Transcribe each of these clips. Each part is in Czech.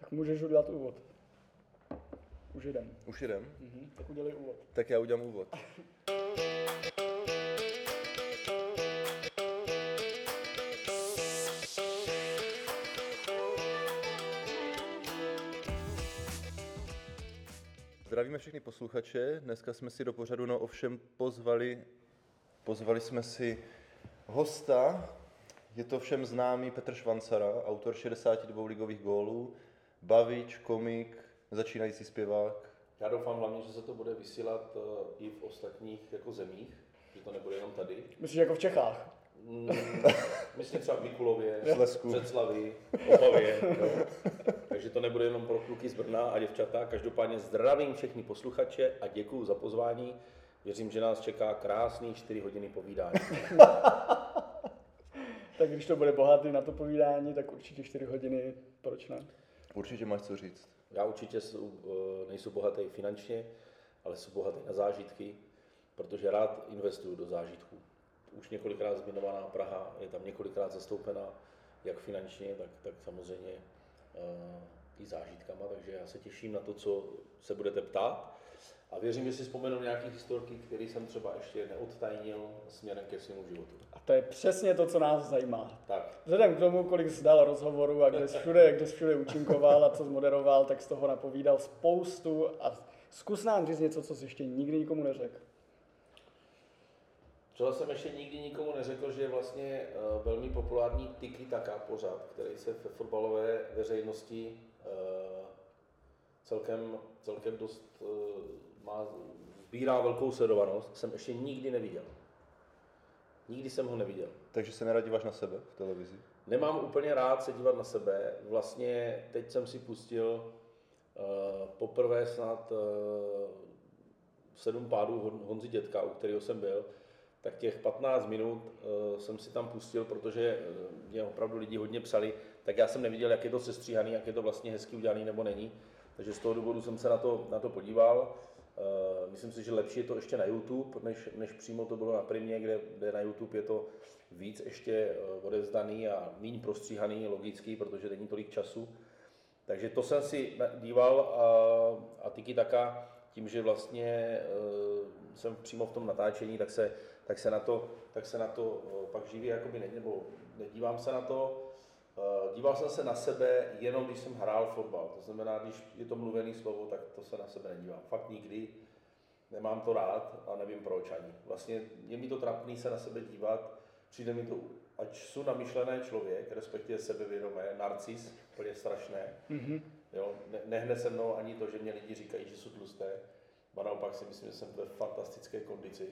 Tak můžeš udělat úvod. Už jdem. Už jdem? Tak udělej úvod. Tak já udělám úvod. Zdravíme všechny posluchače. Dneska jsme si do pořadu No ovšem pozvali jsme si hosta. Je to všem známý Petr Švancara, autor 62 ligových gólů, bavič, komik, začínající zpěvák. Já doufám hlavně, že se to bude vysílat i v ostatních jako zemích, že to nebude jenom tady. Myslíš jako v Čechách? Myslím třeba v Mikulově, Slezsku, Břeclavi, Opavě. Takže to nebude jenom pro kluky z Brna a děvčata. Každopádně zdravím všechny posluchače a děkuju za pozvání. Věřím, že nás čeká krásný 4 hodiny povídání. Tak když to bude bohatý na to povídání, tak určitě 4 hodiny, proč ne? určitě máš co říct. Já určitě nejsou bohatý finančně, ale jsem bohatý na zážitky, protože rád investuju do zážitků. Už několikrát zmiňovaná Praha je tam několikrát zastoupená, jak finančně, tak samozřejmě i zážitkama, takže já se těším na to, co se budete ptát. A věřím, že si vzpomenu nějaké historky, které jsem třeba ještě neodtajnil směrem ke svému životu. A to je přesně to, co nás zajímá. Tak. Vzhledem k tomu, kolik jsi dal rozhovorů a kde jsi všude účinkoval a co jsi moderoval, tak z toho napovídal spoustu a zkus nám říct něco, co jsi ještě nikdy nikomu neřekl. Třeba jsem ještě nikdy nikomu neřekl, že je vlastně velmi populární tiki-taka pořad, který se ve fotbalové veřejnosti celkem dost sbírá velkou sledovanost, jsem ještě nikdy neviděl. Nikdy jsem ho neviděl. Takže se nerad díváš na sebe v televizi? Nemám úplně rád se dívat na sebe. Vlastně teď jsem si pustil poprvé snad 7 pádů Honzy Dětka, u kterého jsem byl. Tak těch 15 minut jsem si tam pustil, protože mě opravdu lidi hodně psali, tak já jsem neviděl, jak je to sestříhaný, jak je to vlastně hezky udělaný nebo není. Takže z toho důvodu jsem se na to podíval. Myslím si, že lepší je to ještě na YouTube, než přímo to bylo na Primě, kde na YouTube je to víc ještě odevzdaný a méně prostříhaný, logický, protože není tolik času. Takže to jsem si díval a tiki-taka, tím, že vlastně jsem přímo v tom natáčení, tak se na to pak živě jakoby nedívám se na to. Díval jsem se na sebe jenom, když jsem hrál fotbal. To znamená, když je to mluvené slovo, tak to se na sebe nedívám. Fakt nikdy. Nemám to rád a nevím proč ani. Vlastně je mi to trapný se na sebe dívat. Přijde mi to, ať jsou namyšlený člověk, respektive sebevědomé, narcis, úplně strašné. Jo, nehne se mnou ani to, že mě lidi říkají, že jsou tlusté. A naopak si myslím, že jsem ve fantastické kondici.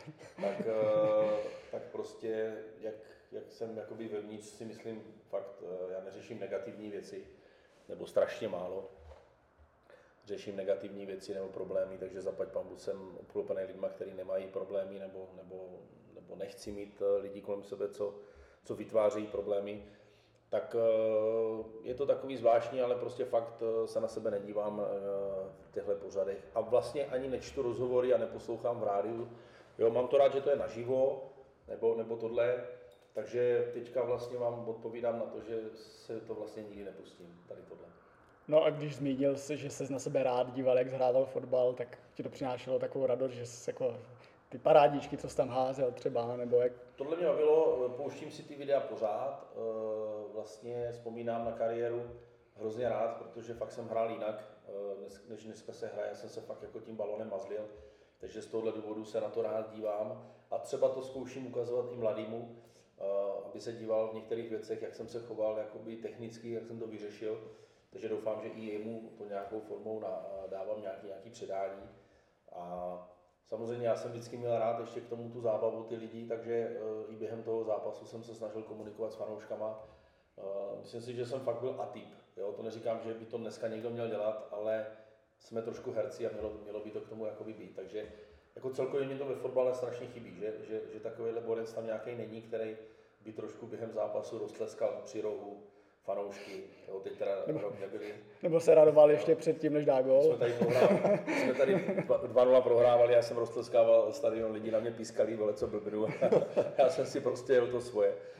Tak prostě, jak jsem jakoby vevnitř, si myslím, fakt, já neřeším negativní věci, nebo strašně málo. Řeším negativní věci nebo problémy, takže zaplať pambu jsem obklopený lidma, kteří nemají problémy, nebo nechci mít lidi kolem sebe, co vytváří problémy. Tak je to takový zvláštní, ale prostě fakt se na sebe nedívám v těchto pořadech. A vlastně ani nečtu rozhovory a neposlouchám v rádiu. Jo, mám to rád, že to je naživo, nebo tohle. Takže teďka vlastně vám odpovídám na to, že se to vlastně nikdy nepustím, tady tohle. No a když zmínil jsi, že ses na sebe rád díval, jak hrával fotbal, tak ti to přinášelo takovou radost, že jsi jako ty parádíčky, co jsi tam házel třeba, nebo jak? Tohle mě bavilo, pouštím si ty videa pořád, vlastně vzpomínám na kariéru hrozně rád, protože fakt jsem hrál jinak, než dneska se hraje, jsem se fakt jako tím balonem mazlil, takže z tohohle důvodu se na to rád dívám a třeba to zkouším ukazovat i mladému, aby se díval v některých věcech, jak jsem se choval jakoby technicky, jak jsem to vyřešil, takže doufám, že i jemu to nějakou formou dávám nějaký předání. A samozřejmě já jsem vždycky měl rád ještě k tomu tu zábavu, ty lidi, takže i během toho zápasu jsem se snažil komunikovat s fanouškama. Myslím si, že jsem fakt byl atyp. Jo? To neříkám, že by to dneska někdo měl dělat, ale jsme trošku herci a mělo by to k tomu jakoby být. Takže jako celkově mě to ve fotbale strašně chybí, že takovýhle borec tam nějaký není, který by trošku během zápasu roztleskal při rohu fanoušky, jo, teď teda rok nebyli. Nebo se radoval ještě předtím, než dá gól. Jsme tady 2-0 prohrávali, já jsem roztleskával stadion, lidi na mě pískali, vole, co blbnu. Já jsem si prostě jel to svoje.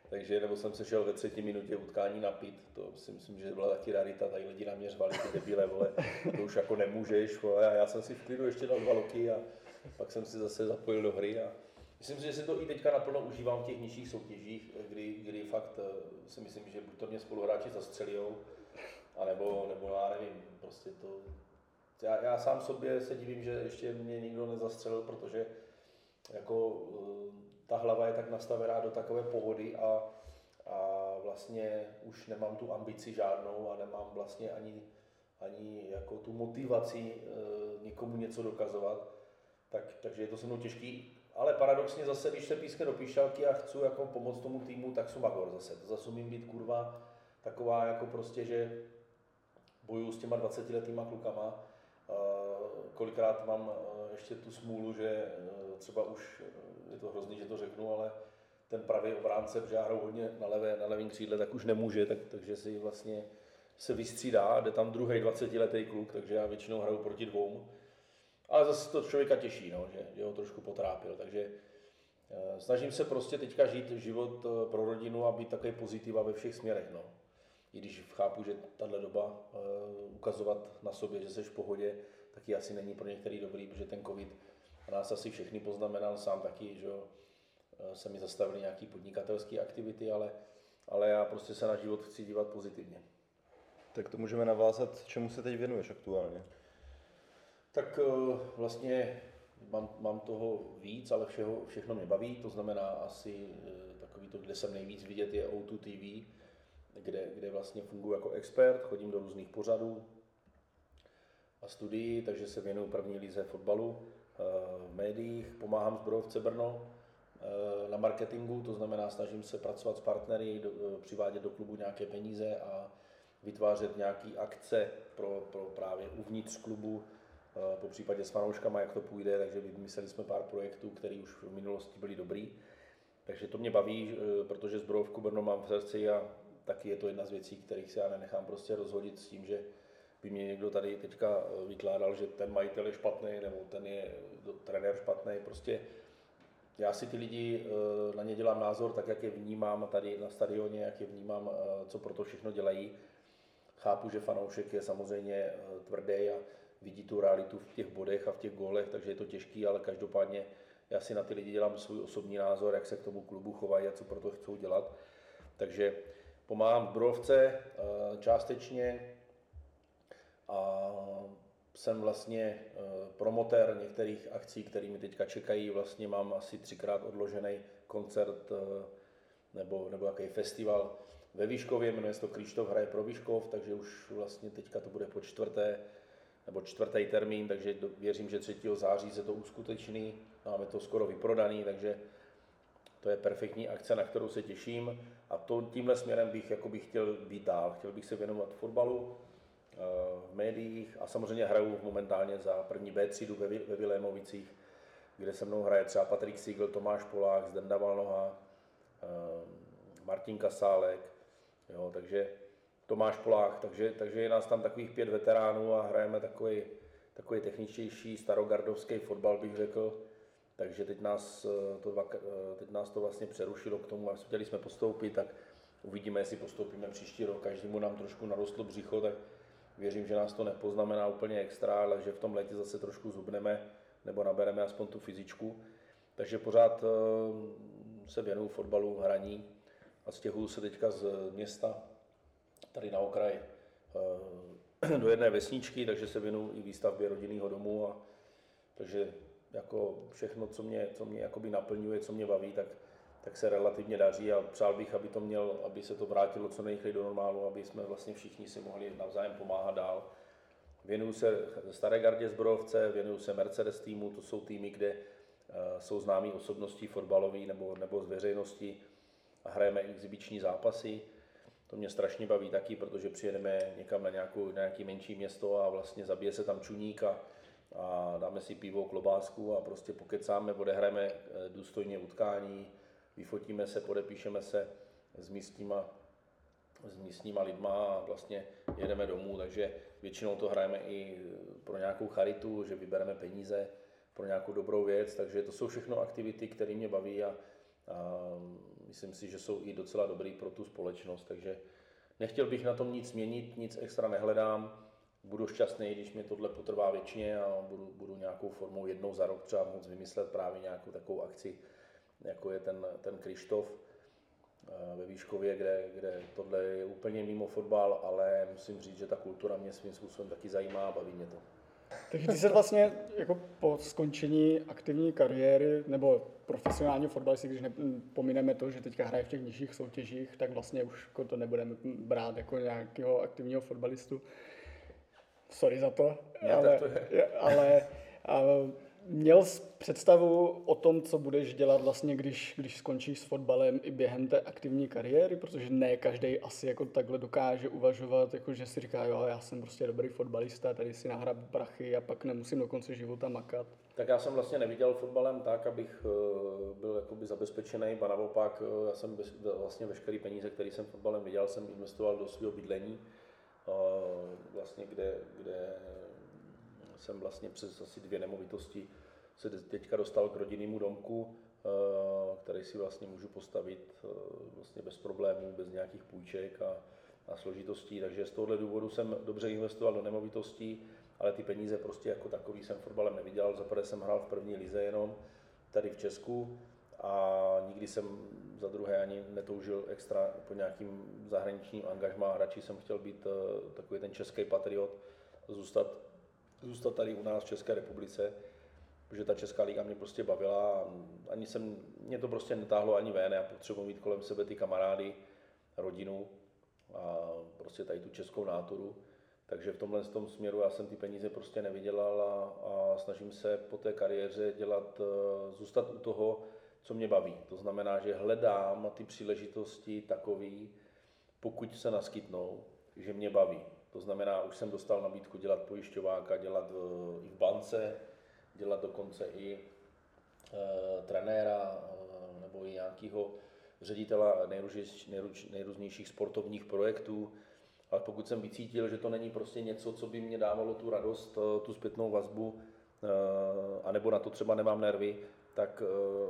takže nebo jsem se šel ve 3. minutě utkání napít, to si myslím, že byla taky rarita, tady lidi na mě řvali, ty debile, vole, to už jako nemůžeš, vole, a já jsem si v klidu ještě dal 2 loky a pak jsem si zase zapojil do hry a myslím si, že si to i teďka naplno užívám v těch nižších soutěžích, kdy fakt si myslím, že buď to mě spoluhráči zastřelijou, anebo já nevím, prostě to... Já sám sobě se divím, že ještě mě nikdo nezastřelil, protože jako ta hlava je tak nastavená do takové pohody a vlastně už nemám tu ambici žádnou a nemám vlastně ani jako tu motivaci někomu něco dokazovat, takže je to se mnou těžký. Ale paradoxně zase, když se pískne do píšťalky a chci jako pomoct tomu týmu, tak jsem magor zase. To zase umím být kurva taková jako prostě, že bojuju s těma 20letýma klukama. Kolikrát mám ještě tu smůlu, že třeba už, je to hrozný, že to řeknu, ale ten pravý obránce, protože já hraju hodně na levém křídle, tak už nemůže, takže si vlastně se vystřídá a jde tam druhý 20letý kluk, takže já většinou hraju proti 2. Ale zase to člověka těší, no, že ho trošku potrápil, takže snažím se prostě teďka žít život pro rodinu a být takový pozitiva ve všech směrech, no. I když chápu, že tahle doba ukazovat na sobě, že jsi v pohodě, taky asi není pro některý dobrý, protože ten covid nás asi všechny poznamenal, sám taky, že se mi zastavily nějaké podnikatelské aktivity, ale já prostě se na život chci dívat pozitivně. Tak to můžeme navázat, čemu se teď věnuješ aktuálně? Tak vlastně mám toho víc, ale všechno mě baví, to znamená asi takový to, kde jsem nejvíc vidět, je O2 TV, kde vlastně funguji jako expert, chodím do různých pořadů a studií, takže se věnuju první lize fotbalu, v médiích, pomáhám Zbrojovce Brno na marketingu, to znamená snažím se pracovat s partnery, přivádět do klubu nějaké peníze a vytvářet nějaké akce pro právě uvnitř klubu, po případě s fanouškama, jak to půjde, takže vymysleli jsme pár projektů, které už v minulosti byly dobrý. Takže to mě baví, protože Zbrojovku Brno mám v srdci a taky je to jedna z věcí, kterých se já nenechám prostě rozhodit s tím, že by mě někdo tady teďka vykládal, že ten majitel je špatný nebo ten je trenér špatný. Prostě já si ty lidi, na ně dělám názor tak, jak je vnímám tady na stadioně, jak je vnímám, co pro to všechno dělají. Chápu, že fanoušek je samozřejmě tvrdý a vidí tu realitu v těch bodech a v těch gólech, takže je to těžký, ale každopádně já si na ty lidi dělám svůj osobní názor, jak se k tomu klubu chovají a co pro to chcou dělat. Takže pomáhám Zbrojovce částečně a jsem vlastně promotér některých akcí, které mi teďka čekají. Vlastně mám asi 3krát odložený koncert nebo jaký festival ve Výškově, jmenuje se to Krištof hraje pro Výškov, takže už vlastně teďka to bude po 4. termín, takže věřím, že 3. září se to uskuteční. Máme to skoro vyprodaný, takže to je perfektní akce, na kterou se těším a tímhle směrem bych chtěl být dál. Chtěl bych se věnovat fotbalu, v médiích a samozřejmě hraju momentálně za první B třídu ve Vilémovicích, kde se mnou hraje třeba Patrik Siegl, Tomáš Polák, Zdenda Valnoha, Martin Kasálek, jo, takže Tomáš Polák, takže je nás tam takových 5 veteránů a hrajeme takový techničtější starogardovský fotbal, bych řekl. Takže teď nás to vlastně přerušilo k tomu, a chtěli jsme postoupit, tak uvidíme, jestli postoupíme příští rok. Každému nám trošku narostlo břicho, tak věřím, že nás to nepoznamená úplně extra, ale že v tom létě zase trošku zubneme nebo nabereme aspoň tu fyzičku. Takže pořád se věnuju fotbalu, hraní a stěhuju se teďka z města tady na okraji do jedné vesničky, takže se věnuju i výstavbě rodinného domu takže jako všechno, co mě jakoby naplňuje, co mě baví, tak se relativně daří a přál bych, aby se to vrátilo co nejrychleji do normálu, aby jsme vlastně všichni si mohli navzájem pomáhat dál. Věnuju se Staré gardě Zbrojovce, věnuju se Mercedes týmu, to jsou týmy, kde jsou známí osobnosti fotbalový nebo z veřejnosti a hrajeme exibiční zápasy. To mě strašně baví taky, protože přijedeme někam na nějaké menší město a vlastně zabije se tam čuník a dáme si pivo, klobásku a prostě pokecáme, odehrajeme důstojně utkání, vyfotíme se, podepíšeme se s místníma lidma a vlastně jedeme domů, takže většinou to hrajeme i pro nějakou charitu, že vybereme peníze pro nějakou dobrou věc, takže to jsou všechno aktivity, které mě baví a myslím si, že jsou i docela dobrý pro tu společnost, takže nechtěl bych na tom nic měnit, nic extra nehledám. Budu šťastný, když mi tohle potrvá věčně a budu nějakou formou jednou za rok třeba moc vymyslet právě nějakou takovou akci, jako je ten Krištof ve Výškově, kde tohle je úplně mimo fotbal, ale musím říct, že ta kultura mě svým způsobem taky zajímá a baví mě to. Takže ty se vlastně jako po skončení aktivní kariéry nebo profesionálního fotbalisty, když pomineme to, že teďka hraje v těch nižších soutěžích, tak vlastně už jako to nebudeme brát jako nějakého aktivního fotbalistu. Sorry za to, ale měl jsi představu o tom, co budeš dělat vlastně, když skončíš s fotbalem i během té aktivní kariéry, protože ne každý asi jako takhle dokáže uvažovat, jako že si říká, jo, já jsem prostě dobrý fotbalista, tady si nahraju prachy a pak nemusím do konce života makat. Tak já jsem vlastně neviděl fotbalem tak, abych byl jakoby zabezpečený, ba naopak, já jsem vlastně veškerý peníze, které jsem fotbalem viděl, jsem investoval do svého bydlení, vlastně kde jsem vlastně přes asi 2 nemovitosti se teďka dostal k rodinnému domku, který si vlastně můžu postavit vlastně bez problémů, bez nějakých půjček a složitostí, takže z tohohle důvodu jsem dobře investoval do nemovitostí, ale ty peníze prostě jako takový jsem fotbalem neviděl. Zaprvé jsem hrál v první lize jenom tady v Česku a nikdy jsem za druhé ani netoužil extra po nějakým zahraničním angažmá. Radši jsem chtěl být takový ten český patriot, zůstat tady u nás v České republice, protože ta česká liga mě prostě bavila a mě to prostě netáhlo ani ven. Já potřebuji mít kolem sebe ty kamarády, rodinu a prostě tady tu českou náturu. Takže v tomhle směru já jsem ty peníze prostě nevydělal a snažím se po té kariéře zůstat u toho, co mě baví. To znamená, že hledám ty příležitosti takový, pokud se naskytnou, že mě baví. To znamená, už jsem dostal nabídku dělat pojišťováka, dělat i v bance, dělat dokonce i trenéra nebo i nějakého ředitele nejrůznějších sportovních projektů. Ale pokud jsem vycítil, že to není prostě něco, co by mě dávalo tu radost, tu zpětnou vazbu, anebo na to třeba nemám nervy, tak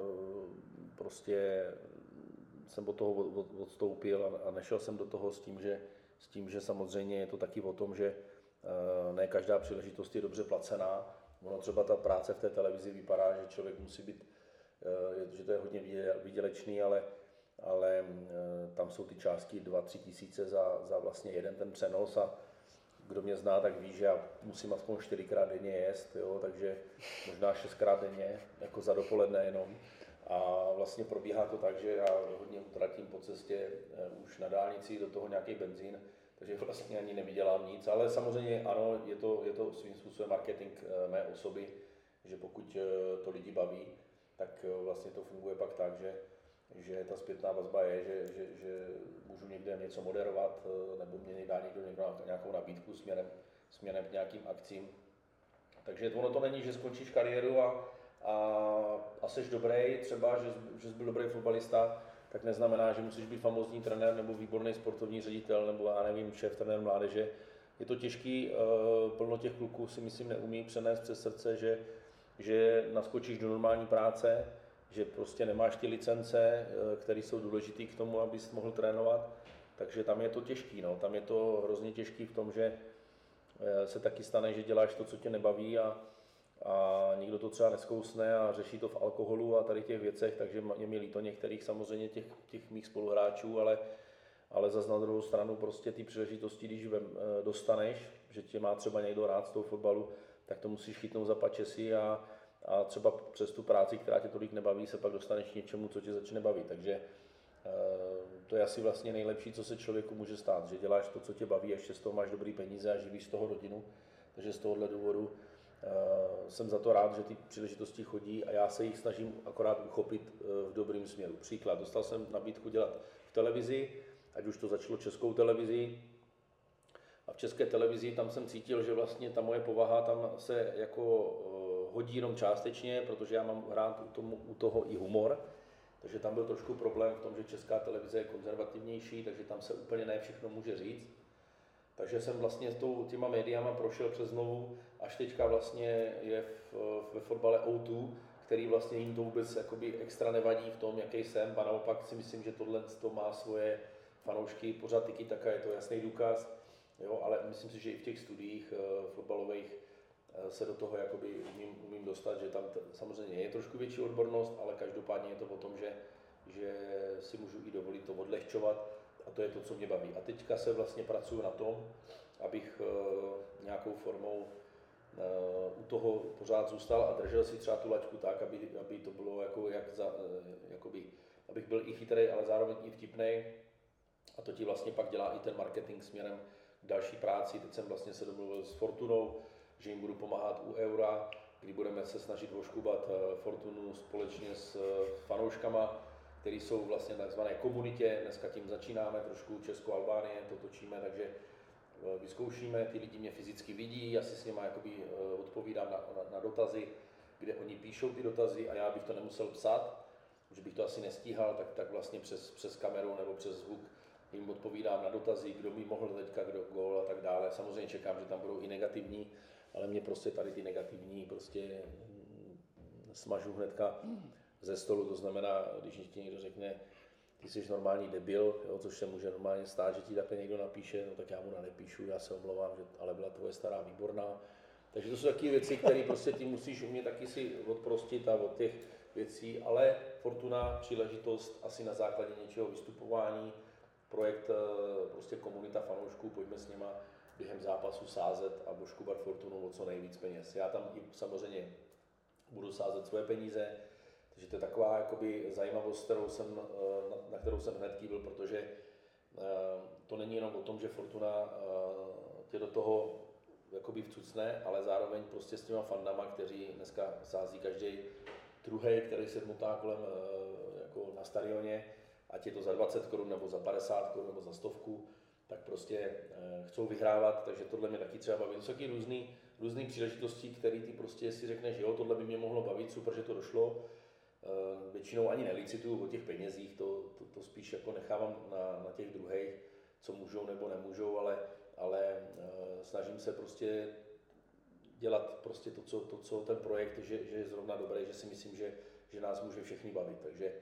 prostě jsem od toho odstoupil a nešel jsem do toho s tím, že samozřejmě je to taky o tom, že ne každá příležitost je dobře placená. Ono třeba ta práce v té televizi vypadá, že člověk musí být, že to je hodně výdělečný, ale tam jsou ty částky 2-3 tisíce za vlastně jeden ten přenos a kdo mě zná, tak ví, že já musím aspoň 4krát denně jíst, jo, takže možná 6krát denně, jako za dopoledne jenom. A vlastně probíhá to tak, že já hodně utratím po cestě už na dálnici, do toho nějaký benzín, takže vlastně ani nevydělám nic, ale samozřejmě ano, je to svým způsobem marketing mé osoby, že pokud to lidi baví, tak vlastně to funguje pak tak, že ta zpětná vazba je, že můžu někde něco moderovat, nebo mě dá někdo nějakou nabídku směrem k nějakým akcím. Takže ono to není, že skončíš kariéru a jsi dobrý, třeba, že jsi byl dobrý fotbalista, tak neznamená, že musíš být famózní trenér nebo výborný sportovní ředitel nebo já nevím, šéf trenér mládeže. Je to těžký, plno těch kluků si myslím neumí přenést přes srdce, že naskočíš do normální práce, že prostě nemáš ty licence, které jsou důležité k tomu, abys mohl trénovat, takže tam je to těžký, no. Tam je to hrozně těžký v tom, že se taky stane, že děláš to, co tě nebaví a nikdo to třeba neskousne a řeší to v alkoholu a tady těch věcech, takže mě mi líto některých samozřejmě těch mých spoluhráčů, ale zas na druhou stranu prostě ty příležitosti, když dostaneš, že tě má třeba někdo rád z toho fotbalu, tak to musíš chytnout za pačesy a třeba přes tu práci, která tě tolik nebaví, se pak dostaneš k něčemu, co tě začne bavit. Takže to je asi vlastně nejlepší, co se člověku může stát, že děláš to, co tě baví, ještě z toho máš dobrý peníze a živíš z toho rodinu. Takže z tohohle důvodu jsem za to rád, že ty příležitosti chodí a já se jich snažím akorát uchopit v dobrým směru. Příklad, dostal jsem nabídku dělat v televizi, ať už to začalo Českou televizi, a v České televizi tam jsem cítil, že vlastně ta moje povaha tam se jako hodí jenom částečně, protože já mám rád u toho i humor, takže tam byl trošku problém v tom, že Česká televize je konzervativnější, takže tam se úplně ne všechno může říct. Takže jsem vlastně těma médiama prošel přes znovu, až teďka vlastně je ve fotbale O2, který vlastně jim to vůbec jakoby extra nevadí v tom, jaký jsem, a naopak si myslím, že tohle to má svoje fanoušky, pořád tiki-taka je to jasný důkaz, jo, ale myslím si, že i v těch studiích fotbalových se do toho jakoby umím dostat, že tam samozřejmě je trošku větší odbornost, ale každopádně je to o tom, že si můžu i dovolit to odlehčovat a to je to, co mě baví. A teďka se vlastně pracuji na tom, abych nějakou formou u toho pořád zůstal a držel si třeba tu laťku tak, aby to bylo jakoby, abych byl i chytrý, ale zároveň i vtipný. A to ti vlastně pak dělá i ten marketing směrem k další práci. Teď jsem vlastně se domluvil s Fortunou, že jim budu pomáhat u Eura, kdy budeme se snažit oškubat Fortunu společně s fanouškama, který jsou vlastně na takzvané komunitě. Dneska tím začínáme trošku Česko-Albánie, to točíme, takže vyzkoušíme, ty lidi mě fyzicky vidí, já si s nimi odpovídám na dotazy, kde oni píšou ty dotazy a já bych to nemusel psát, že bych to asi nestíhal, tak vlastně přes kameru nebo přes zvuk jim odpovídám na dotazy, kdo by mohl teďka, kdo gól a tak dále. Samozřejmě čekám, že tam budou i negativní, ale mě prostě tady ty negativní prostě smažu hnedka ze stolu, to znamená, když ti někdo řekne, ty jsi normální debil, jo, což se může normálně stát, že ti takhle někdo napíše, no tak já mu nenapíšu, já se omlouvám, ale byla tvoje stará výborná. Takže to jsou takové věci, které prostě ty musíš umět taky si odprostit a od těch věcí, ale Fortuna, příležitost asi na základě něčeho vystupování, projekt prostě komunita fanoušků, pojďme s nima během zápasu sázet a oškubat Fortunu o co nejvíc peněz. Já tam i samozřejmě budu sázet svoje peníze, takže to je taková jakoby zajímavost, na kterou jsem hned kývil, protože to není jenom o tom, že Fortuna tě do toho jakoby vcucne, ale zároveň prostě s těma fandama, kteří dneska sází každý druhý, který se motá kolem jako na stadioně, ať je to za 20 korun nebo za 50 korun nebo za 100, tak prostě chcou vyhrávat, takže tohle mě taky třeba baví. To jsou taky různý příležitosti, které ty prostě si řekneš, jo, tohle by mě mohlo bavit, super, že to došlo. Většinou ani nelicituju o těch penězích, to spíš jako nechávám na těch druhých, co můžou nebo nemůžou, ale snažím se prostě dělat prostě to, co ten projekt, že je zrovna dobrý, že si myslím, že nás může všechny bavit. Takže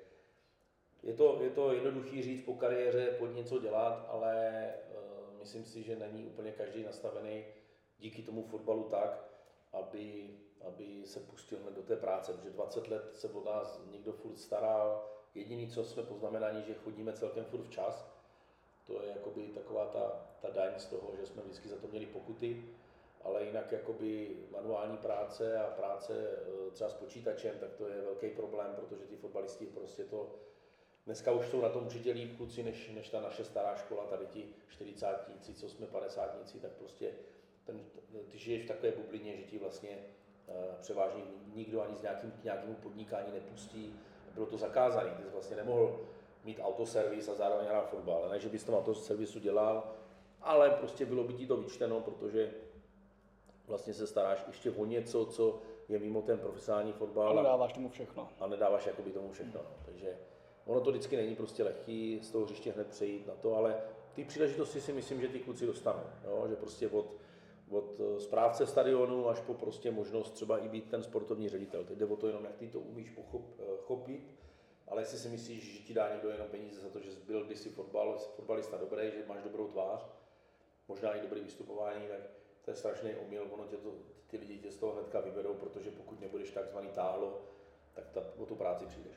je to jednoduchý říct po kariéře, pojď něco dělat, ale myslím si, že není úplně každý nastavený díky tomu fotbalu tak, aby se pustil hned do té práce, protože 20 let se od nás někdo furt staral. Jediný, co jsme poznamenáni, že chodíme celkem furt včas. To je jakoby taková ta daň z toho, že jsme vždycky za to měli pokuty, ale jinak jakoby manuální práce a práce třeba s počítačem, tak to je velký problém, protože ty fotbalisti prostě to dneska už jsou na tom určitě líp kluci, než ta naše stará škola, tady ti 40-tníci, co jsme 50-tníci, tak prostě ty žiješ v takové bublině, že ti vlastně převážně nikdo ani k nějakému podnikání nepustí. Bylo to zakázané, ty jsi vlastně nemohl mít autoservis a zároveň hrát fotbal. Ne, že bys tom autoservisu dělal, ale prostě bylo by ti to vyčteno, protože vlastně se staráš ještě o něco, co je mimo ten profesionální fotbal. A nedáváš tomu všechno. A nedáváš jakoby tomu všechno. No. Takže ono to vždycky není prostě lehký z toho hřiště hned přejít na to, ale ty příležitosti si myslím, že ty kluci dostanou. Jo? Že prostě od správce stadionu až po prostě možnost třeba i být ten sportovní ředitel. Teď jde o to jenom, jak ty to umíš chopit, ale jestli si myslíš, že ti dá někdo jenom peníze za to, že jsi byl kdysi fotbalista dobrý, že máš dobrou tvář, možná i dobré vystupování, tak to je strašný omyl, ono ty lidi tě z toho hnedka vyvedou, protože pokud nebudeš takzvaný táhlo, tak o tu práci přijdeš.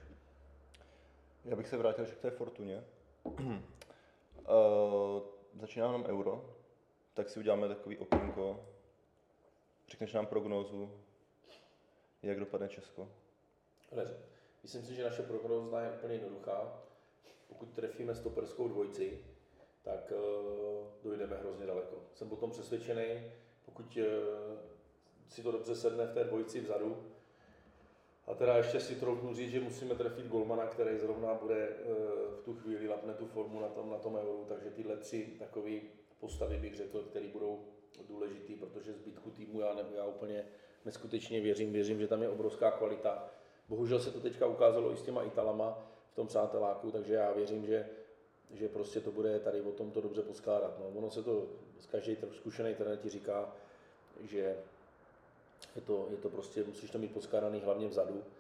Já bych se vrátil ještě k té Fortuně. Začíná nám Euro, tak si uděláme takový okénko. Řekneš nám prognózu, jak dopadne Česko? Myslím si, že naše prognóza je úplně jednoduchá. Pokud trefíme stoperskou dvojici, tak dojdeme hrozně daleko. Jsem potom přesvědčený, pokud si to dobře sedne v té dvojici vzadu, a teda ještě si troufnu říct, že musíme trefit golmana, který zrovna bude v tu chvíli lapne tu formu na tom Euru, takže tyhle tři takové postavy bych řekl, které budou důležitý, protože zbytku týmu já úplně neskutečně věřím, že tam je obrovská kvalita. Bohužel se to teďka ukázalo i s těma Italama v tom přáteláku, takže já věřím, že prostě to bude tady o tom to dobře poskládat. No, ono se to, každý zkušený trenér ti říká, že je to prostě, musíš to mít poskládaný hlavně vzadu,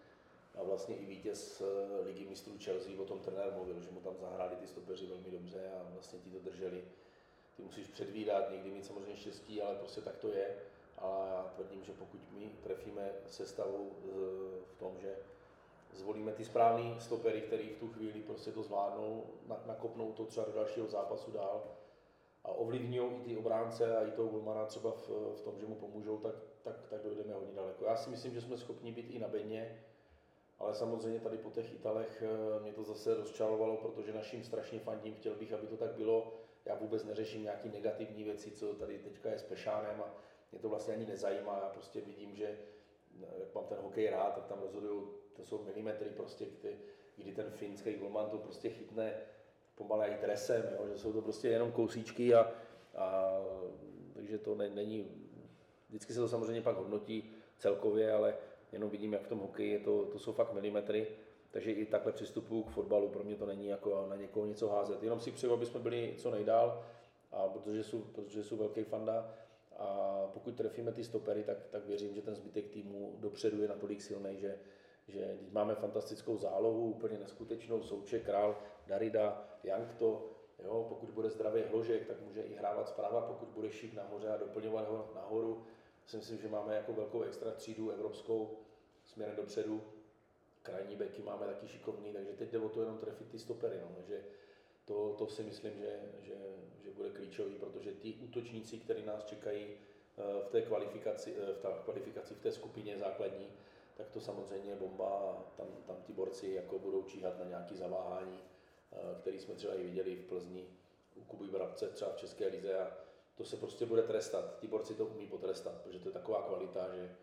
A vlastně i vítěz ligy mistrů Chelsea o tom trenér mluvil, že mu tam zahráli ty stopeři velmi dobře a vlastně ti to drželi. Ty musíš předvídat, někdy mít samozřejmě štěstí, ale prostě tak to je. A já tvrdím, že pokud my trefíme sestavu v tom, že zvolíme ty správný stopery, který v tu chvíli prostě to zvládnou, nakopnou to třeba do dalšího zápasu dál a ovlivňují i ty obránce a i toho golmana třeba v tom, že mu pomůžou, tak dojdeme hodně daleko. Já si myslím, že jsme schopni být i na bedně, ale samozřejmě tady po těch Italech mě to zase rozčarovalo, protože naším strašně fandím, chtěl bych, aby to tak bylo. Já vůbec neřeším nějaké negativní věci, co tady teďka je s Pešánem a mě to vlastně ani nezajímá. Já prostě vidím, že jak mám ten hokej rád, tak tam rozhodují, to jsou milimetry prostě, kdy ten finský golman to prostě chytne pomalé i tresem, jo, že jsou to prostě jenom kousíčky a takže to není, vždycky se to samozřejmě pak hodnotí celkově, ale jenom vidím, jak v tom hokeji to jsou fakt milimetry, takže i takhle přistupuju k fotbalu, pro mě to není jako na někoho něco házet, jenom si přeju, aby jsme byli co nejdál, a protože jsou velký fanda a pokud trefíme ty stopery, tak věřím, že ten zbytek týmu dopředu je natolik silný, že máme fantastickou zálohu, úplně neskutečnou, Souček, Král, Darida, Jankto, jo, pokud bude zdravý Hložek, tak může i hrávat zprava, pokud bude Šík nahoře a doplňovat ho nahoru. Si myslím, že máme jako velkou extra třídu evropskou směrem dopředu. Krajní beky máme taky šikovný, takže teď jde o to jenom trefit ty stopery, no. Takže to si myslím, že bude klíčový, protože ty útočníci, kteří nás čekají v té kvalifikaci, v té skupině základní, tak to samozřejmě je bomba, tam ty borci jako budou číhat na nějaké zaváhání, který jsme třeba i viděli v Plzni u Kuby Brabce, třeba v České lize a to se prostě bude trestat. Ty borci to umí potrestat, protože to je taková kvalita, že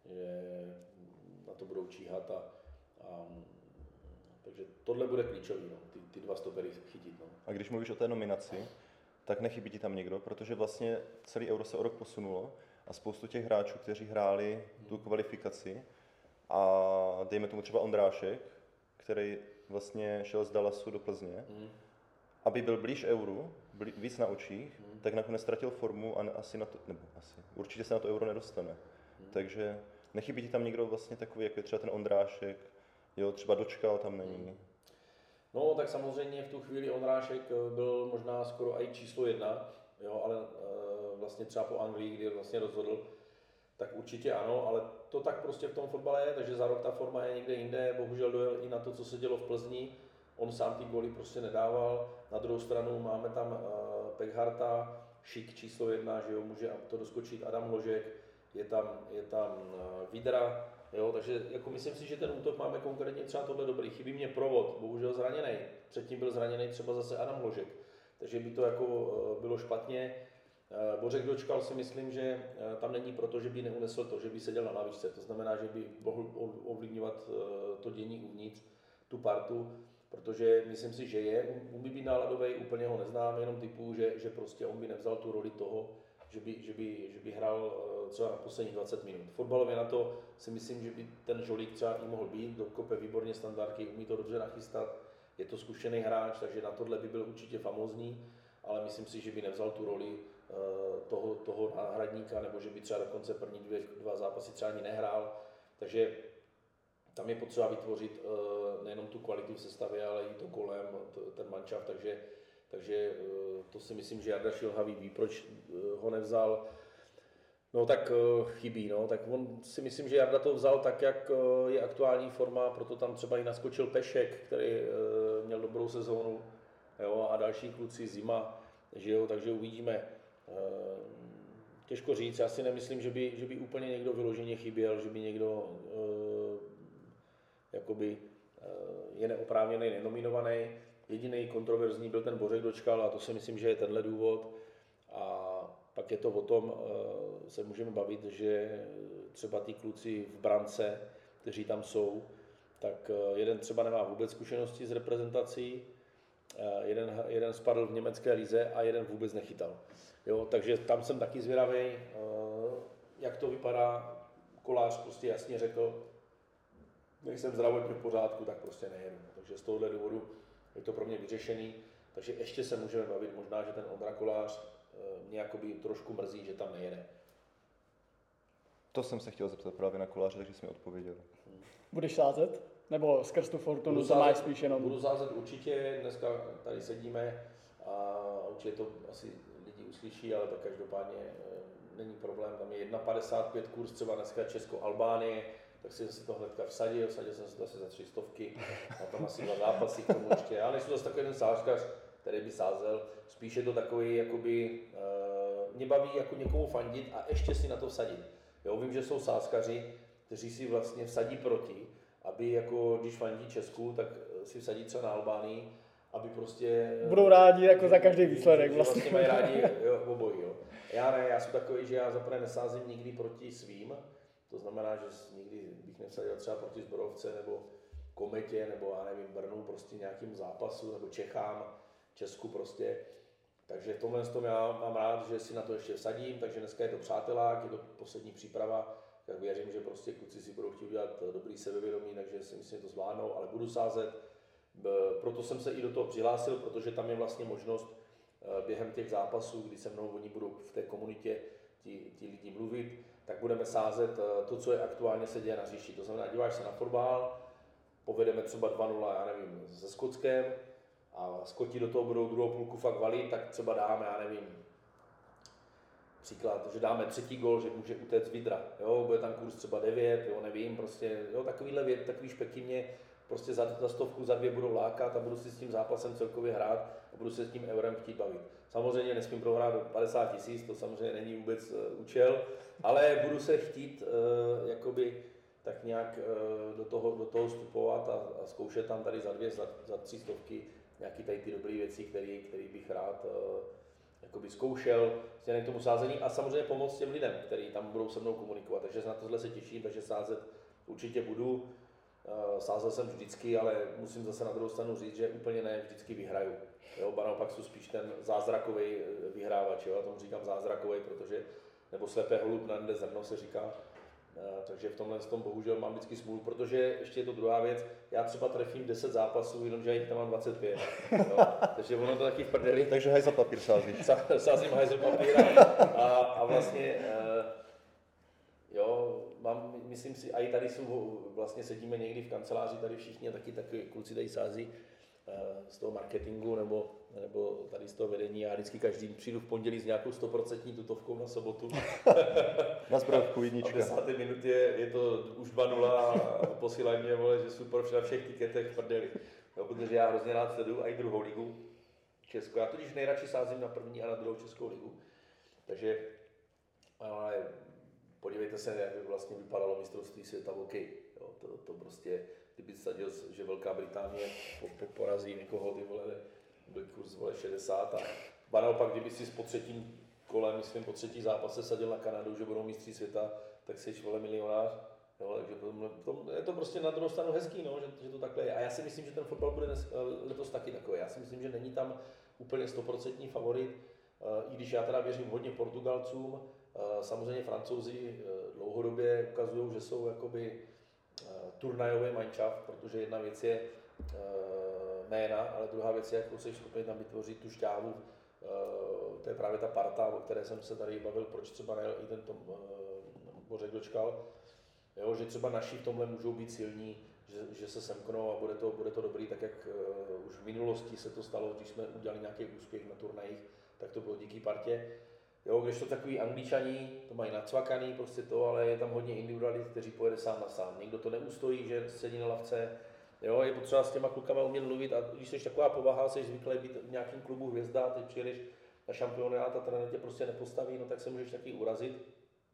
na to budou číhat takže tohle bude klíčový, no, ty dva stopery chytit. No. A když mluvíš o té nominaci, tak nechybí ti tam někdo, protože vlastně celý Euro se o rok posunulo a spoustu těch hráčů, kteří hráli tu kvalifikaci, a dejme tomu třeba Ondrášek, který vlastně šel z Dallasu do Plzně, aby byl blíž euru, víc na očích, tak nakonec ztratil formu a určitě se na to euro nedostane. Takže nechybí ti tam někdo vlastně takový, jako je třeba ten Ondrášek, jo, třeba Dočkal tam není. No, tak samozřejmě v tu chvíli Ondrášek byl možná skoro i číslo 1, jo, ale vlastně třeba po Anglii, kdy vlastně rozhodl, tak určitě ano, ale to tak prostě v tom fotbale je, takže za rok ta forma je někde jinde, bohužel dojel i na to, co se dělo v Plzni, on sám ty góly prostě nedával, na druhou stranu máme tam Pekharta, Šik číslo 1, že jo, může to doskočit Adam Hložek, je tam Vidra, jo, takže jako myslím si, že ten útok máme konkrétně třeba tohle dobrý, chybí mě Provod, bohužel zraněný, předtím byl zraněný třeba zase Adam Hložek, takže by to jako bylo špatně. Bořek Dočkal si myslím, že tam není proto, že by neunesl to, že by seděl na lavičce, to znamená, že by mohl ovlivňovat to dění uvnitř, tu partu, protože myslím si, že umí být náladový, úplně ho neznám, jenom typu, že prostě on by nevzal tu roli toho, že by hrál třeba na posledních 20 minut. Fotbalově na to si myslím, že by ten Žolík třeba i mohl být, dokope výborně standardky, umí to dobře nachystat, je to zkušený hráč, takže na tohle by byl určitě famózní, ale myslím si, že by nevzal tu roli toho náhradníka, nebo že by třeba dokonce první dva zápasy třeba ani nehrál, takže tam je potřeba vytvořit nejenom tu kvalitu v sestavě, ale i to kolem, ten mančaft, takže to si myslím, že Jarda Šilhavý ví, proč ho nevzal. No tak chybí, no, tak on si myslím, že Jarda to vzal tak, jak je aktuální forma, proto tam třeba i naskočil Pešek, který měl dobrou sezónu, jo, a další kluci Zima, že jo, takže uvidíme. Těžko říct, já si nemyslím, že by úplně někdo vyloženě chyběl, že by někdo jakoby je neoprávněný, nenominovaný. Jediný kontroverzní byl ten Bořek Dočkal a to si myslím, že je tenhle důvod. A pak je to o tom, se můžeme bavit, že třeba ty kluci v brance, kteří tam jsou, tak jeden třeba nemá vůbec zkušenosti s reprezentací, jeden spadl v německé lize a jeden vůbec nechytal. Jo, takže tam jsem taky zvědavý, jak to vypadá. Kolář prostě jasně řekl, nejsem zdravotně v pořádku, tak prostě nejedu. Takže z tohohle důvodu je to pro mě vyřešený. Takže ještě se můžeme bavit, možná, že ten Ondra Kolář mě jakoby trošku mrzí, že tam nejede. To jsem se chtěl zeptat právě na Koláře, takže jsi mi odpověděl. Budeš sázet Nebo skrz tu Fortunu to máš spíš jenom... Budu sázet určitě, dneska tady sedíme a určitě to asi lidi uslyší, ale tak každopádně není problém, tam je 1,55 kurz třeba dneska Česko-Albánie, tak si to hnedka vsadil jsem si to asi za 300, a tam asi 2 zápasy k tomu ještě. Já nejsem zase takový ten sázkař, který by sázel, spíš je to takový, jakoby, mě baví jako někomu fandit a ještě si na to vsadit. Jo, vím, že jsou sázkaři, kteří si vlastně vsadí proti, aby jako, když fandí Česku, tak si vsadí třeba na Albánii, aby prostě... Budou rádi jako za každý výsledek vlastně. Mají rádi obojí, jo. Já ne, já jsem takový, že já zaprvé nesázím nikdy proti svým, to znamená, že nikdy bych nevsadil třeba proti Zborovce nebo Kometě, nebo já nevím, Brnu, prostě nějakým zápasu, nebo Čechám, Česku prostě. Takže v tomhle tom já mám rád, že si na to ještě vsadím, takže dneska je to přátelák, je to poslední příprava, tak věřím, že prostě kluci si budou chtít udělat dobrý sebevědomí, takže si myslím, že to zvládnou, ale budu sázet. Proto jsem se i do toho přihlásil, protože tam je vlastně možnost během těch zápasů, kdy se mnou oni budou v té komunitě ti lidi mluvit, tak budeme sázet to, co je aktuálně se děje na hřišti. To znamená, díváš se na fotbal, povedeme třeba 2-0, já nevím, se Skotskem a Skoti do toho budou druhou půlku fakt valit, tak třeba dáme, já nevím, příklad, že dáme 3. gól, že může utéct Vidra, jo, bude tam kurz třeba 9, jo, nevím, prostě, jo, takovýhle věc, takový špeky mě prostě za 100, za 2 budou lákat a budu si s tím zápasem celkově hrát a budu se s tím eurem chtít bavit. Samozřejmě nesmím prohrát do 50 000, to samozřejmě není vůbec účel, ale budu se chtít jakoby tak nějak do toho vstupovat a zkoušet tam tady za 2, za 300 nějaký tady ty dobré věci, které bych rád jakoby zkoušel k tomu sázení a samozřejmě pomoct těm lidem, kteří tam budou se mnou komunikovat. Takže na tohle se těším, takže sázet určitě budu. Sázel jsem vždycky, ale musím zase na druhou stranu říct, že úplně ne vždycky vyhraju. Jo, ba naopak jsou spíš ten zázrakový vyhrávač, jo, já tomu říkám zázrakový, protože, nebo slepé holub nanede zrno se říká. Takže v tomhle tom bohužel mám vždycky smůlu, protože ještě je to druhá věc, já třeba trefím 10 zápasů, jenomže já jich tam mám 25. Jo, takže ono to taky v prdeli. Takže hajzl papír sázíš. Sázím hajzl papír a vlastně jo, myslím si, a i tady jsou, vlastně sedíme někdy v kanceláři, tady všichni a taky kluci tady sází z toho marketingu nebo tady z toho vedení. Já vždycky každý přijdu v pondělí s nějakou 100% tutovkou na sobotu. Na zbrojovku jednička. A v 10. minutě je to už 2-0 a posílají mě, vole, že super na všech tiketech v prdeli. No, protože já hrozně rád sleduju i druhou ligu Českou. Já tudíž nejradši sázím na první a na druhou Českou ligu. Takže ale podívejte se, jak by vlastně vypadalo mistrovství světa v hokeji. To prostě, kdyby sadil, že Velká Británie porazí někoho, ty vole, byl kurz vole 60 a naopak, kdyby si po 3. kole, myslím po 3. zápase sadil na Kanadu, že budou mistří světa, tak jsi vole milionář. Jo, takže je to prostě na druhou stranu hezký, no, že to takhle je. A já si myslím, že ten fotbal bude letos taky takový. Já si myslím, že není tam úplně 100% favorit, i když já teda věřím hodně Portugalcům. Samozřejmě Francouzi dlouhodobě ukazují, že jsou jakoby turnajový manšaft, protože jedna věc je jména, ale druhá věc je, jak jsi schopný tam vytvořit tu šťávu. To je právě ta parta, o které jsem se tady bavil, proč třeba nejel i ten Bořek Dočkal. Jo, že třeba naši v tomhle můžou být silní, že se semknou a bude to dobrý, tak jak už v minulosti se to stalo, když jsme udělali nějaký úspěch na turnajích, tak to bylo díky partě. Jo, když to takový Angličani, to mají nacvakaný prostě to, ale je tam hodně individualit, kteří pojede sám na sám. Někdo to neustojí, že sedí na lavce. Jo, je potřeba s těma klukama umět mluvit a když jsi taková povaha, jsi zvyklý být v nějakém klubu hvězda, teď přijedeš na šampionát a trenér tě prostě nepostaví, no tak se můžeš taky urazit.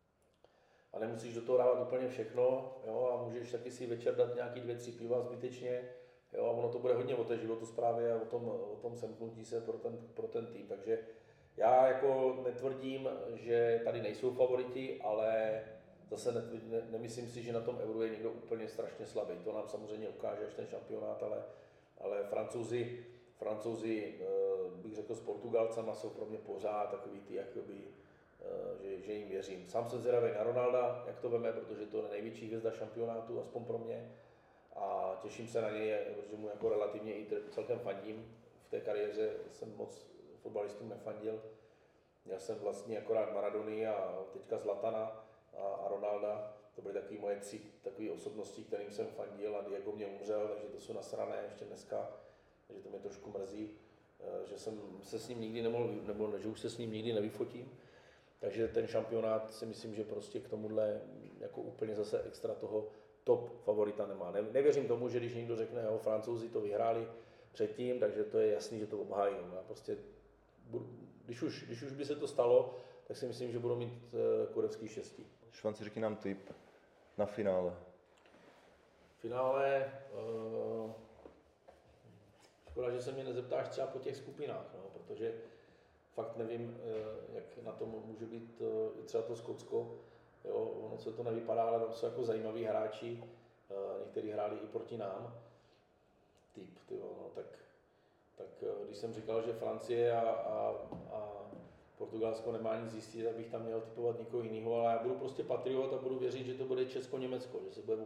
A nemusíš do toho dávat úplně všechno, jo, a můžeš taky si večer dát nějaký 2-3 piva zbytečně, jo, a ono to bude hodně o té životosprávě a o tom semknutí se pro ten tým, takže já jako netvrdím, že tady nejsou favoriti, ale zase nemyslím si, že na tom Euru je někdo úplně strašně slabý. To nám samozřejmě ukáže až ten šampionát, ale Francouzi, bych řekl, s Portugalcama jsou pro mě pořád takový ty, jakoby, že jim věřím. Sám jsem zvědavý na Ronalda, jak to veme, protože to je největší hvězda šampionátu, aspoň pro mě. A těším se na něj, protože mu jako relativně i celkem fandím. V té kariéře jsem moc fotbalistům nefandil. Měl jsem vlastně akorát Maradony a teďka Zlatana a Ronalda, to byly takové moje 3 takové osobnosti, kterým jsem fandil a Diego mě umřel, takže to jsou nasrané ještě dneska, takže to mě trošku mrzí, že jsem se s ním nikdy nemohl, nebo že už se s ním nikdy nevyfotím. Takže ten šampionát si myslím, že prostě k tomuhle jako úplně zase extra toho top favorita nemá. Nevěřím tomu, že když někdo řekne, jo, Francouzi to vyhráli předtím, takže to je jasný, že to obhájí. Já prostě, když už by se to stalo, tak si myslím, že budou mít kurevský štěstí. Švanci, řekni nám tip na finále. V finále, škoda, že se mě nezeptáš třeba po těch skupinách, no, protože fakt nevím, jak na tom může být i třeba to Skotsko. Jo, ono se to nevypadá, ale tam jsou jako zajímaví hráči, někteří hráli i proti nám. Typ, no, tak když jsem říkal, že Francie a Portugalsko nemá nic jistý, tak bych tam měl typovat někoho jiného, ale já budu prostě patriot a budu věřit, že to bude Česko-Německo, že se bude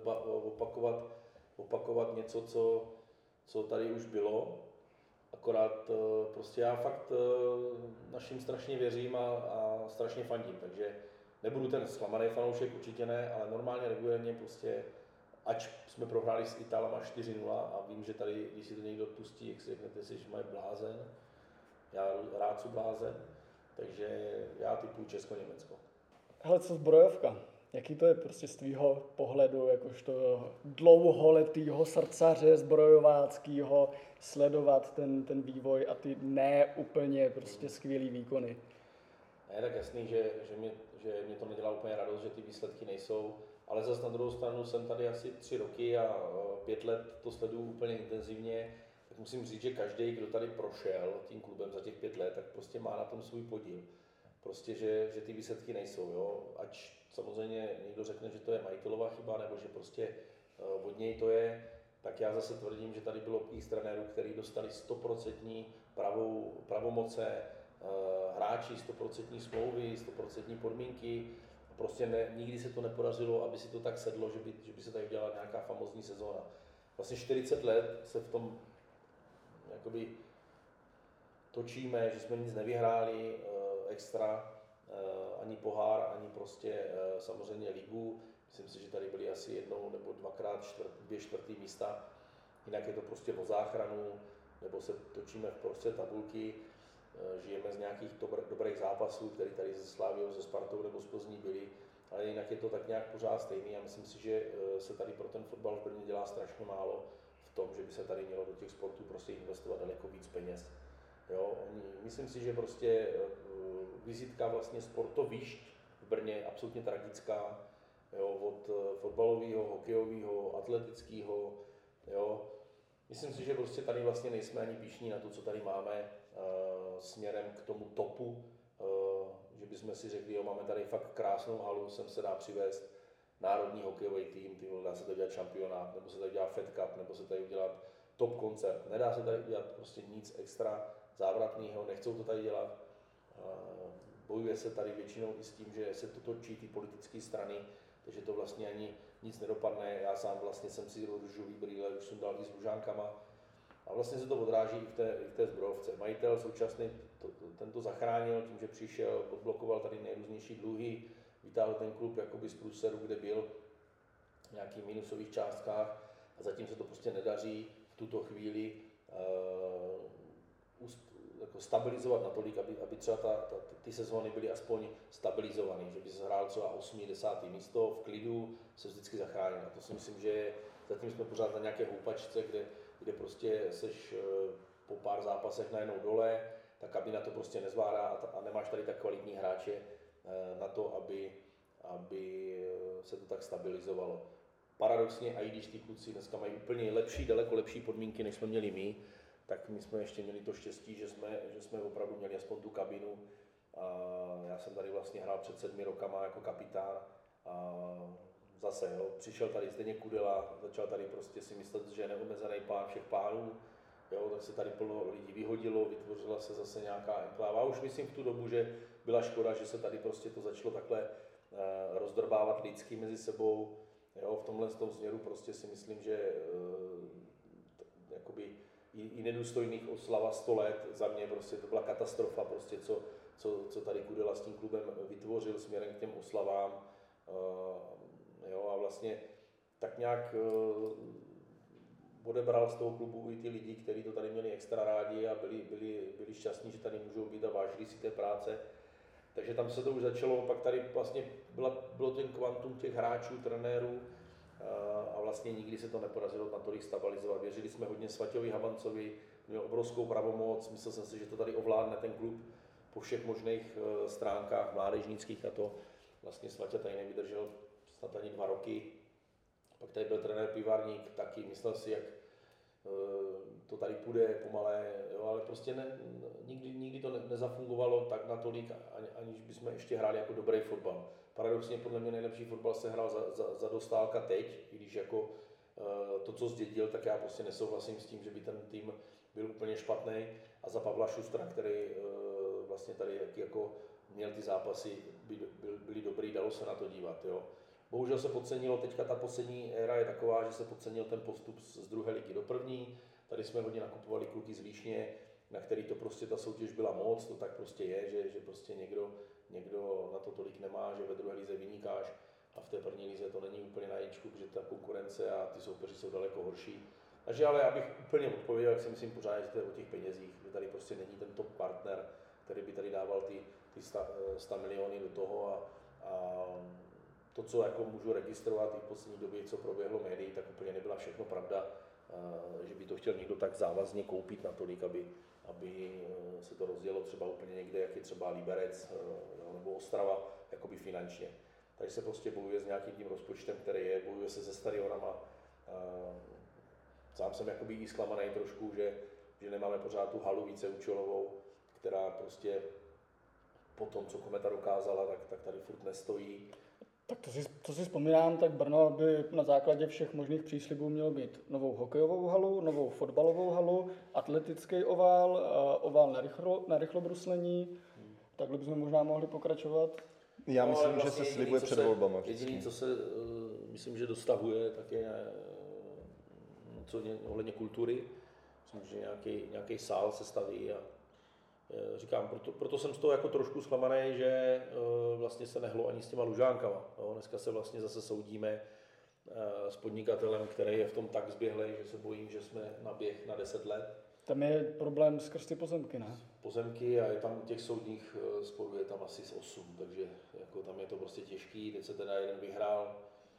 opakovat něco, co tady už bylo. Akorát prostě já fakt našim strašně věřím a strašně fandím, takže nebudu ten zklamaný fanoušek, určitě ne, ale normálně regulérně prostě, ač jsme prohráli s Italama 4-0 a vím, že tady, když si to někdo pustí, jak si řeknete si, že mají blázen, já rád jsem blázen, takže já typuji Česko-Německo. Hele, co zbrojovka? Jaký to je prostě z tvýho pohledu, jakožto dlouholetýho srdcaře zbrojováckýho, sledovat ten vývoj a ty ne úplně prostě skvělý výkony? Je tak jasný, že mě to nedělá úplně radost, že ty výsledky nejsou, ale zase na druhou stranu jsem tady asi 3 roky a 5 let to sleduju úplně intenzivně, tak musím říct, že každý, kdo tady prošel tím klubem za těch 5 let, tak prostě má na tom svůj podíl. Prostě, že ty výsledky nejsou, jo. Ač samozřejmě někdo řekne, že to je majitelova chyba, nebo že prostě od něj to je, tak já zase tvrdím, že tady bylo x trenérů, kteří dostali 100% pravomoce, hráči 100% smlouvy, 100% podmínky. Prostě nikdy se to nepodařilo, aby si to tak sedlo, že by se tady udělala nějaká famózní sezóna. Vlastně 40 let se v tom jakoby točíme, že jsme nic nevyhráli extra, ani pohár, ani prostě samozřejmě ligu. Myslím si, že tady byly asi jednou nebo dvakrát 2/4 místa. Jinak je to prostě o záchranu, nebo se točíme v prostě tabulky, žijeme z nějakých dobrých zápasů, které tady se Sláviou, se Spartou nebo z Plzní byly, ale jinak je to tak nějak pořád stejný a myslím si, že se tady pro ten fotbal v Brně dělá strašně málo v tom, že by se tady mělo do těch sportů prostě investovat daleko víc peněz. Jo, myslím si, že prostě vizitka vlastně sportovišť v Brně je absolutně tragická, jo, od fotbalového, hokejového, atletického, jo. Myslím si, že prostě tady vlastně nejsme ani pyšní na to, co tady máme směrem k tomu topu, že bychom si řekli, jo, máme tady fakt krásnou halu, sem se dá přivést národní hokejový tým, dá se tady dělat šampionát, nebo se tady dělat Fed Cup, nebo se tady udělat top koncert. Nedá se tady dělat prostě nic extra závratného, nechcou to tady dělat. Bojuje se tady většinou i s tím, že se to točí ty politické strany, takže to vlastně ani nic nedopadne. Já sám vlastně jsem si růžový brýle, už jsem dal i s lužánkama. A vlastně se to odráží i v té zbrojovce. Majitel současný ten to zachránil tím, že přišel, odblokoval tady nejrůznější dluhy, vytáhl ten klub jakoby z průseru, kde byl v nějakých minusových částkách a zatím se to prostě nedaří v tuto chvíli jako stabilizovat natolik, aby třeba ty sezóny byly aspoň stabilizované, že by se hrál třeba 8. 10. místo, v klidu se vždycky zachránil. A to si myslím, že zatím jsme pořád na nějaké houpačce, kde prostě seš po pár zápasech najednou dole, tak aby na to prostě nezvládá a nemáš tady tak kvalitní hráče na to, aby se to tak stabilizovalo. Paradoxně, a i když ty kluci dneska mají úplně daleko lepší podmínky, než jsme měli my, tak my jsme ještě měli to štěstí, že jsme opravdu měli aspoň tu kabinu. A já jsem tady vlastně hrál před 7 rokama jako kapitán a zase, jo, přišel tady Zdeněk Kudela, začal tady prostě si myslet, že je neomezený pán všech pánů, jo, tak se tady plno lidí vyhodilo, vytvořila se zase nějaká enkláva. A už myslím v tu dobu, že byla škoda, že se tady prostě to začalo takhle rozdrbávat lidsky mezi sebou. Jo, v tomhle směru prostě si myslím, že jakoby i nedůstojných oslava 100 let, za mě prostě to byla katastrofa, prostě co tady Kudela s tím klubem vytvořil směrem k těm oslavám. Jo, a vlastně tak nějak odebral z toho klubu i ty lidi, kteří to tady měli extra rádi a byli šťastní, že tady můžou být a vážili si té práce. Takže tam se to už začalo, pak tady vlastně bylo ten kvantum těch hráčů, trenérů a vlastně nikdy se to nepodařilo natolik stabilizovat. Věřili jsme hodně Svaťovi Hamancovi, měl obrovskou pravomoc, myslel jsem si, že to tady ovládne ten klub po všech možných stránkách mládežnických a to vlastně Svaťa tady nevydržel snad ani 2 roky. Pak tady byl trenér Pivarník, taky myslel si, jak to tady půjde pomalé, jo, ale prostě nikdy to nezafungovalo tak natolik, aniž bychom ještě hráli jako dobrý fotbal. Paradoxně podle mě nejlepší fotbal se hrál za Dostálka teď, i když jako to, co zdědil, tak já prostě nesouhlasím s tím, že by ten tým byl úplně špatný a za Pavla Šustra, který vlastně tady jako měl ty zápasy, byly dobrý, dalo se na to dívat. Jo. Bohužel se podcenilo, teďka ta poslední éra je taková, že se podcenil ten postup z druhé ligy do první. Tady jsme hodně nakupovali kluky z Líšně, na který to prostě ta soutěž byla moc, to tak prostě je, že prostě někdo na to tolik nemá, že ve druhé lize vynikáš a v té první lize to není úplně na jíčku, protože ta konkurence a ty soupeři jsou daleko horší. Takže ale abych úplně odpověděl, jak si myslím pořád, že to je o těch penězích, že tady prostě není ten top partner, který by tady dával ty 100 miliony do toho a to, co jako můžu registrovat i v poslední době, co proběhlo médií, tak úplně nebyla všechno pravda, že by to chtěl někdo tak závazně koupit natolik, aby se to rozdělo třeba úplně někde, jak je třeba Liberec nebo Ostrava, jakoby finančně. Tady se prostě bojuje s nějakým tím rozpočtem, který je, bojuje se se stadionama. Sám jsem jakoby i zklamaný trošku, že nemáme pořád tu halu víceúčelovou, která prostě po tom, co Kometa dokázala, tak tady furt nestojí. Tak to si vzpomínám, tak Brno by na základě všech možných příslibů mělo být novou hokejovou halu, novou fotbalovou halu, atletický ovál, ovál na rychlobruslení. Takhle bychom možná mohli pokračovat. Já myslím, že se slibuje před volbama. Jediný, co se myslím, že dostavuje, tak je co ohledně kultury. Myslím, že nějaký sál se staví a říkám, proto jsem z toho jako trošku zklamaný, že vlastně se nehlo ani s těma lužánkama. No, dneska se vlastně zase soudíme s podnikatelem, který je v tom tak zběhlej, že se bojím, že jsme na běh na 10 let. Tam je problém skrz ty pozemky, ne? Pozemky a je tam těch soudních sporů je tam asi z 8, takže jako tam je to prostě těžký. Teď se teda jeden vyhrál,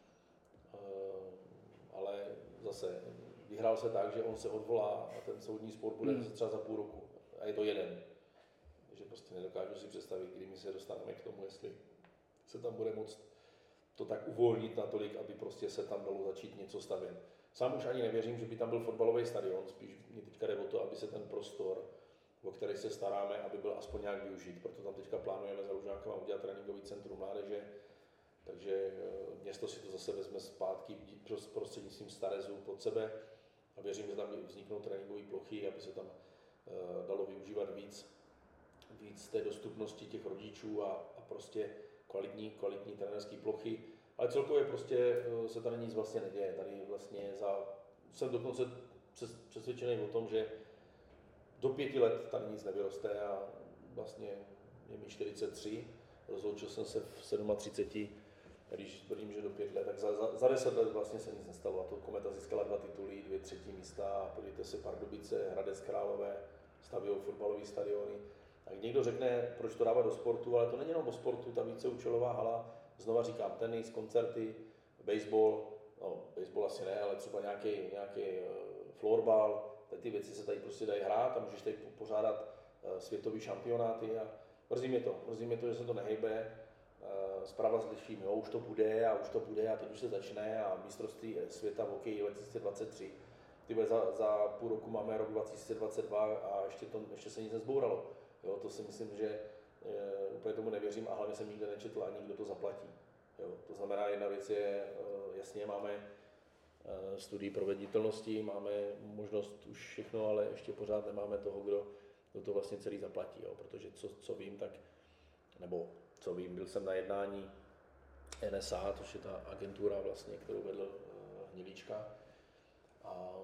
ale zase vyhrál se tak, že on se odvolá a ten soudní spor bude třeba za půl roku. A je to jeden. Takže prostě nedokážu si představit, kdy my se dostaneme k tomu, jestli se tam bude moct to tak uvolnit natolik, aby prostě se tam dalo začít něco stavět. Sám už ani nevěřím, že by tam byl fotbalový stadion, spíš mě teďka jde o to, aby se ten prostor, o který se staráme, aby byl aspoň nějak využít. Proto tam teďka plánujeme za Lužánkama udělat tréninkový centrum mládeže, takže město si to zase vezme zpátky prostřednictvím Starezu pod sebe a věřím, že tam vzniknou tréninkové plochy, aby se tam dalo využívat víc té dostupnosti těch rodičů a prostě kvalitní trenérské plochy. Ale celkově prostě se tady nic vlastně neděje. Tady vlastně jsem dokonce přesvědčený o tom, že do 5 let tady nic nevyroste a vlastně je mi 43, rozhodl jsem se v 37, když tvrdím, že do 5 let, tak za 10 let vlastně se nic nestalo. A to Kometa získala 2 tituly, 2 třetí místa a podívejte se, Pardubice, Hradec Králové, stavějí fotbalové stadiony. A někdo řekne, proč to dávat do sportu, ale to není jenom o sportu, ta víceúčelová hala, znova říkám, tenis, koncerty, baseball, no baseball asi ne, ale třeba nějaký florbal, ty věci se tady prostě dají hrát a můžeš tady pořádat světový šampionáty a mrzí mě to, že se to nehejbe, zprava slyším, jo, už to bude a teď už se začne a mistrovství světa v hokeji 2023. Za půl roku máme rok 2022 a ještě se nic nezbouralo. Jo, to si myslím, že úplně tomu nevěřím a hlavně jsem nikde nečetl ani kdo to zaplatí. Jo, to znamená, jedna věc je, jasně máme studii proveditelnosti, máme možnost už všechno, ale ještě pořád nemáme toho, kdo to vlastně celý zaplatí. Jo, protože co vím, byl jsem na jednání NSA, což je ta agentura vlastně, kterou vedl Hnilíčka. A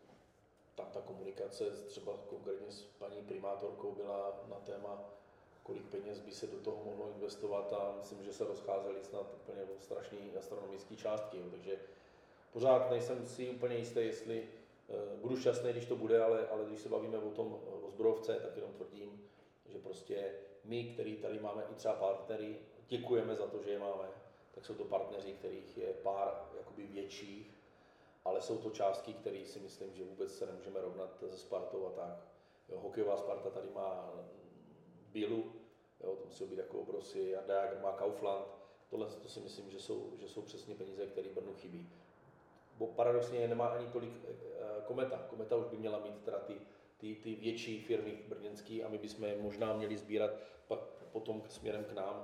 tam ta komunikace třeba konkrétně s paní primátorkou byla na téma kolik peněz by se do toho mohlo investovat a myslím, že se rozcházely snad úplně strašné astronomické částky. Jo. Takže pořád nejsem si úplně jistý, jestli budu šťastný, když to bude, ale když se bavíme o Zbrojovce, tak jenom tvrdím, že prostě my, který tady máme i třeba partnery, děkujeme za to, že je máme, tak jsou to partneři, kterých je pár jakoby větších, ale jsou to částky, které si myslím, že vůbec se nemůžeme rovnat se Spartou a tak. Jo, hokejová Sparta tady má Bilu, jo, to musí být jako obrovský, Jarda má Kaufland, tohle to si myslím, že jsou přesně peníze, které Brnu chybí. Bo paradoxně nemá ani tolik Kometa. Kometa už by měla mít teda ty větší firmy brněnský a my bychom je možná měli sbírat pak potom směrem k nám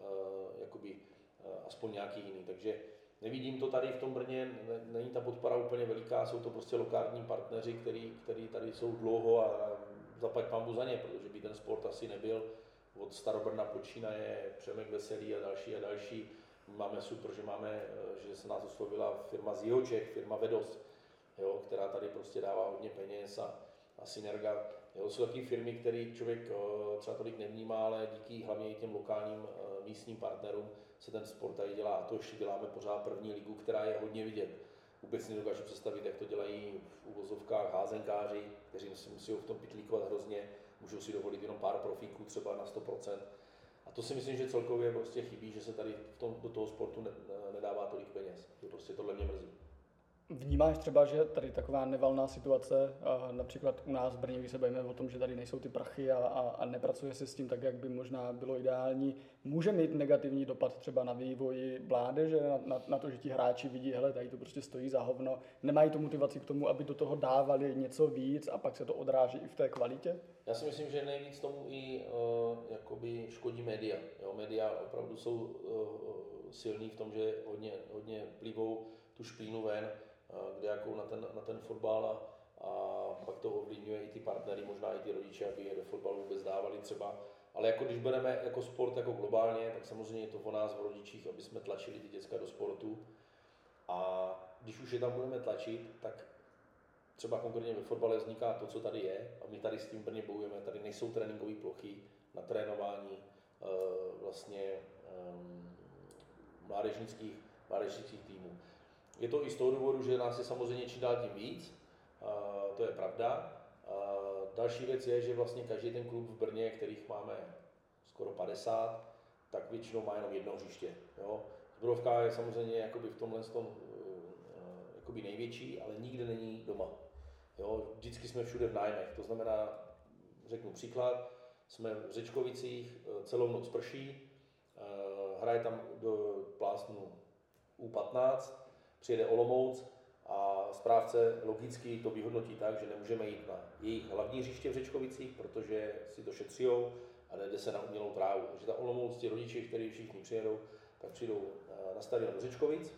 aspoň nějaký jiný. Takže nevidím to tady v tom Brně, není ta podpora úplně veliká, jsou to prostě lokální partneři, který tady jsou dlouho a zaplať pambu za ně, protože by ten sport asi nebyl. Od Starobrna počínaje, Přemek Veselý a další. Máme super, že se nás oslovila firma z Jihočech, firma Vedos, jo, která tady prostě dává hodně peněz a Synerga. Jo, jsou taky firmy, které člověk třeba tolik nevnímá, ale díky hlavně i těm lokálním místním partnerům se ten sport tady dělá. A to ještě děláme pořád první ligu, která je hodně vidět. Vůbec si nedokážu představit, jak to dělají v uvozovkách házenkáři, kteří si musí v tom pitlíkovat hrozně, můžou si dovolit jenom pár profíků třeba na 100%. A to si myslím, že celkově prostě chybí, že se tady do toho sportu nedává tolik peněz. To prostě tohle mě mrzí. Vnímáš třeba, že tady taková nevalná situace, například u nás v Brně, když se bavíme o tom, že tady nejsou ty prachy a nepracuje se s tím tak, jak by možná bylo ideální, může mít negativní dopad třeba na vývoj mládeže, na to, že ti hráči vidí, hele, tady to prostě stojí za hovno, nemají tu motivaci k tomu, aby do toho dávali něco víc a pak se to odráží i v té kvalitě? Já si myslím, že nejvíc tomu i jakoby škodí média. Jo, média opravdu jsou silní v tom, že hodně plivou tu špínu ven, kde jako na ten fotbal a pak to ovlivňuje i ty partnery, možná i ty rodiče, aby je do fotbalu vůbec dávali třeba. Ale jako když bereme jako sport jako globálně, tak samozřejmě je to o nás, v rodičích, aby jsme tlačili ty děcka do sportu. A když už je tam budeme tlačit, tak třeba konkrétně ve fotbale vzniká to, co tady je, a my tady s tím Brně bojujeme, tady nejsou tréninkové plochy na trénování mládežnických týmů. Je to i z toho důvodu, že nás je samozřejmě čím dál tím víc, to je pravda. Další věc je, že vlastně každý ten klub v Brně, kterých máme skoro 50, tak většinou má jenom jedno hřiště. Jo. Zbrojovka je samozřejmě jakoby v tomhle jakoby největší, ale nikde není doma. Jo. Vždycky jsme všude v nájmech, to znamená, řeknu příklad, jsme v Řečkovicích, celou noc prší, hraje tam do plásnu U15, přijede Olomouc a správce logicky to vyhodnotí tak, že nemůžeme jít na jejich hlavní hřiště v Řečkovicích, protože si to šetřijou a jde se na umělou trávu. Takže ta Olomouc, ti rodiče, kteří všichni přijedou, tak přijdou na stadion do Řečkovic,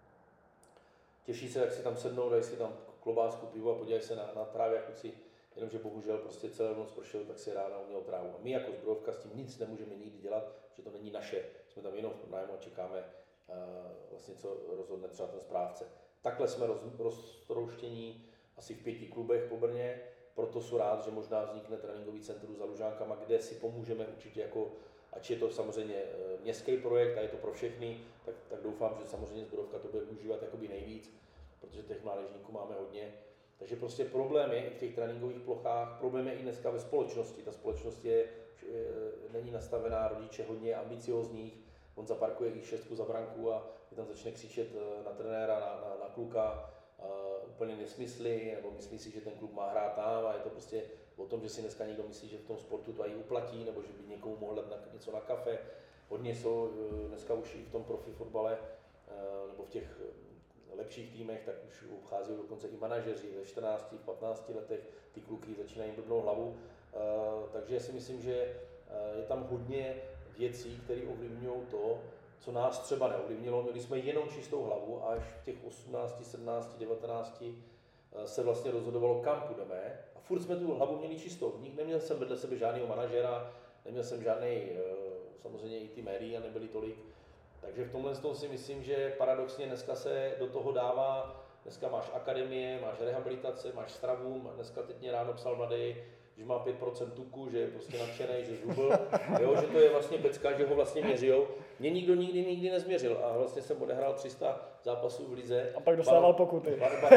těší se, jak si tam sednou, dají si tam klobásku, pivo a podívají se na trávě a kluci, jenomže bohužel prostě celou noc pršelo, tak se dá na umělou trávu. A my jako Zbrojovka s tím nic nemůžeme nikdy dělat, že to není naše. Jsme tam jenom v nájmu a čekáme vlastně, co rozhodne třeba ten správce. Takhle jsme roztrouštění asi v 5 klubech po Brně, proto jsem rád, že možná vznikne tréninkový centrum za Lužánkama, kde si pomůžeme určitě jako, ač je to samozřejmě městský projekt a je to pro všechny, tak doufám, že samozřejmě Zbrojovka to bude využívat jakoby nejvíc, protože těch mládežníků máme hodně. Takže prostě problém je i v těch tréninkových plochách, problém je i dneska ve společnosti. Ta společnost není nastavená, rodiče hodně ambiciózních, on zaparkuje i 6 za branku a tam začne křičet na trenéra, na kluka, úplně nesmysly, nebo myslí si, že ten kluk má hrát tam a je to prostě o tom, že si dneska někdo myslí, že v tom sportu to i uplatí, nebo že by někomu mohl dát něco na kafe. Hodně jsou dneska už i v tom profi fotbale, nebo v těch lepších týmech, tak už obchází dokonce i manažeři ve 14, 15 letech, ty kluky začínají blbnou hlavu, takže si myslím, že je tam hodně věcí, které ovlivňují to, co nás třeba neovlivnilo. Měli jsme jenom čistou hlavu a až v těch 18, 17, 19 se vlastně rozhodovalo, kam půjdeme. A furt jsme tu hlavu měli čistou. Neměl jsem vedle sebe žádného manažera, neměl jsem žádný, samozřejmě i ty média nebyly tolik. Takže v tomhle si myslím, že paradoxně dneska se do toho dává, dneska máš akademie, máš rehabilitace, máš stravu, dneska teď mě ráno psal mladý, když má 5% tuku, že je prostě nadšený, že zhubl, jo, že to je vlastně pecka, že ho vlastně měřijou. Mě nikdo nikdy nezměřil a vlastně jsem odehrál 300 zápasů v lize. A pak dostával pokuty.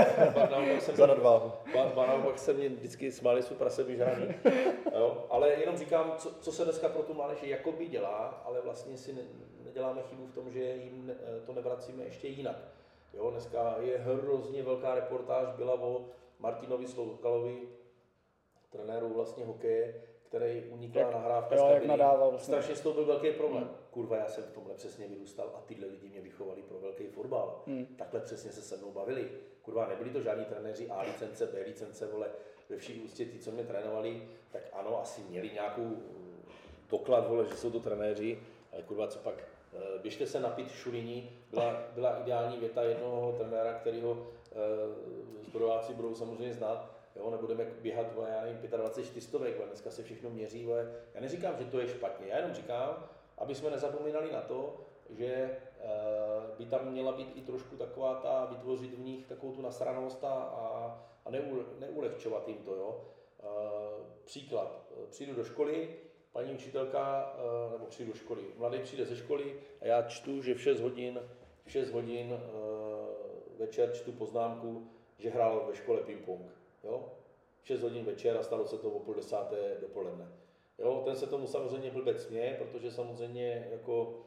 Za nadváhu. Naopak se mě vždycky smáli, jsou prase vyžádný. Ale jenom říkám, co se dneska pro tu mládež jakoby dělá, ale vlastně si neděláme chybu v tom, že jim to nevracíme ještě jinak. Jo, dneska je hrozně velká reportáž, byla o Martinovi Sloukalovi, trenéru vlastně hokeje, který unikla nahrávka z kabiny. Vlastně. Strašně z toho byl velký problém. Kurva, já jsem v tomhle přesně vyrůstal a tyhle lidi mě vychovali pro velký fotbal. Takhle přesně se se mnou bavili. Kurva, nebyli to žádní trenéři A licence, B licence, vole, ve vší úctě ty, co mě trénovali, tak ano, asi měli nějakou doklad, vole, že jsou to trenéři, ale kurva, co pak, běžte se napít šulíní, byla ideální věta jednoho trenéra, kterýho zbrojáci budou samozřejmě znát. Jo, nebudeme běhat, já nevím, 25 čtyřstovek, dneska se všechno měří. Já neříkám, že to je špatně, já jenom říkám, aby jsme nezapomínali na to, že by tam měla být i trošku taková ta, vytvořit v nich takovou tu nasranost a neulehčovat jim to. Jo. Příklad, přijdu do školy, paní učitelka, nebo přijdu do školy, mladý přijde ze školy a já čtu, že v 6 hodin večer čtu poznámku, že hrál ve škole ping-pong. Jo? 6 hodin večer a stalo se to o 9:30 dopoledne. Jo? Ten se tomu samozřejmě blbec směje, protože samozřejmě jako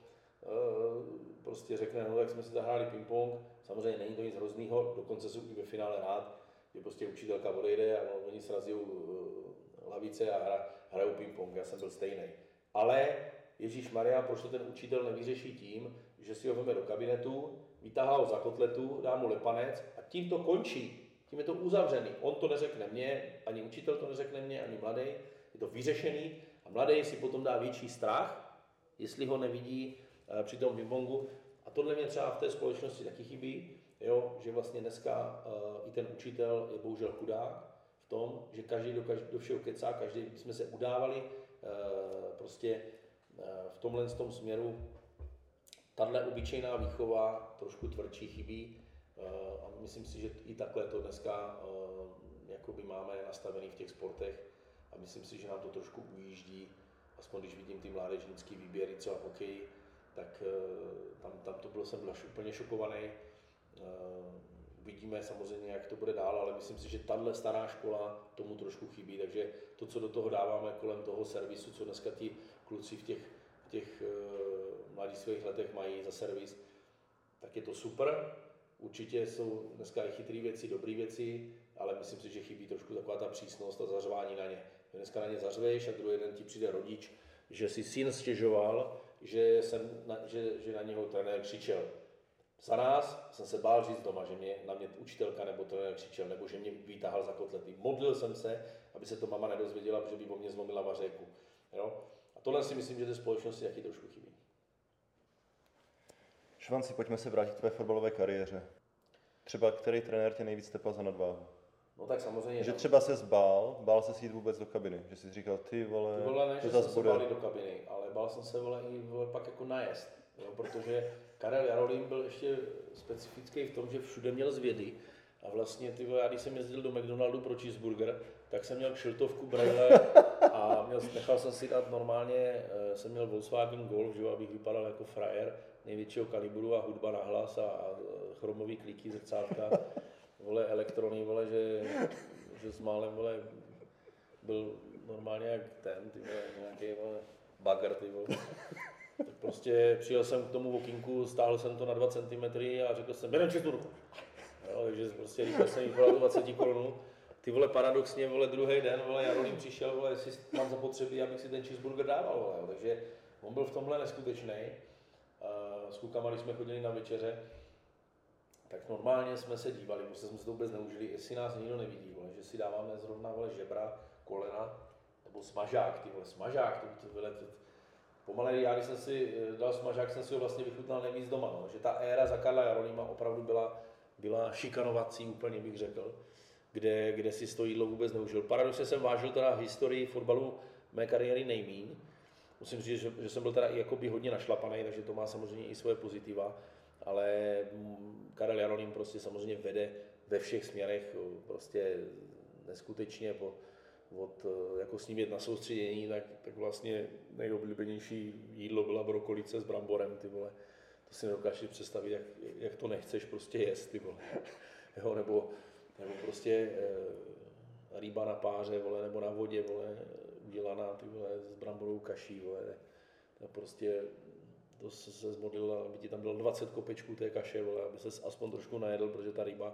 prostě řekne, no tak jsme si zahráli ping-pong, samozřejmě není to nic hroznýho, dokonce jsou i ve finále rád, že prostě učitelka odejde a oni srazí lavice a hrajou ping-pong, já jsem byl stejný. Ale Ježíš Maria, proč to ten učitel nevyřeší tím, že si ho veme do kabinetu, vytáhá ho za kotletu, dá mu lepanec a tím to končí. Tím je to uzavřený. On to neřekne mně, ani učitel to neřekne mně, ani mladý. Je to vyřešený a mladý si potom dá větší strach, jestli ho nevidí při tom ping-pongu. A tohle mě třeba v té společnosti taky chybí, jo, že vlastně dneska i ten učitel je bohužel chudák v tom, že každý do všeho kecá, každý jsme se udávali prostě v tomhle tom směru. Tahle obyčejná výchova trošku tvrdší chybí. A myslím si, že i takhle to dneska jakoby máme nastavený v těch sportech a myslím si, že nám to trošku ujíždí, aspoň když vidím ty mládežnické výběry, třeba v hokeji, tak tam to bylo, jsem byl úplně šokovaný. Vidíme samozřejmě, jak to bude dál, ale myslím si, že tahle stará škola tomu trošku chybí, takže to, co do toho dáváme kolem toho servisu, co dneska ti kluci v těch mladistvých letech mají za servis, tak je to super. Určitě jsou dneska i chytré věci, dobré věci, ale myslím si, že chybí trošku taková ta přísnost a zařvání na ně. Dneska na ně zařveš a druhý den ti přijde rodič, že si syn stěžoval, že na něho trenér křičel. Za nás jsem se bál říct doma, že na mě učitelka nebo trenér křičel, nebo že mě vytáhal za kotlety. Modlil jsem se, aby se to mama nedozvěděla, protože by o mě zlomila vařejku. Jo? A tohle si myslím, že té společnosti taky trošku chybí. Švanci, pojďme se vrátit k tvé fotbalové kariéře. Třeba který trenér tě nejvíc tepal za nadváhu? No tak samozřejmě. Že třeba se bál se jít vůbec do kabiny, že jsi říkal, ty vole, ne, že jsem se bál do kabiny, ale bál jsem se i pak jako najest, jo, protože Karel Jarolím byl ještě specifický v tom, že všude měl zvědy a vlastně já když jsem jezdil do McDonaldu pro cheeseburger, tak jsem měl kšiltovku brejle a nechal jsem si dát normálně, jsem měl Volkswagen Golf, že, abych vypadal jako frajer největšího kalibru a hudba na hlas a chromový klíky, zrcátka, vole, elektrony, vole, že s málem, vole, byl normálně jak ten, ty vole, nějaký, vole, bagr, ty vole. Tak prostě přijel jsem k tomu okýnku, stáhl jsem to na 2 cm a řekl jsem, běrem čisturku. Takže prostě říkal jsem jí 20 korun. Ty vole, paradoxně, vole, druhý den, vole, Jarolím přišel, vole, jestli mám zapotřebí, abych si ten cheeseburger dával, vole, takže on byl v tomhle neskutečný. S klukama, když jsme chodili na večeře, tak normálně jsme se dívali, protože jsme se to vůbec neužili, jestli nás nikdo nevidí, vole, že si dáváme zrovna, vole, žebra, kolena, nebo smažák, ty vole, smažák, pomalej, já když jsem si dal smažák, jsem si ho vlastně vychutnal nejvíc doma, no, že ta éra za Karla Jarolíma opravdu byla šikanovací úplně, bych řekl, kde si to jídlo vůbec neužil. Paradoxně jsem vážil teda historii fotbalu mé kariéry nejmíň. Musím říct, že jsem byl teda i jakoby hodně našlapaný, takže to má samozřejmě i svoje pozitiva, ale Karel Jarolím prostě samozřejmě vede ve všech směrech prostě neskutečně jako snímět na soustředění, tak vlastně nejoblíbenější jídlo byla brokolice s bramborem, ty vole. To si nedokážeš představit, jak to nechceš prostě jíst, ty vole. Jo, nebo prostě rýba na páře, vole, nebo na vodě, vole, udělaná, ty vole, s bramborovou kaší, vole. To prostě, to se zmodlil, aby ti tam bylo 20 kopečků té kaše, vole, aby ses aspoň trošku najedl, protože ta ryba,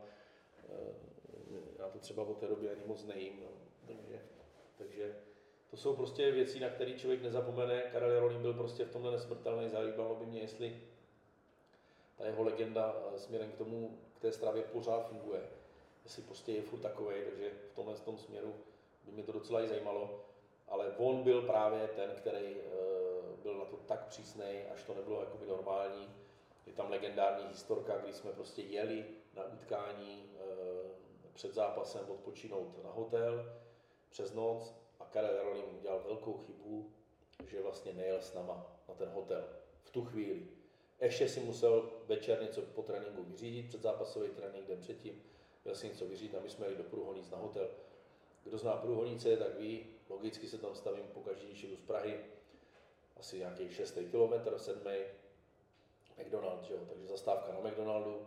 já to třeba od té doby ani moc nejím, no. Takže to jsou prostě věci, na které člověk nezapomene. Karel Jarolím byl prostě v tomhle nesmrtelný, zajímalo by mě, jestli ta jeho legenda směrem k té stravě pořád funguje. Jestli prostě je furt takovej, takže v tomhle tom směru by mě to docela i zajímalo. Ale on byl právě ten, který byl na to tak přísnej, až to nebylo jakoby normální. Je tam legendární historka, kdy jsme prostě jeli na utkání před zápasem odpočinout na hotel přes noc a Karel Jarolím udělal velkou chybu, že vlastně nejel s náma na ten hotel v tu chvíli. Ještě si musel večer něco po tréninku vyřídit, předzápasový trénink den předtím, měl si něco vyřídit a my jsme jeli do Průhonic na hotel. Kdo zná Průhonice, tak ví, logicky se tam stavím pokaždé, když jdu z Prahy, asi nějaký 6. kilometr, 7. McDonald's, jo? Takže zastávka na McDonaldu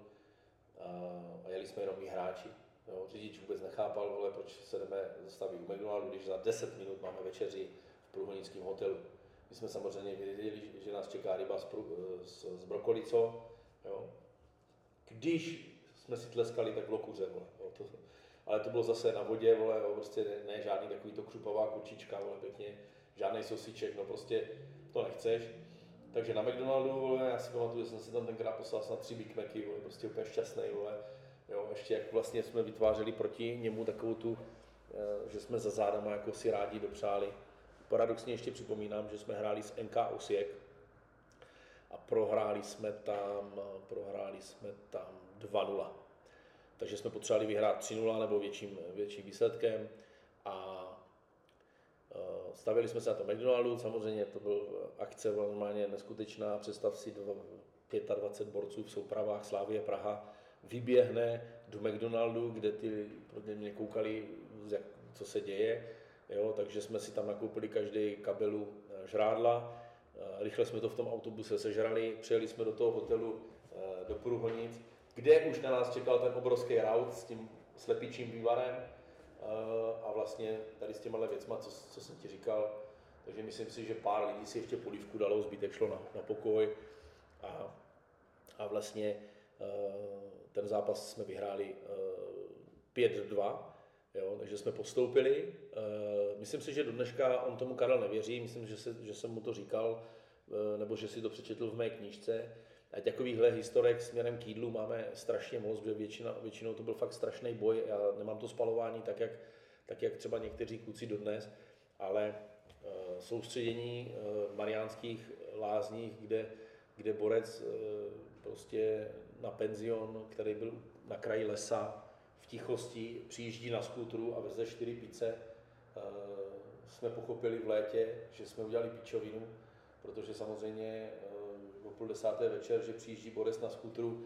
a jeli jsme jenom my hráči. Jo? Řidič vůbec nechápal, vole, proč se jdeme zastavit u McDonaldu, když za 10 minut máme večeři v průhonickém hotelu. My jsme samozřejmě věděli, že nás čeká ryba s brokolicou, jo? Když jsme si tleskali, tak v lokuře, vole, jo? Ale to bylo zase na vodě, vole, jo? Prostě ne žádný takový to křupavá kurčička, vole, pěkně, žádný sosíček, no prostě to nechceš. Takže na McDonaldu, vole, já si pamatuju, že jsem si tam tenkrát poslal snad 3 Big Macy, vole, prostě úplně šťastný, vole. Jo, ještě jak vlastně jsme vytvářeli proti němu takovou tu, že jsme za zádama jako si rádi dopřáli. Paradoxně ještě připomínám, že jsme hráli s NK Osijek a prohráli jsme tam 2-0. Takže jsme potřebovali vyhrát 3-0 nebo větším výsledkem a stavili jsme se na to McDonaldu, samozřejmě to byl akce normálně neskutečná, představ si 25 borců v soupravách Slavie Praha vyběhne do McDonaldu, kde ty mě koukali, co se děje, jo, takže jsme si tam nakoupili každý kabelu žrádla, rychle jsme to v tom autobuse sežrali, přijeli jsme do toho hotelu do Průhonic, kde už na nás čekal ten obrovský raut s tím slepičím vývarem a vlastně tady s těma věcma, co jsem ti říkal, takže myslím si, že pár lidí si ještě polívku dalo, zbytek šlo na pokoj a vlastně ten zápas jsme vyhráli 5-2, jo, takže jsme postoupili. Myslím si, že do dneška on tomu Karel nevěří, myslím, že jsem mu to říkal, nebo že si to přečetl v mé knížce. A takovýchhle historek směrem k jídlu máme strašně moc, že většinou to byl fakt strašný boj. Já nemám to spalování tak jak třeba někteří kluci dodnes, ale soustředění v Mariánských lázních, kde borec prostě na penzion, který byl na kraji lesa, v tichosti přijíždí na skútru a veze 4 pice. Jsme pochopili v létě, že jsme udělali pičovinu, protože samozřejmě o 9:30 večer, že přijíždí borec na skútru,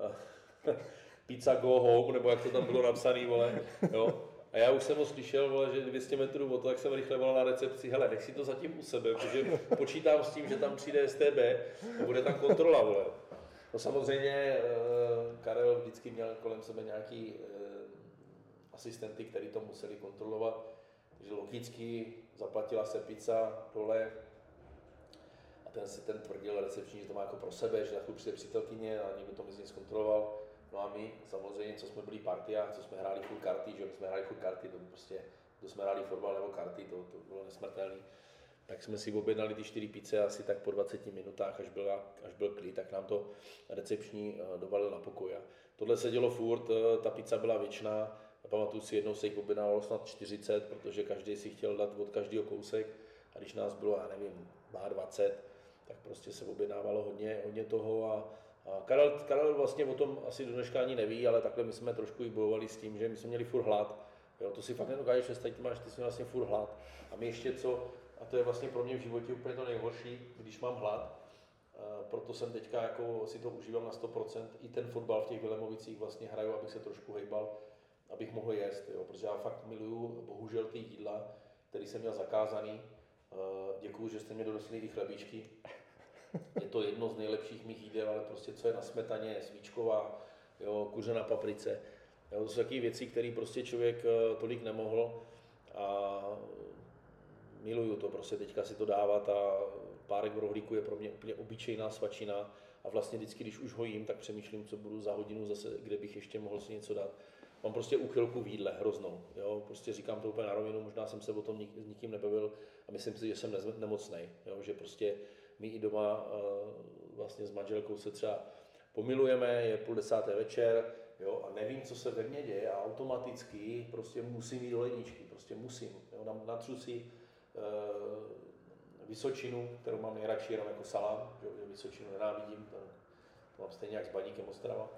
pizza go home, nebo jak to tam bylo napsané, vole, jo. A já už jsem ho slyšel, vole, že 200 metrů od toho, tak jsem rychle volal na recepci, hele, nech si to zatím u sebe, protože počítám s tím, že tam přijde STB a bude tam kontrola, vole. No samozřejmě Karel vždycky měl kolem sebe nějaký asistenty, kteří to museli kontrolovat, takže logicky zaplatila se pizza dole a ten tvrdil recepční, že to má jako pro sebe, že na chvíli přijde přítelkyně a někdo to mezi zkontroloval. No a my samozřejmě, co jsme byli partia, co jsme hráli furt karty, že my jsme hráli furt karty, to prostě, kdo jsme hráli fotbal nebo karty, to bylo nesmrtelné. Tak jsme si objednali ty 4 pice asi tak po 20 minutách, až byl klid, tak nám to recepční dovalil na pokoj. A tohle se dělo furt, ta pizza byla věčná, pamatuju si, jednou se jich objednávalo snad 40, protože každý si chtěl dát od každého kousek a když nás bylo, já nevím, 20, tak prostě se objednávalo hodně toho a Karel vlastně o tom asi do dneška ani neví, ale takhle my jsme trošku i bojovali s tím, že my jsme měli furt hlad. Jo, to si fakt nedokážeš představit, ty jsi vlastně furt hlad. A my ještě a to je vlastně pro mě v životě úplně to nejhorší, když mám hlad. Proto jsem teďka jako si to užívám na 100%. I ten fotbal v těch Vilemovicích vlastně hraju, abych se trošku hejbal. abych mohl jíst, jo, protože já fakt miluju bohužel ty jídla, které jsem měl zakázaný. Děkuju, že jste mě dorostli i chlebíčky. Je to jedno z nejlepších mých jídel, ale prostě co je na smetaně, svíčková, jo, kuře na paprice. Jo, to jsou takové věci, které prostě člověk tolik nemohl a miluju to prostě teďka si to dávat a párek v rohlíku je pro mě úplně obyčejná svačina a vlastně vždycky, když už ho jím, tak přemýšlím, co budu za hodinu zase, kde bych ještě mohl si něco dát. Mám prostě úchylku v jídle, hroznou, jo, prostě říkám to úplně na rovinu, možná jsem se o tom s nikým nebavil a myslím si, že jsem nemocnej, jo, že prostě my i doma vlastně s manželkou se třeba pomilujeme, je 9:30 večer, jo, a nevím, co se ve mně děje a automaticky prostě musím jít do ledničky, prostě musím, jo, natřu si Vysočinu, kterou mám nejradši jenom jako salám, že Vysočinu nenávidím, to mám stejně jak s Baníkem Ostrava.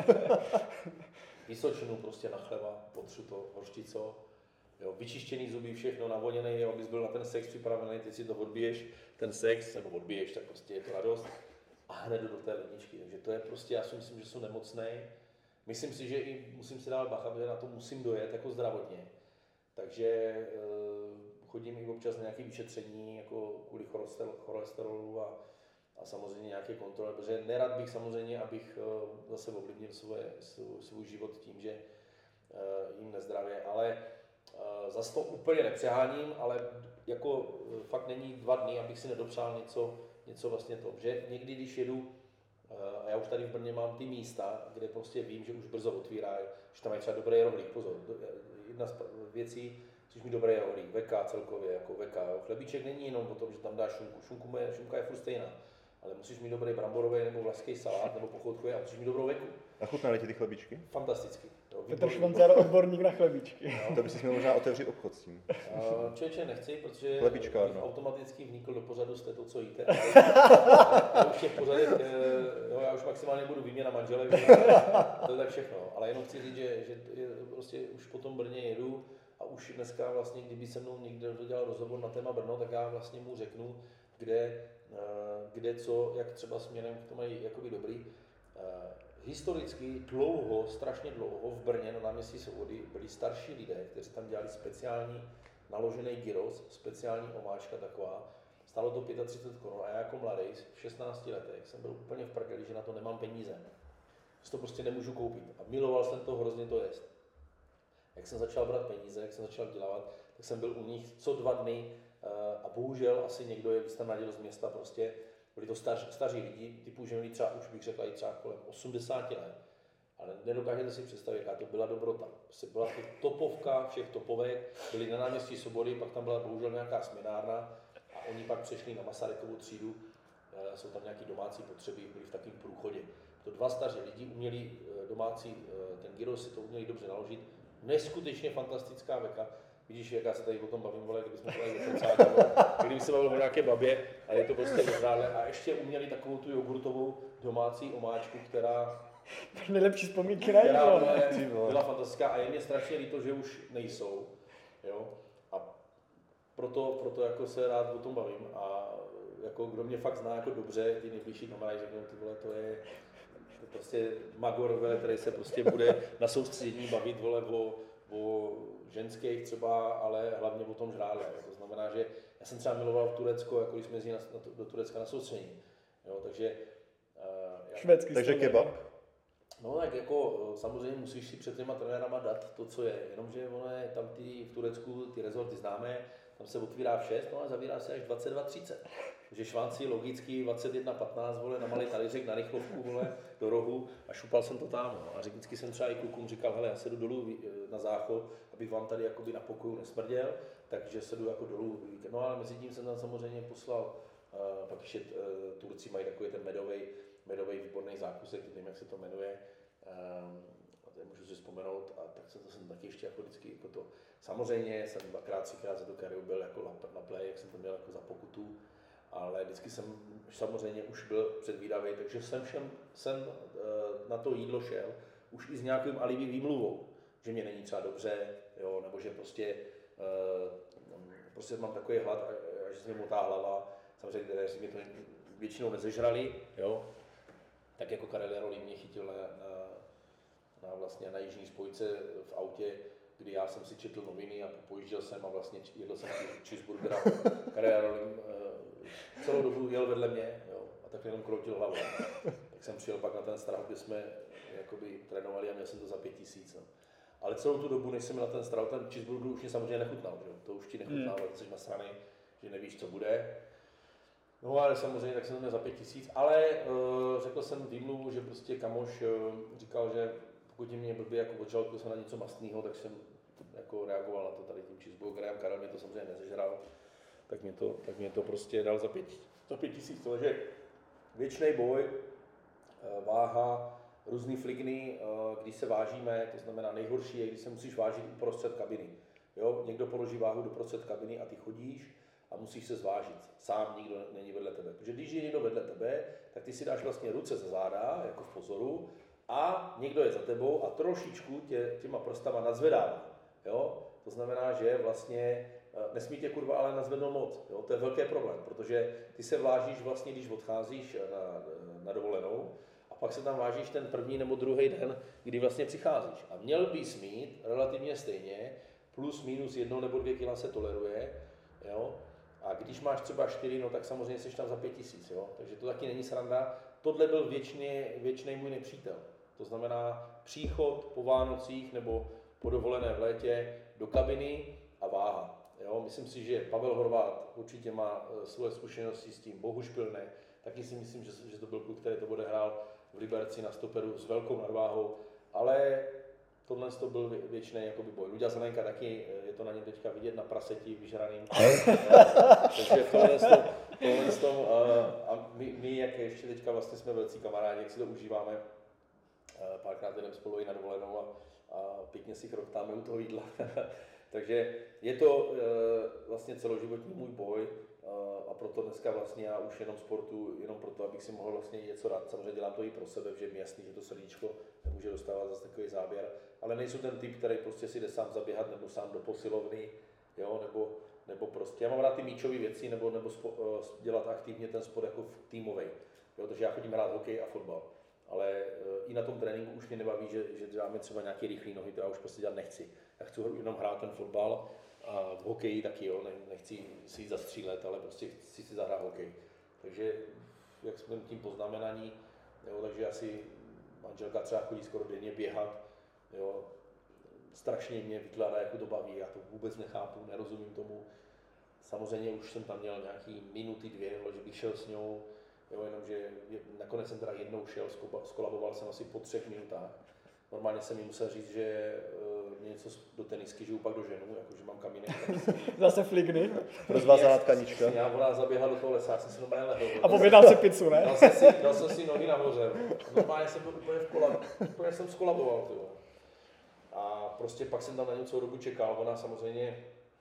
Vysočinu prostě na chleba, potřu to, hořčico, jo, vyčištěný zuby, všechno navoněné, abys byl na ten sex připravený, ty si to odbiješ, ten sex, nebo odbiješ, tak prostě je to radost a hned do té ledničky, takže to je prostě, já si myslím, že jsou nemocnej. Myslím si, že i musím si dát bacha, protože na to musím dojet jako zdravotně. Takže chodím i občas na nějaké vyšetření jako kvůli cholesterolu a samozřejmě nějaké kontroly, protože nerad bych samozřejmě, abych zase ovlivnil svůj život tím, že jim nezdravě, ale zase to úplně nepřeháním, ale jako fakt není 2 dny, abych si nedopřál něco vlastně to, že někdy, když jedu, a já už tady v Brně mám ty místa, kde prostě vím, že už brzo otvírají, že tam je třeba dobrý rohlík, pozor, jedna z věcí, což mi dobrý rohlík, veka celkově, jako veka, jo. Chlebíček není jenom o tom, že tam dáš šunku, šunka je furt stejná, ale musíš mít dobrý bramborový nebo vlašský salát nebo pochodkový a musíš mít dobrou veku. A chutnaly ti ty chlebíčky? Fantasticky. Petr Švancara, odborník na chlebíčky. No, to by si měl možná otevřít obchod s tím. Člověče, nechci, protože no. automaticky vnikl do pořadu jste to, co jíte. Já už těch pořadech, já už maximálně budu výměna manželek, to je tak všechno. Ale jenom chci říct, že prostě už po tom Brně jedu a už dneska vlastně, kdyby se mnou někdo dělal rozhovor na téma Brno, tak já vlastně mu řeknu, kde co, jak třeba směrem k tomu mají jakoby dobrý. Historicky strašně dlouho v Brně na náměstí Svobody byli starší lidé, kteří tam dělali speciální naložený gyros, speciální omáčka taková. Stálo to 35 Kč a já jako mladý, v 16 letech, jsem byl úplně v prdeli, že na to nemám peníze. Že to prostě nemůžu koupit. A miloval jsem to hrozně to jest. Jak jsem začal brát peníze, jak jsem začal dělat, tak jsem byl u nich co 2 dny a bohužel asi někdo je vystaradil z města prostě. Byli to staří lidi, typu, že měli třeba, už bych řekla, i třeba kolem 80 let, ale nedokážete si představit, jaká to byla dobrota. Prostě byla to topovka všech topovek, byli na náměstí Svobody, pak tam byla bohužel nějaká směnárna a oni pak přešli na Masarykovu třídu, jsou tam nějaké domácí potřeby, byli v takovém průchodě. To 2 staří lidi uměli domácí, ten gyros si to uměli dobře naložit, neskutečně fantastická veka. Vidíš, jak já se tady o tom bavím, vole, kdybychom to tady kdyby se bavil o nějaké babě, ale je to prostě nezrádné. A ještě uměli takovou tu jogurtovou domácí omáčku, která nejlepší vzpomínky na jídlo. Byla fantastická a je mě strašně líto, že už nejsou. Jo? A proto jako se rád o tom bavím. A jako kdo mě fakt zná jako dobře, ty nejbližší kamarádi řeknou, ty vole, to je prostě magor, vole, který se prostě bude na soustředění bavit, vole, o ženských třeba, ale hlavně o tom žrádle. To znamená, že já jsem třeba miloval Turecko, jako když jsme jezdili do Turecka na soustředění. Jo, takže švédský takže kebab? No tak jako samozřejmě musíš si před těma trenérama dát to, co je. Jenomže ono je tam v Turecku ty rezorty známé, tam se otvírá v 6, no a zavírá se až 22:30. Takže Švánci logicky 21:15, vole, na malý talířek, na rychlovku, vole, do rohu a šupal jsem to tam. No. A vždycky jsem třeba i klukům říkal, hele, já se jdu dolů na záchod, abych vám tady jakoby na pokoju nesmrděl, takže se jdu jako dolů. No ale mezi tím jsem tam samozřejmě poslal, pak ještě Turci mají takový ten medový výborný zákusek, nevím, jak se to jmenuje, můžu si vzpomenout, a tak to jsem taky ještě jako vždycky jako to. Samozřejmě jsem 2x, 3x za to kariéru byl jako na play, jak jsem to měl jako za pokutu, ale vždycky jsem samozřejmě už byl předvídavý, takže jsem na to jídlo šel už i s nějakým alibi výmluvou, že mě není třeba dobře, jo, nebo že prostě mám takový hlad, a že se mi motá hlava, samozřejmě, které si mě to většinou nezežrali, jo, tak jako Karel Jarolí mě chytil na jižní spojce v autě, kdy já jsem si četl noviny a pojížděl jsem a vlastně jedl jsem cheeseburgera, Carrera-Rolling, celou dobu jel vedle mě, jo, a tak jenom kroutil hlavou. Tak jsem přijel pak na ten strach, kde jsme jakoby trénovali a měl jsem to za 5 000. No. Ale celou tu dobu, než jsem na ten strach, ten cheeseburger už mě samozřejmě nechutnal, že? To už ti nechutnal, ty jsi nasranej, že nevíš, co bude. No ale samozřejmě, tak jsem to měl za 5 000, ale řekl jsem Dimlu, že prostě kamoš říkal, že pokud mě blbě jako od žaludku jsem na něco mastného, tak jsem jako reagoval na to tady tím cheeseburgerem, Karel mě to samozřejmě nezežral, tak mě to prostě dal za 5 000, takže věčný boj, váha, různý fligny, když se vážíme, to znamená nejhorší je, když se musíš vážit uprostřed kabiny. Jo? Někdo položí váhu doprostřed kabiny a ty chodíš a musíš se zvážit. Sám nikdo není vedle tebe. Protože když je někdo vedle tebe, tak ty si dáš vlastně ruce za záda, jako v pozoru, a někdo je za tebou a trošičku těma prstama nadzvedává. Jo? To znamená, že vlastně nesmí tě kurva ale nadzvednout moc. Jo? To je velký problém, protože ty se vážíš vlastně, když odcházíš na dovolenou, a pak se tam vážíš ten první nebo druhý den, kdy vlastně přicházíš. A měl bys mít relativně stejně, plus minus 1 nebo 2 kg se toleruje, jo? A když máš třeba 4, no tak samozřejmě jsi tam za 5 000, jo? Takže to taky není sranda. Tohle byl věčný můj nepřítel. To znamená příchod po Vánocích nebo po dovolené v létě do kabiny a váha. Jo? Myslím si, že Pavel Horváth určitě má svoje zkušenosti s tím, Bohuš Pilné, taky si myslím, že to byl kluk, který to odehrál v Liberci na stoperu s velkou nadváhou, ale tohle to byl věčný jakoby boj. Luďa Zelenka taky, je to na něm teďka vidět na praseti vyžraným. Takže tohle a my, jak ještě teďka vlastně jsme velcí kamarádi, jak si to užíváme, párkrát jdeme spolu i na dovolenou a pěkně si kroktáme u toho jídla. Takže je to vlastně celoživotní můj boj a proto dneska vlastně já už jenom sportu, jenom proto, abych si mohl vlastně něco dát. Samozřejmě dělám to i pro sebe, že mi jasný, že to srdíčko nemůže dostávat zase takový záběr, ale nejsou ten typ, který prostě si jde sám zaběhat nebo sám do posilovny, jo, nebo prostě, já mám rád ty míčové věci, nebo dělat aktivně ten sport jako týmový, jo, takže já chodím hrát hokej a fotbal. Ale i na tom tréninku už mě nebaví, že děláme třeba nějaké rychlé nohy, to já už prostě dělat nechci. Já chci jenom hrát ten fotbal a v hokeji taky, jo, nechci si jít zastřílet, ale prostě chci si zahrát hokej. Takže jak jsme tím poznamenaní, jo, takže asi manželka třeba chodí skoro denně běhat, jo, strašně mě vykládá, jak to baví, já to vůbec nechápu, nerozumím tomu. Samozřejmě už jsem tam měl nějaký minuty, 2, že bych šel s ňou, jo, jenomže nakonec jsem teda jednou šel, skolaboval jsem asi po 3 minutách. Normálně jsem jí musel říct, že mě něco do tenisky, že pak doženu, jakože mám kamínek. Zase fligny. Rozvázaná tkanička. Já ona zaběhla do toho lesa, já jsem si normálně lehl. A povědal si pizzu, ne? Dal jsem si nohy nahoře. Normálně jsem byl úplně jsem skolaboval. Tyjo. A prostě pak jsem tam na něco dobu čekal, ona samozřejmě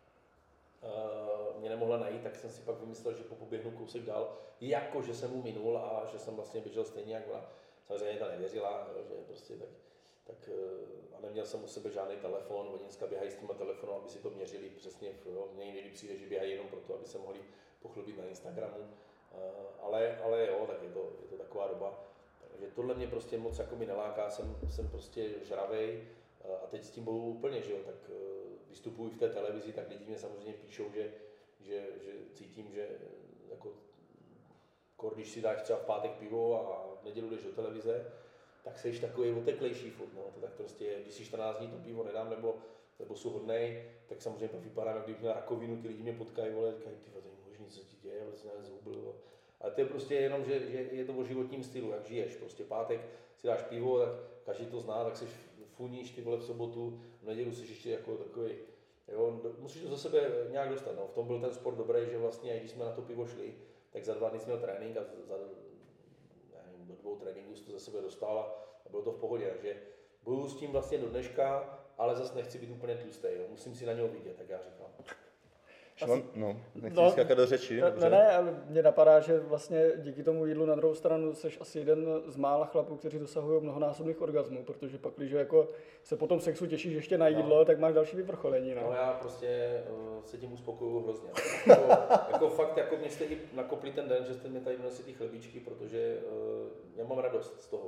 mě nemohla najít, tak jsem si pak vymyslel, že poběhnu kousek dál, jakože jsem mu minul a že jsem vlastně běžel stejně jak ona. Samozřejmě ta nevěřila, že prostě tak a neměl jsem u sebe žádný telefon, oni dneska běhají s těma telefonem, aby si to měřili přesně, mně někdy přijde, že běhají jenom proto, aby se mohli pochlubit na Instagramu, ale jo, tak je to taková doba. Takže tohle mě prostě moc jako mi neláká, jsem prostě žravej a teď s tím boju úplně, že jo, tak vystupuji v té televizi, tak lidi mě samozřejmě píšou, že cítím, že jako když si dáš třeba v pátek pivo a v neděli jdeš do televize, tak seš takový oteklejší furt, no. To tak prostě, když si 14 dní to pivo nedám, nebo jsou hodnej, tak samozřejmě pak vypadám, jak kdybych měl rakovinu, ty lidi mě potkají, vole, říkají, ty to je možný, co ti děje, vlastně nás zhubil. Ale to je prostě jenom, že je to o životním stylu, jak žiješ, prostě pátek si dáš pivo, tak každý to zná, tak seš funíš ty vole v sobotu, v neděli jsi ještě jako takový, jo, musíš to za sebe nějak dostat, no. V tom byl ten sport dobrý, že vlastně, když jsme na to pivo šli, tak za 2 dny jsme měl trénink a do 2 tréninků jsi to za sebe dostal a bylo to v pohodě, takže budu s tím vlastně do dneška, ale zase nechci být úplně tlustý, jo. Musím si na něho vidět, tak já říkám. Nechci skákat do řeči. Ne, ale mě napadá, že vlastně díky tomu jídlu na druhou stranu seš asi jeden z mála chlapů, kteří dosahují mnohonásobných orgasmů, protože pak, když jako se po tom sexu těšíš ještě na jídlo, tak máš další vyvrcholení. No já prostě se tím uspokojuju hrozně. Jako fakt, jako mě jste i nakopli ten den, že jste mi tady donesli ty chlebíčky, protože já mám radost z toho.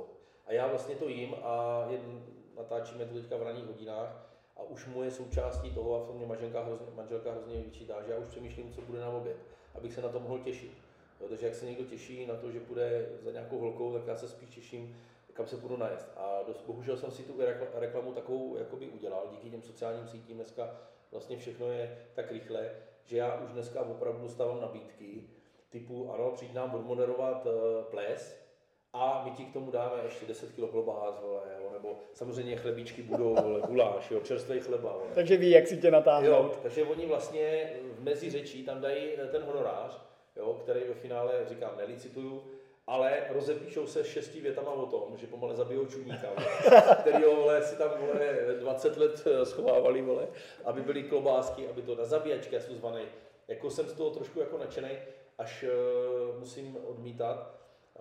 A já vlastně to jím a natáčíme to teďka v ranních hodinách a už moje součástí toho, a to mě manželka hrozně vyčítá, že já už přemýšlím, co bude na oběd, abych se na to mohl těšit. Jo, takže jak se někdo těší na to, že půjde za nějakou holkou, tak já se spíš těším, kam se budu najést. A bohužel jsem si tu reklamu takovou jakoby udělal, díky těm sociálním sítím dneska vlastně všechno je tak rychle, že já už dneska opravdu dostávám nabídky typu, ano, přijď nám odmoderovat ples a my ti k tomu dáme ještě 10 kg klobás, vole, jo, nebo samozřejmě chlebíčky budou, vole, guláš, jo, čerstvý chleba, vole. Takže ví, jak si tě natáhnout. Jo, takže oni vlastně v mezi řečí tam dají ten honorář, jo, který ve finále, říkám, nelicituju, ale rozepíšou se 6 větama o tom, že pomale zabijou čudníka, kterýho, vole, si tam, vole, 20 let schovávali, vole, aby byly klobásky, aby to na zabíjačky, já jsem zvaný. Jako jsem z toho trošku jako nadšenej, až musím odmítat.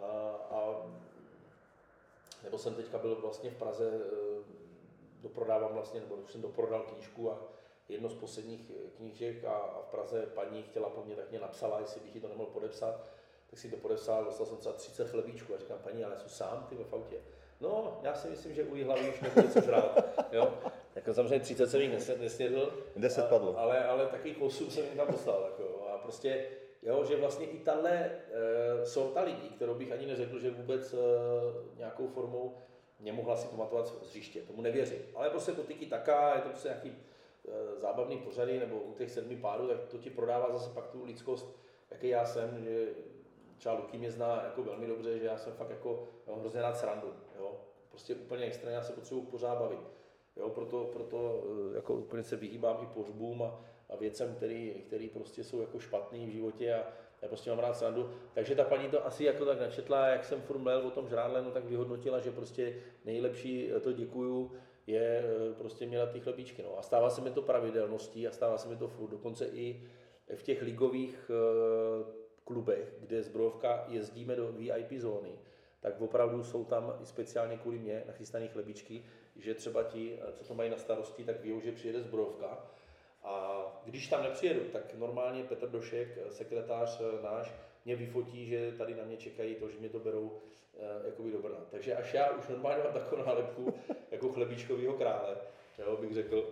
Nebo jsem teďka byl vlastně v Praze, doprodávám vlastně, nebo už jsem doprodal knížku a jedno z posledních knížek a v Praze paní chtěla po mně, tak mě napsala, jestli bych ji to nemohl podepsat, tak si to podepsal, dostal jsem třeba 30 chlebíčků a říkám, paní, ale jsou sám ty v autě. No, já si myslím, že u jí hlavy už nebude co žrát, jo. Jako samozřejmě 30 jsem jich nesnědl, 10 padlo. Ale takových 8 jsem jim tam poslal, jako, a prostě, jo, že vlastně i tahle sorta lidí, kterou bych ani neřekl, že vůbec nějakou formou nemohla si pamatovat z hřiště, tomu nevěřím. Ale prostě to tiki taka, je to prostě nějaký zábavný pořady, nebo u těch 7 párů, tak to ti prodává zase pak tu lidskost, jaký já jsem, že třeba Luky mě zná jako velmi dobře, že já jsem fakt jako, já mám hrozně rád srandu, jo, prostě úplně extrémně, já se potřebuji pořád bavit, jo, proto jako úplně se vyhýbám i pohřbům a věcem, který prostě jsou jako špatný v životě a já prostě mám rád srandu, takže ta paní to asi jako tak načetla, jak jsem furt mlel o tom žrádle, no tak vyhodnotila, že prostě nejlepší, to děkuju, je prostě mě dát ty chlebíčky, no, a stává se mi to pravidelností a stává se mi to furt, dokonce i v těch ligových klubech, kde zbrojovka jezdíme do VIP zóny, tak opravdu jsou tam i speciálně kvůli mě nachystané chlebíčky, že třeba ti, co to mají na starosti, tak ví, že přijede zbrojovka. A když tam nepřijedu, tak normálně Petr Došek, sekretář náš, mě vyfotí, že tady na mě čekají to, že mě to berou jakoby do Brna. Takže až já už normálně mám takovou nálepku jako chlebíčkovýho krále, jo, bych řekl.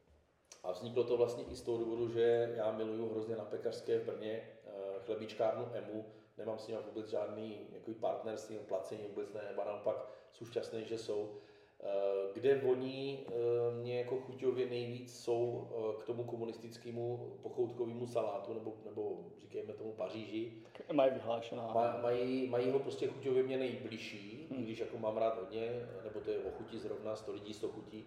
A vzniklo to vlastně i z toho důvodu, že já miluju hrozně na pekařské v Brně chlebíčkárnu EMU, nemám s ním vůbec žádný partnerství, placení vůbec ne, nebo naopak jsou šťastný, že jsou. Kde voní mě jako chuťově nejvíc jsou k tomu komunistickému pochoutkovému salátu, nebo říkejme tomu Paříži. Mají vyhlášená. Mají ho prostě chuťově mě nejbližší, když jako mám rád hodně, nebo to je o chuti zrovna, 100 lidí, 100 chutí.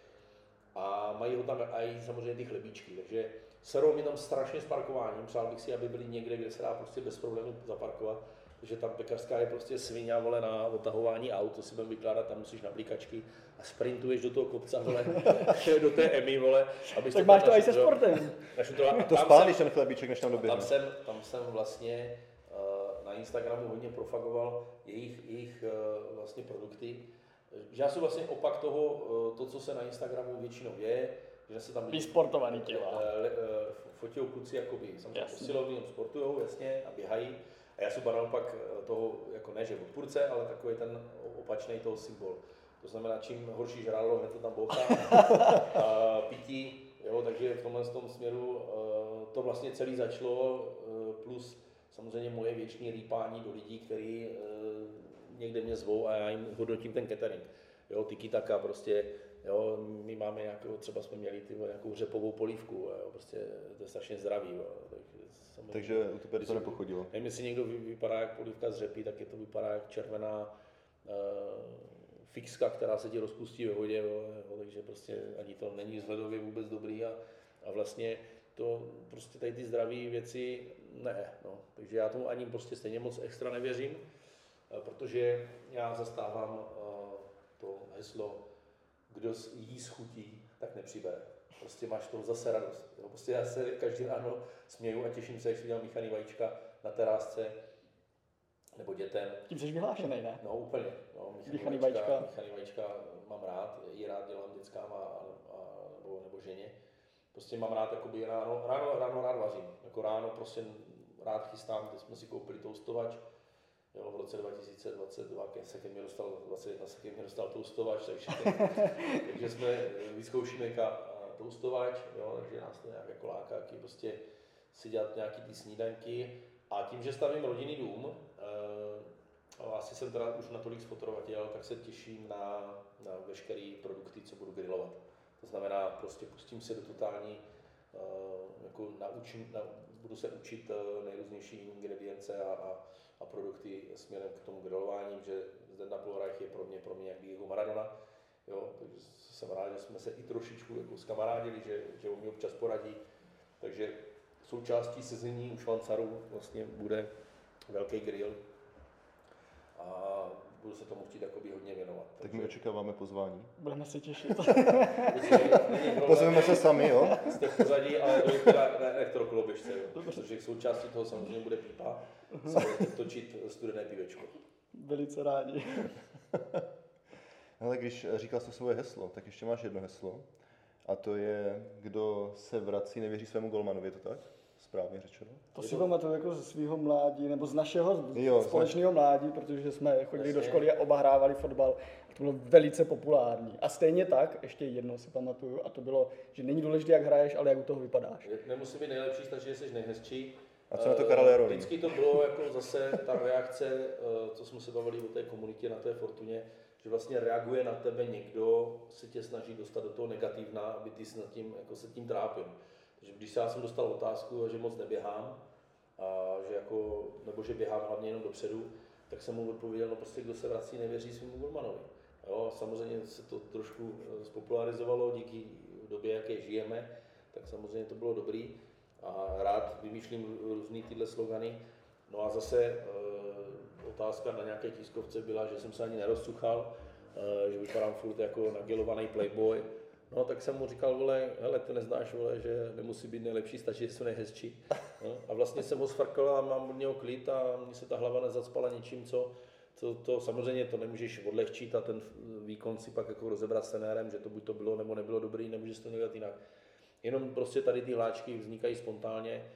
A mají ho tam i samozřejmě ty chlebíčky, takže serou mě tam strašně s parkováním, přál bych si, aby byli někde, kde se dá prostě bez problémů zaparkovat, protože tam pekařská je prostě svině, vole, na otahování aut, to si budeme vykládat, tam musíš na blikačky a sprintuješ do toho kopca, vole, do té EMI, vole, abys tak máš to i se sportem. To spálíš ten chlebíček, než tam doběhne. Tam jsem vlastně na Instagramu hodně propagoval jejich vlastně produkty, že já jsem vlastně opak toho, to, co se na Instagramu většinou je, že se tam vysportovaný těla. Fotějou kluci jakoby samozřejmě posilovní, sportujou, jasně, a běhají. A já jsem naopak toho, jako ne, že odpůrce, ale takový ten opačný toho symbol. To znamená, čím horší žrádlo, hned to tam bouchá, pití, jo, takže v tomhle tom směru to vlastně celý začalo, plus samozřejmě moje věčné rýpání do lidí, kteří někde mě zvou a já jim hodnotím ten catering. Jo, tiki taka prostě, jo, my máme nějakou, třeba jsme měli nějakou řepovou polívku, jo, prostě to je strašně zdravý. Jo, takže u tebe to nepochodilo. Nevím, jestli někdo vypadá jak polívka z řepy, tak je to vypadá jak červená fixka, která se ti rozpustí ve vodě, jo, takže prostě ani to není vzhledově vůbec dobrý a vlastně to prostě tady ty zdravé věci ne, no. Takže já tomu ani prostě stejně moc extra nevěřím, protože já zastávám to heslo, kdo jí s chutí, tak nepřibere. Prostě máš toho zase radost. Jo. Prostě já se každý ráno směju a těším se, jak si dělám míchaný vajíčka na terásce nebo dětem. Tím jsi vyhlášený, ne? No úplně. No, míchaný vajíčka mám rád, i rád dělám dětskám nebo ženě. Prostě mám rád, jakoby ráno rád vařím. Jako ráno prostě rád chystám, teď jsme si koupili toustovač, Jo, v roce 2022 se ke mně dostal, 21 se ke mně dostal toustovač, takže jsme vyzkoušíme toustovač, jo, takže nás to nějak jako láká, taky prostě si dělat nějaký ty snídanky. A tím, že stavím rodinný dům, asi jsem teda už natolik sfotorovatěl, tak se těším na veškeré produkty, co budu grillovat. To znamená, prostě pustím se do totální, jako budu se učit nejrůznější ingredience a produkty směrem k tomu grilování, že Zdena Plorajch je pro mě jak Diego Maradona. Jo, takže jsem rád, že jsme se i trošičku jako zkamarádili, že on mi občas poradí. Takže součástí sezení u Švancaru vlastně bude velký grill a budu se tomu chtít jakoby hodně věnovat. Tak my očekáváme pozvání. Budeme se těšit. Pozveme se sami, jo? Jste v pozadí, ale to je teda na elektrokoloběžce, jo? Protože součástí toho samozřejmě bude pípa, se bude točit studené pivečko. Velice rádi. Ale když říkal jsi svoje heslo, tak ještě máš jedno heslo. A to je, kdo se vrací, nevěří svému golmanovi, je to tak? Správně řečeno? To si pamatuju jako ze svého mládí, nebo z našeho společného mládí, protože jsme chodili do školy a oba hrávali fotbal. A to bylo velice populární. A stejně tak, ještě jedno si pamatuju, a to bylo, že není důležité, jak hraješ, ale jak u toho vypadáš. Nemusí být nejlepší, stačí, že jsi nejhezčí. A co na to Karel Jarolím? Vždycky to bylo jako zase ta reakce, co jsme se bavili o té komunitě na té Fortuně, že vlastně reaguje na tebe někdo, se tě snaží dostat do toho negativna, aby ty se nad tím, jako se tím trápil. Takže když já jsem dostal otázku, že moc neběhám, a že jako, nebo že běhám hlavně jenom dopředu, tak jsem mu odpověděl, no prostě kdo se vrací, nevěří svému golmanovi. Jo, samozřejmě se to trošku spopularizovalo díky době, jaké žijeme, tak samozřejmě to bylo dobrý a rád vymýšlím různý tyhle slogany. No a zase otázka na nějaké tiskovce byla, že jsem se ani nerozcuchal, že vypadám furt jako nagelovaný playboy. No tak jsem mu říkal, vole, hele, ty neznáš, vole, že nemusí být nejlepší, stačí, že jsou nejhezčí. No, a vlastně jsem ho sfrkl a mám od něho klid a mně se ta hlava nezacpala ničím, co samozřejmě to nemůžeš odlehčit a ten výkon si pak jako rozebrat s trenérem, že to buď to bylo nebo nebylo dobrý, nemůžeš to dělat jinak. Jenom prostě tady ty hláčky vznikají spontánně,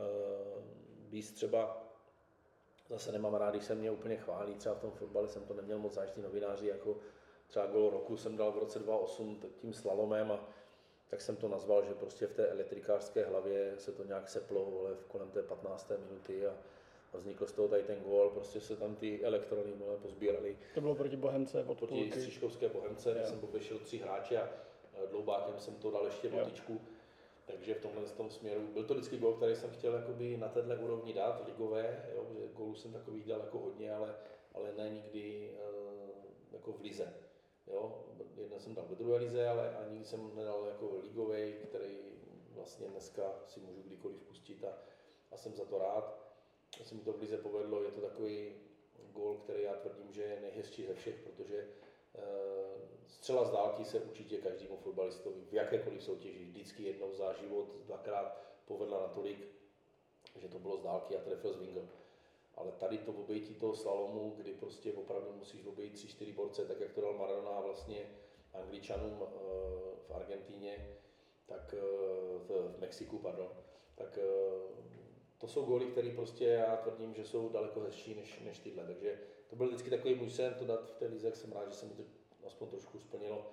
víc třeba, zase nemám rád, když se mě úplně chválí, třeba v tom fotbale jsem to neměl moc záští novináři, jako třeba gól roku jsem dal v roce 2008 tím slalomem a tak jsem to nazval, že prostě v té elektrikářské hlavě se to nějak seplo, vole, kolem té 15. minuty a vznikl z toho tady ten gól, prostě se tam ty elektrony, vole, pozbírali. To bylo proti Bohemce od Proti Stříškovské Bohemce, já jsem poběžil 3 hráče a dloubákem jsem to dal ještě motičku. Takže v tomhle směru byl to vždycky gól, který jsem chtěl jakoby na téhle úrovni dát, ligové, jo, že gólů jsem takových dal jako hodně, ale ne nikdy jako v lize. Jo, jedna jsem dal ve druhé lize, ale ani jsem nedal jako ligovej, který vlastně dneska si můžu kdykoliv pustit a jsem za to rád. Já se mi to v lize povedlo, je to takový gól, který já tvrdím, že je nejhezčí ze všech, protože střela z dálky se určitě každému fotbalistovi v jakékoliv soutěži vždycky jednou za život, dvakrát povedla natolik, že to bylo z dálky a trefil z wingle. Ale tady to obejití toho slalomu, kdy prostě opravdu musíš obejít 3-4 borce, tak jak to dal Maradona vlastně Angličanům v Argentíně, tak v Mexiku, pardon, tak to jsou góly, které prostě já tvrdím, že jsou daleko hezčí než tyhle. Takže to byl vždycky takový můj sen to dát v té lize, jak jsem rád, že se mi to aspoň trošku splnilo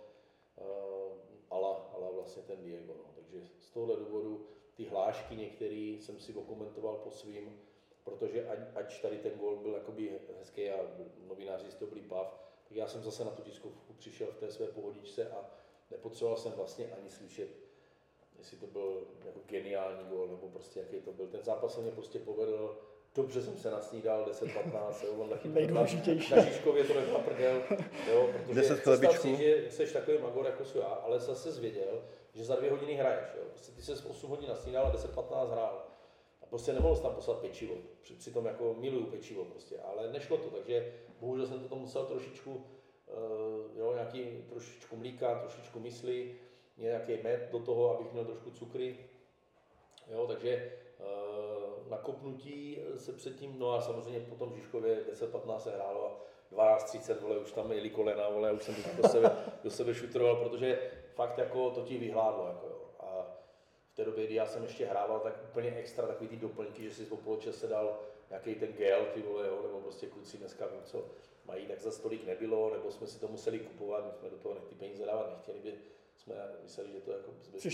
ala vlastně ten Diego. No. Takže z tohohle důvodu ty hlášky některé jsem si okomentoval po svým, protože ač tady ten gól byl jakoby hezký a novináři z toho byli pav, tak já jsem zase na tu tiskovku přišel v té své pohodičce a nepotřeboval jsem vlastně ani slyšet, jestli to byl jako geniální gól, nebo prostě jaký to byl. Ten zápas se mě prostě povedl, dobře jsem se nasnídal, 10-15, nejdůležitější. Na Žižkově to nebyla prdel, jo, protože 10 chlebičků. že jsi takový magor jako jsou já, ale zase zvěděl, že za 2 hodiny hraješ, jo. Prostě ty se 8 hodin nasnídal a 10-15 hrál. A prostě nemohl jsi tam poslat pečivo, přitom jako miluju pečivo prostě, ale nešlo to, takže bohužel jsem to musel trošičku, nějaký trošičku mlíka, trošičku mysli, nějaký med do toho, abych měl trošku cukry, jo, takže na kopnutí se předtím, no a samozřejmě potom v Žižkově 10-15 se hrálo a 12:30, vole, už tam jeli kolena, vole, už jsem to do sebe šutroval, protože fakt jako to ti vyhládlo, jako jo. A v té době, kdy já jsem ještě hrával, tak úplně extra takový ty doplňky, že si po poločase dal nějaký ten gel, ty vole, jo, nebo prostě kluci dneska vím, co mají, tak za stolik nebylo, nebo jsme si to museli kupovat, my jsme do toho ty peníze dávat nechtěli, by jsme mysleli, že to jako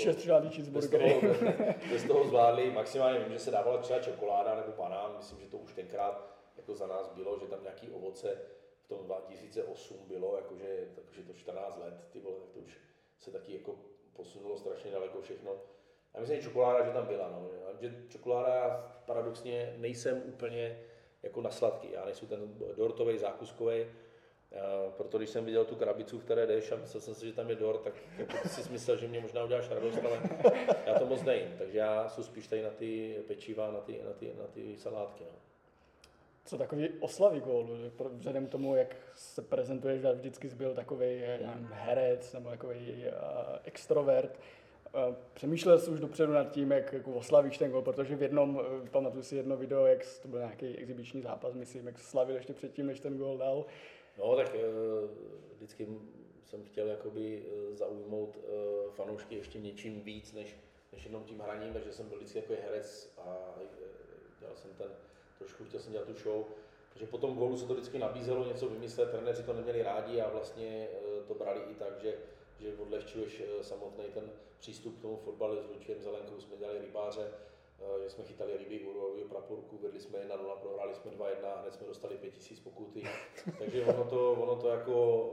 bez toho zvládli. Maximálně vím, že se dávala třeba čokoláda nebo banán, myslím, že to už tenkrát jako za nás bylo, že tam nějaký ovoce v tom 2008 bylo, jakože to 14 let, ty vole, tak to už se taky jako posunulo strašně daleko všechno. A myslím, že čokoláda, že tam byla, no. Že čokoláda paradoxně nejsem úplně jako na sladký, já nejsem ten dortový, zákuskový, proto když jsem viděl tu krabicu, v které jdeš a myslel jsem si, že tam je dort, tak jako si myslel, že mě možná uděláš radost, ale já to moc nejím, takže já jsem spíš tady na ty pečiva, na ty salátky. No. Co takový oslavy gólu, vzhledem k tomu, jak se prezentuješ, že vždycky jsi byl takový herec nebo takový extrovert. Přemýšlel jsi už dopředu nad tím, jak jako oslavíš ten gól, protože v jednom, pamatuju si jedno video, jak to byl nějaký exibiční zápas, myslím, jak slavil ještě předtím, než ten gól dal. No tak vždycky jsem chtěl jakoby zaujmout fanoušky ještě něčím víc, než jenom tím hraním, takže jsem byl vždycky jako herec a dělal jsem chtěl jsem dělat tu show, takže po tom gólu se to vždycky nabízelo něco vymyslet, trenéři to neměli rádi a vlastně to brali i tak, že odlehčuješ samotný ten přístup k tomu fotbalu. S Lučkem Zelenkou jsme dělali rybáře, že jsme chytali ryby u Úrového praporku, vedli jsme 1-0, prohráli jsme 2-1 a hned jsme dostali 5000 pokuty. Takže ono to jako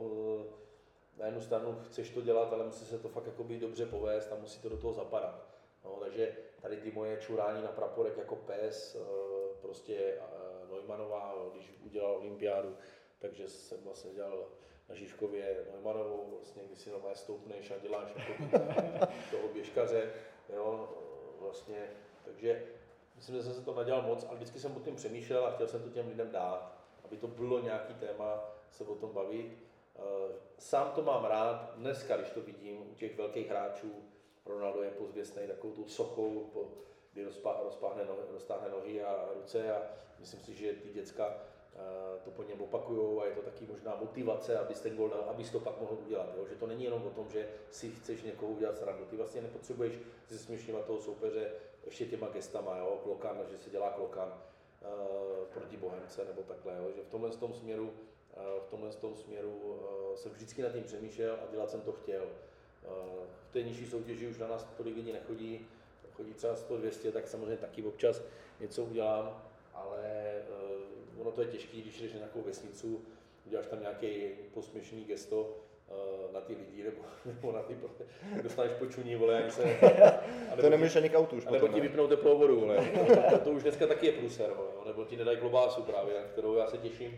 na jednu stranu chceš to dělat, ale musí se to fakt jakoby dobře povést a musí to do toho zapadat. No, takže tady ty moje čurání na praporek jako pes, prostě Neumannová, když udělal olympiádu, takže jsem vlastně dělal na Žižkově Neumannovou, vlastně, když si normálně stoupneš a děláš jako toho běžkaře, jo, vlastně, takže myslím, že jsem se to nadělal moc, ale vždycky jsem o tom přemýšlel a chtěl jsem to těm lidem dát, aby to bylo nějaký téma se o tom bavit. Sám to mám rád, dneska, když to vidím u těch velkých hráčů, Ronaldo je pozvěstný takovou tu sochou, kdy roztáhne nohy a ruce a myslím si, že ty děcka to po něm opakujou a je to taky možná motivace, abys ten gól dal, abys to pak mohl udělat. Jo? Že to není jenom o tom, že si chceš někoho udělat srandu. Ty vlastně nepotřebuješ si směšňovat toho soupeře ještě těma gestama, jo? Klokan, že se dělá klokan proti Bohemce nebo takhle. Jo? Že v tomhle směru jsem vždycky nad tím přemýšlel a dělat jsem to chtěl. V té nižší soutěži už na nás tolik lidí nechodí, chodí třeba 100-200, tak samozřejmě taky občas něco udělám, ale ono to je těžké, když jdeš na nějakou vesnicu, uděláš tam nějaký posměšný gesto na ty lidi, nebo na ty, dostaneš počuní, vole, ani se... To nemůžeš ani k autu už nebo ti vypnou teplou vodu, vole. To už dneska taky je průser, vole, nebo ti nedají klobásu právě, na kterou já se těším.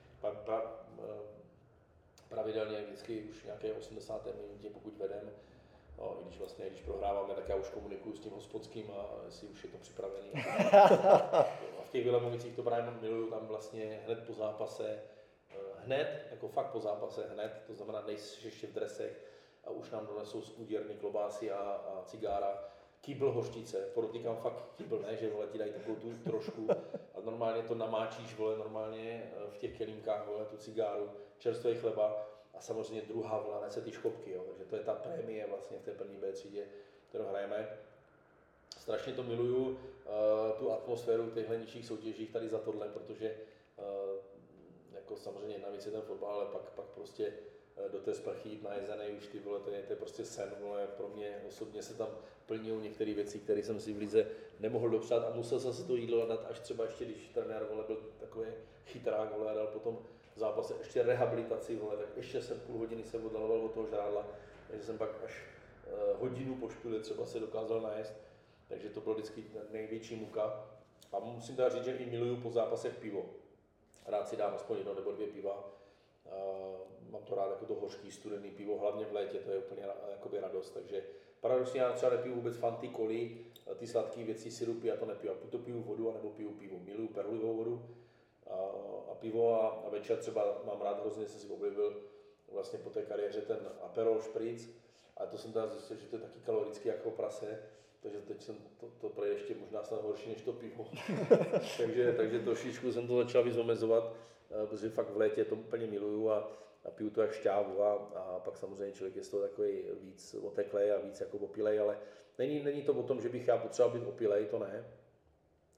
Pravidelně vždycky už nějaké 80. minutě, pokud vedem, no, když prohráváme, tak já už komunikuju s tím hospodským a jestli už je to připravený. A v těch Vilemovicích to právě miluju, tam vlastně hned po zápase, jako fakt po zápase hned, to znamená, nejsi ještě v dresech a už nám donesou z úděrny klobásy a cigára, kýbl hořčice, podotýkám fakt kýbl, ne, že vole, ti dají takovou tu trošku a normálně to namáčíš, vole, normálně v těch kelímkách, vole, tu cigáru, čerstvý chleba a samozřejmě druhá vlna nese ty škopky, jo, takže to je ta prémie vlastně v té první B třídě, kterou hrajeme. Strašně to miluju, tu atmosféru v těchto nižších soutěžích tady za tohle, protože jako samozřejmě jedna věc je ten fotbal, ale pak prostě do té sprchy jít najezený už ty vole, to je prostě sen, vole, pro mě osobně se tam plní některé věci, které jsem si v lize nemohl dopřát a musel jsem si to jídlo dát až třeba ještě, když trenér, vole, byl takový chytrák, vole, a dal potom v zápase ještě rehabilitaci, vole, tak ještě jsem půl hodiny se oddaloval od toho žrádla, takže jsem pak až hodinu po špile třeba se dokázal najést, takže to bylo vždycky největší muka. A musím teda říct, že i miluju po zápasech pivo. Rád si dám aspoň 1 nebo 2 piva. Mám to rád jako to hořký, studený pivo, hlavně v létě, to je úplně jakoby radost, takže paradoxně já třeba nepiju vůbec fanty, koly, ty sladké věci, sirupy, já to nepiju, a buď to piju vodu, anebo piju pivo, miluju perlivou vodu a pivo a večer třeba mám rád hrozně, jsem si objevil vlastně po té kariéře ten Aperol Spritz, a to jsem teda zjistil, že to je taky kalorický jako prase, takže teď jsem to pro ještě možná snad horší než to pivo, takže trošičku jsem to začal víc omezovat, protože fakt v létě to úplně miluju a piju to jak šťávu a pak samozřejmě člověk je z toho takový víc oteklej a víc jako opilej, ale není to o tom, že bych já potřeboval být opilej, to ne,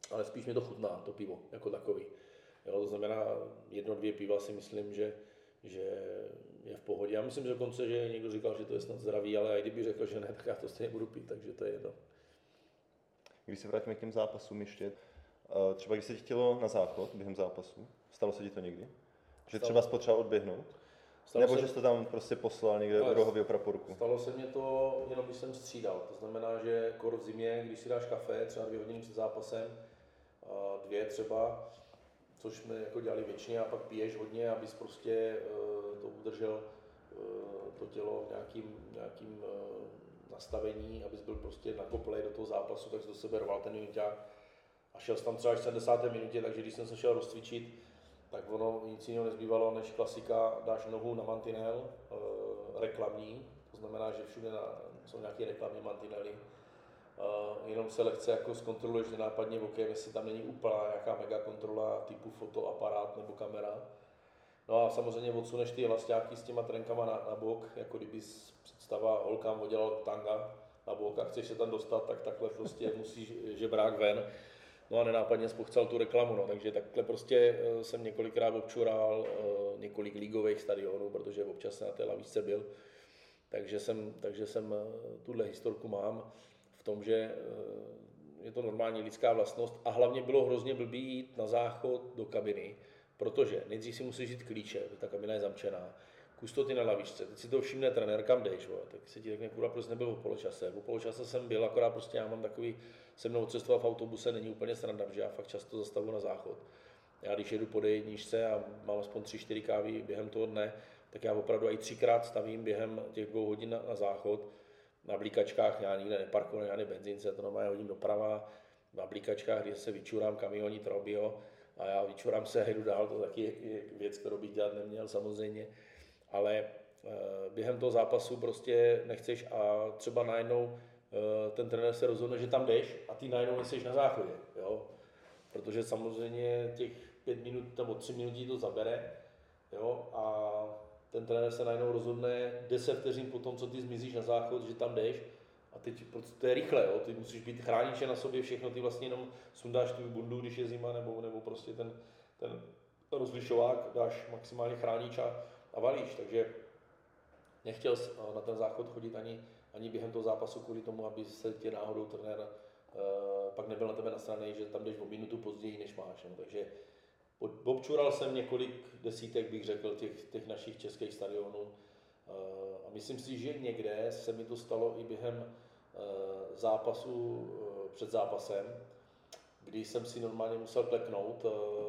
ale spíš mi to chutná, to pivo, jako takový. Jo, to znamená, 1-2 piva si myslím, že je v pohodě. Já myslím, že dokonce, že někdo říkal, že to je snad zdravý, ale i kdyby řekl, že ne, tak já to stejně budu pít, takže to je jedno. Když se vrátíme k těm zápasům ještě, třeba když se ti chtělo na záchod během zápasu, stalo se ti to někdy? Že třeba jsi potřeboval odběhnout? Nebo že jsi to tam prostě poslal někde do rohového praporku? Stalo se mě to jenom, když jsem střídal. To znamená, že kor v zimě, když si dáš kafe, třeba 2 hodiny před zápasem, 2 třeba, což jsme jako dělali většině, a pak piješ hodně, abys prostě to udržel to tělo v nějakým nastavení, abys byl prostě nakoplej do toho zápasu, tak jsi do sebe rval ten minuťák. A šel jsem tam třeba až v 70. minutě, takže když jsem se šel rozcvičit, tak ono nic jiného nezbývalo, než klasika, dáš nohu na mantinel, reklamní, to znamená, že všude jsou nějaké reklamní mantinely, jenom se lehce jako zkontroluješ nenápadně okem, jestli tam není úplná nějaká mega kontrola typu fotoaparát nebo kamera. No a samozřejmě odsuneš ty elastáky s těma trenkama na bok, jako kdyby představa holkám udělal tanga na bok a chceš se tam dostat, tak takhle prostě musíš žebrák ven. No a nenápadně spochcal tu reklamu, no, takže takhle prostě jsem několikrát občural několik ligových stadionů, protože občas na té lavičce byl, takže jsem tuhle historku mám v tom, že je to normální lidská vlastnost a hlavně bylo hrozně blbý jít na záchod do kabiny, protože nejdřív si musíš jít klíče, ta kabina je zamčená, kus ty na lavičce, teď si to všimne trenér, kam jdeš, tak si ti řekne, kurva, prostě nebyl o poločase. O poločase jsem byl, akorát prostě já mám takový, se mnou cestovat v autobuse není úplně sranda, že já fakt často zastavu na záchod. Já když jedu po D1 a mám aspoň 3-4 kávy během toho dne, tak já opravdu i 3krát stavím během těch 2 hodin na záchod. Na blíkačkách já nikde neparkuju na žádné benzínce, to normálně hodím doprava. Na blíkačkách, kde se vyčurám kamioní Trobio a já vyčurám se a jdu dál, to taky je věc, kterou bych dělat neměl samozřejmě. Ale během toho zápasu prostě nechceš a třeba najednou ten trenér se rozhodne, že tam jdeš a ty najednou nejseš na záchodě, jo? Protože samozřejmě těch 5 minut nebo 3 minuty to zabere, jo? A ten trenér se najednou rozhodne 10 vteřin po tom, co ty zmizíš na záchod, že tam jdeš a teď to je rychle, jo? Ty musíš být chrániče na sobě všechno, ty vlastně jenom sundáš tu bundu, když je zima, nebo prostě ten rozlišovák dáš maximálně chránič a valíš, takže nechtěl na ten záchod chodit ani během toho zápasu kvůli tomu, aby se tě náhodou trenér pak nebyl na tebe nasranej, že tam jdeš o minutu později, než máš. No. Takže občural jsem několik desítek, bych řekl, těch našich českých stadionů a myslím si, že někde se mi to stalo i během zápasu před zápasem, kdy jsem si normálně musel kleknout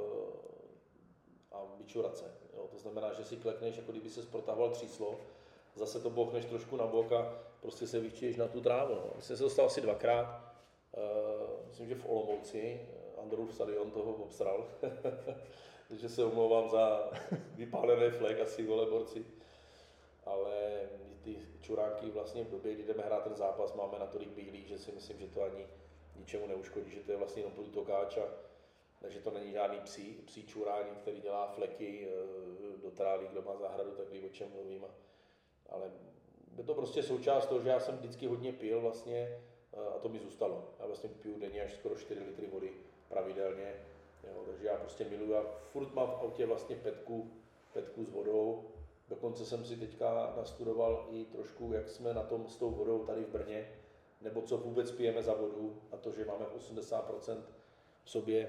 a vyčurat se. Jo. To znamená, že si klekneš, jako kdyby se protahoval tříslo, zase to bouchneš trošku na bok a prostě se vyčíješ na tu trávu. No. Myslím, že se to stalo asi 2krát, myslím, že v Olomouci, Andrův stadion toho obsral, takže se omlouvám za vypálený flek asi voleborci, ale ty čuránky vlastně v době, kdy jdeme hrát ten zápas, máme natolik bílý, že si myslím, že to ani ničemu neuškodí, že to je vlastně jenom průtokáč, takže to není žádný psí čurání, který dělá fleky do trávy, kdo má zahradu, tak ví, o čem mluvím. Ale je to prostě součást toho, že já jsem vždycky hodně pil vlastně a to mi zůstalo. Já vlastně piju denně až skoro 4 litry vody pravidelně, jo, takže já prostě miluji a furt mám v autě vlastně petku s vodou. Dokonce jsem si teďka nastudoval i trošku, jak jsme na tom s tou vodou tady v Brně, nebo co vůbec pijeme za vodu a to, že máme 80% v sobě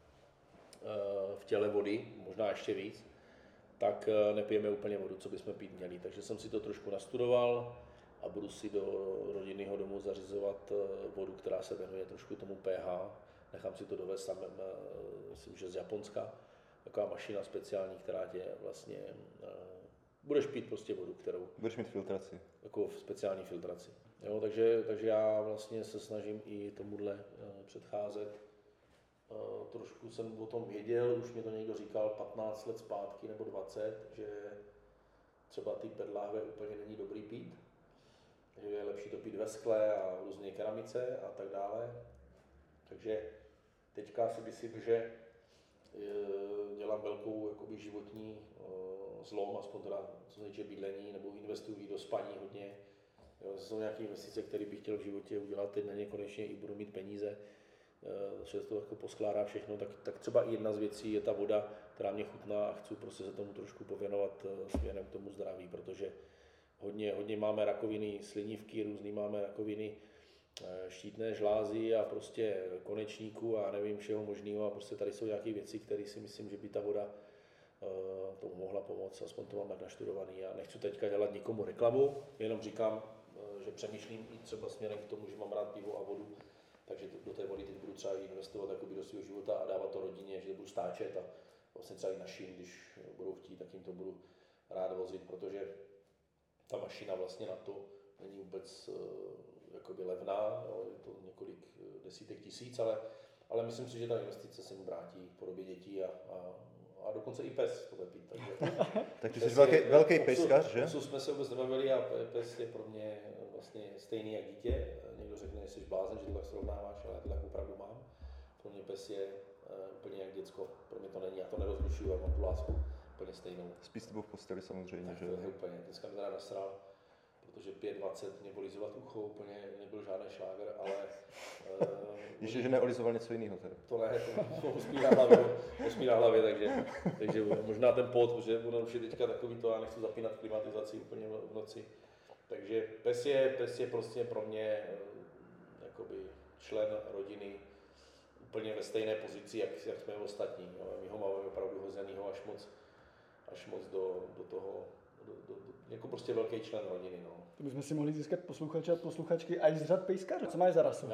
v těle vody, možná ještě víc, tak nepijeme úplně vodu, co bychom pít měli. Takže jsem si to trošku nastudoval a budu si do rodinného domu zařizovat vodu, která se věnuje trošku tomu pH. Nechám si to dovést tam, myslím, že z Japonska. Taková mašina speciální, která tě vlastně... budeš pít prostě vodu, kterou... Budeš mít filtraci. Jako v speciální filtraci. Jo, takže já vlastně se snažím i tomuhle předcházet. Trošku jsem o tom věděl, už mě to někdo říkal 15 let zpátky nebo 20, že třeba ty PET láhve úplně není dobrý pít, že je lepší to pít ve skle a v různé keramice a tak dále. Takže teďka si myslím, že dělám velkou jakoby, životní zlom, aspoň teda co se týče bydlení, nebo investuji do spaní hodně. Jo, jsou nějaké investice, které bych chtěl v životě udělat, teď na ně konečně i budu mít peníze. že to jako poskládá všechno, tak třeba i jedna z věcí je ta voda, která mě chutná a chci prostě se tomu trošku pověnovat směrem k tomu zdraví, protože hodně máme rakoviny slinivky, různý máme rakoviny štítné žlázy a prostě konečníků a nevím všeho možného a prostě tady jsou nějaké věci, které si myslím, že by ta voda tomu mohla pomoct, aspoň to mám tak naštudovaný. A nechci teďka dělat nikomu reklamu, jenom říkám, že přemýšlím i třeba směrem k tomu, že mám rád pivo a vodu, takže do té vody teď budu třeba investovat do svého života a dávat to rodině, že to budu stáčet a vlastně třeba i našim, když budou chtít, tak jim to budu rád vozit, protože ta mašina vlastně na to není vůbec jakoby levná, jo, je to několik desítek tisíc, ale myslím si, že ta investice se mu vrátí v podobě dětí a dokonce i pes to bude pít. Takže tak ty jsi velký pejskař, že? Psu jsme se vůbec nebavili a pes je pro mě vlastně stejný jak dítě. Někdo řekne, že jsi blázen, že to tak srovnáváš, ale já to tak opravdu mám. Pro mě pes je úplně jak děcko, pro mě to není, já to nerozlišuju, já mám tu lásku úplně stejnou. Spíš s tebou v posteli samozřejmě, tak že? To je úplně, dneska mi teda nasral, protože 5:20 mě bylo lizovat ucho, úplně nebyl žádný šláger, ale... Ještě, že neolizoval něco jiného teda. To ne, to uspí na hlavě, takže možná ten pot, protože ono už je teďka takový to, já nechci zapínat klimatizaci úplně v noci. Takže pes je prostě pro mě jakoby člen rodiny úplně ve stejné pozici, jak jsme ostatní. My ho máme opravdu hozenýho až moc do toho, jako prostě velký člen rodiny. No. To bychom si mohli získat posluchače a posluchačky a i z řad pejskařů. Co máš za rasu?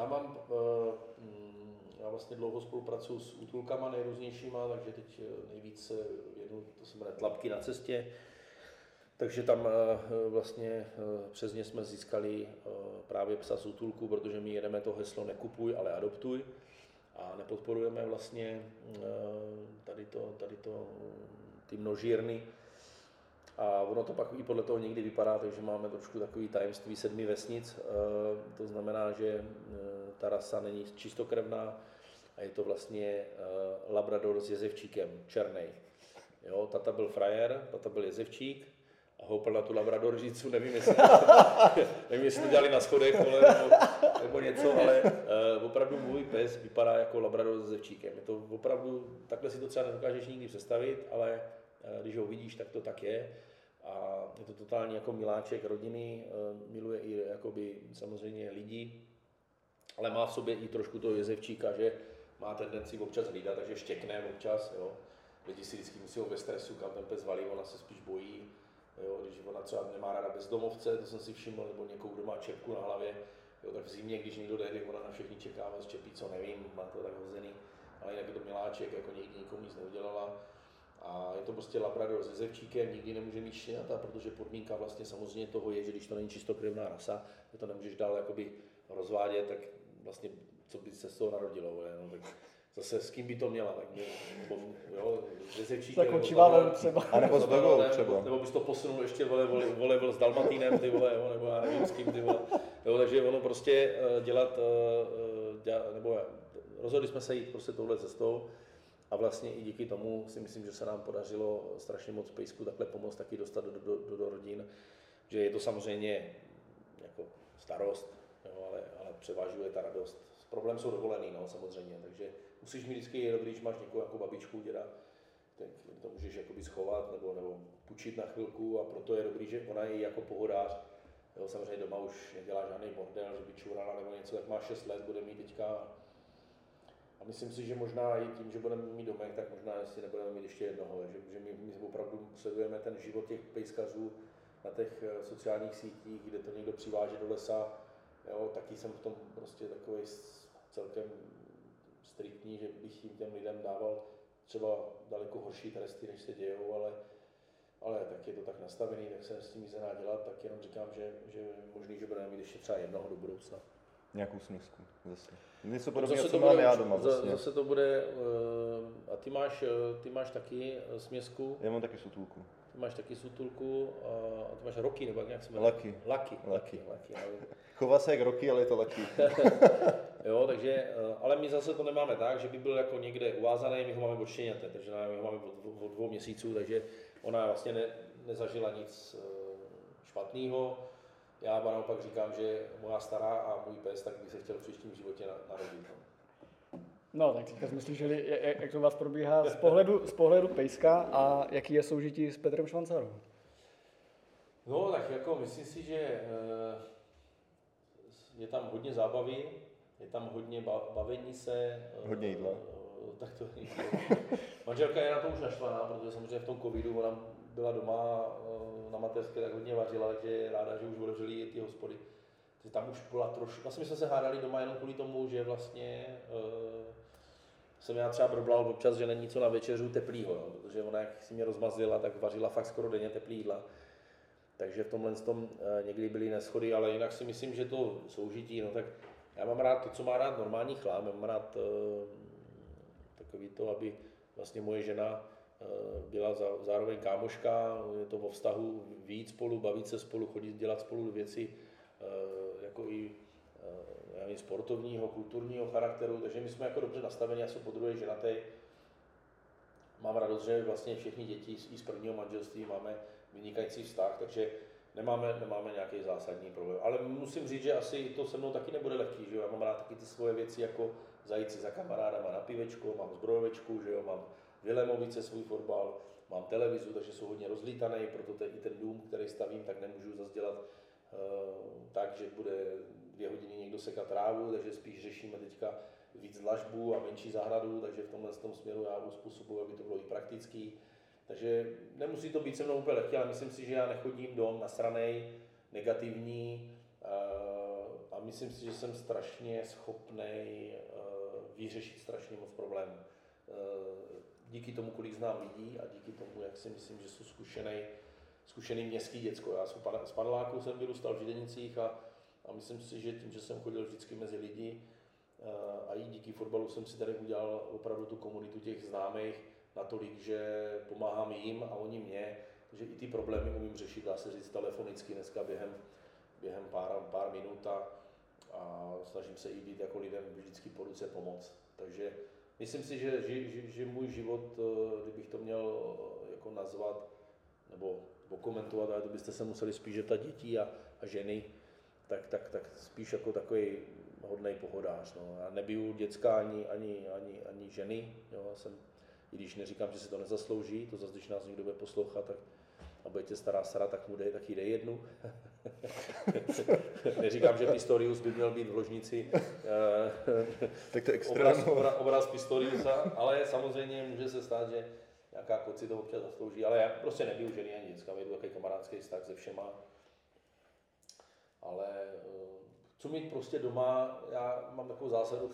Já vlastně dlouho spolupracuji s útulkama nejrůznějšíma, takže teď nejvíc věnu, to se jmenuje Tlapky na cestě. Takže tam vlastně přes ně jsme získali právě psa z útulku, protože my jedeme to heslo nekupuj, ale adoptuj. A nepodporujeme vlastně ty množírny. A ono to pak i podle toho někdy vypadá, takže máme trošku takový tajemství 7 vesnic. To znamená, že ta rasa není čistokrevná a je to vlastně labrador s jezevčíkem, černej. Jo, tata byl frajer, tata byl jezevčík a houpal na tu labradoržicu, nevím, jestli to dělali na schodech nebo něco, ale opravdu můj pes vypadá jako labrador s jezevčíkem. Je to opravdu, takhle si to třeba nedokážeš nikdy představit, ale když ho vidíš, tak to tak je. A je to totální jako miláček rodiny, miluje i jakoby samozřejmě lidi, ale má v sobě i trošku toho jezevčíka, že má tendenci občas hlídat, takže štěkne občas, jo. Lidi si vždycky myslí ve stresu, kam ten pes valí, ona se spíš bojí, jo. Když ona třeba nemá ráda bezdomovce, to jsem si všiml, nebo někoho, kdo má čepku na hlavě, jo, tak v zimě, když někdo jde, ona na všechny čeká, z čepí, co nevím, má to tak hozený, ale jinak je to miláček, jako nikdy nikomu nic neudělala. A je to prostě labrador s jezevčíkem, nikdy nemůže mít štěňata, protože podmínka vlastně samozřejmě toho je, že když to není čistokrevná rasa, že to nemůžeš dál jakoby rozvádět, tak vlastně co by se z toho narodilo, no, tak zase s kým by to měla, tak jo, s jezevčíkem, tak očívávám třeba. A nebo s dogou třeba. Nebo bys to posunul ještě volejbal s dalmatínem, ty vole, jo, nebo já nevím s kým, ty vole. Jo, takže ono prostě rozhodli jsme se jít prostě touhle cestou. A vlastně i díky tomu si myslím, že se nám podařilo strašně moc pejsků takhle pomoct taky dostat do rodin, že je to samozřejmě jako starost, jo, ale převažuje ta radost. Problém jsou dovolený, no, samozřejmě, takže musíš mít vždycky dobrý, když máš někoho jako babičku, děda, tak to můžeš jakoby schovat nebo půjčit na chvilku a proto je dobrý, že ona je jako pohodář. Jo, samozřejmě doma už nedělá žádný bordel, že by čurala nebo něco, tak má 6 let, bude mít teďka. A myslím si, že možná i tím, že budeme mít domek, tak možná jestli nebudeme mít ještě jednoho, že my opravdu sledujeme ten život těch pejskařů na těch sociálních sítích, kde to někdo přiváže do lesa. Jo, taky jsem v tom prostě takový celkem striktní, že bych jim těm lidem dával třeba daleko horší tresty, než se dějou, ale tak je to tak nastavený, tak se s tím nic nedá dělat, tak jenom říkám, že možný, že budeme mít ještě třeba jednoho do budoucna. Nějakou směsku zase. Něco podobného, co mám já doma. Zase to bude, a ty máš taky směsku. Já mám taky sutulku. Ty máš taky sutulku a ty máš Rocky, nebo jak nějak se jmenuje? Lucky. Chová se jak Rocky, ale je to Lucky. Jo, takže, ale my zase to nemáme tak, že by byl jako někde uvázaný, my ho máme od štěňate, takže my ho máme od 2 měsíců, takže ona vlastně nezažila nic špatného. Já naopak říkám, že moja stará a můj pes, tak bych se chtěl v příštím životě narodit. No, tak teďka jsme slyšeli, jak to u vás probíhá z pohledu Pejska a jaký je soužití s Petrem Švancarou. No, tak jako myslím si, že je tam hodně zábavy, je tam hodně bavení se. Hodně jídla. Tak to manželka je na to už naštvaná, protože samozřejmě v tom covidu ona byla doma na mateřské, tak hodně vařila, takže je ráda, že už otevřeli ty hospody. Takže tam už byla trošku, vlastně my jsme se hádali doma jenom kvůli tomu, že vlastně jsem já třeba broblal občas, že není co na večeřu teplýho, no, protože ona, jak si mě rozmazlila, tak vařila fakt skoro denně teplý jídla. Takže v tomhle tom někdy byly neschody, ale jinak si myslím, že to soužití, no tak já mám rád to, co má rád normální chlap, já mám rád takový to, aby vlastně moje žena byla zároveň kámoška, je to o vztahu vyjít spolu, bavit se spolu, chodit, dělat spolu věci, jako i sportovního, kulturního charakteru, takže my jsme jako dobře nastaveni, já jsem po druhé ženatý. Mám radost, že vlastně všechny děti i z prvního manželství máme vynikající vztah, takže nemáme nějaký zásadní problém. Ale musím říct, že asi to se mnou taky nebude lehký, že jo? Já mám rád taky ty svoje věci, jako zajít si za kamarádama na pivečko, mám zbrojovečku, že jo? Mám v Vilémovice svůj fotbal, mám televizu, takže jsou hodně rozlítaný, proto i ten dům, který stavím, tak nemůžu zase dělat tak, že bude 2 hodiny někdo sekat trávu, takže spíš řešíme teďka víc dlažbu a menší zahradu, takže v tomhle směru já uspůsobuji, aby to bylo i praktický. Takže nemusí to být se mnou úplně lehké, ale myslím si, že já nechodím dom nasranej, negativní a myslím si, že jsem strašně schopnej vyřešit strašně moc problémů. Díky tomu, kolik znám lidí a díky tomu, jak si myslím, že jsou zkušený městský děcko. Já jsem z paneláku jsem vyrůstal v Židenicích a myslím si, že tím, že jsem chodil vždycky mezi lidi a i díky fotbalu jsem si tady udělal opravdu tu komunitu těch známých natolik, že pomáhám jim a oni mě, takže i ty problémy umím řešit, dá se říct, telefonicky dneska během pár minut a snažím se i být jako lidem vždycky po ruce pomoct. Takže myslím si, že můj život, kdybych to měl jako nazvat nebo komentovat, ale to byste se museli spíš zeptat dětí a ženy, tak spíš jako takový hodnej pohodář. No. Já nebiju děcka ani ženy, jo, i když neříkám, že si to nezaslouží, to zase, když nás někdo bude poslouchat, tak a bude tě stará Sara, tak jí dej jednu. Neříkám, že Pistorius by měl být v ložnici tak to obraz Pistoriusa, ale samozřejmě může se stát, že nějaká koci to občas zaslouží, ale já prostě nebiju ženy ani děcka, vedu takový kamarádský vztah se všema. Ale chci mít prostě doma, já mám takovou zásadu,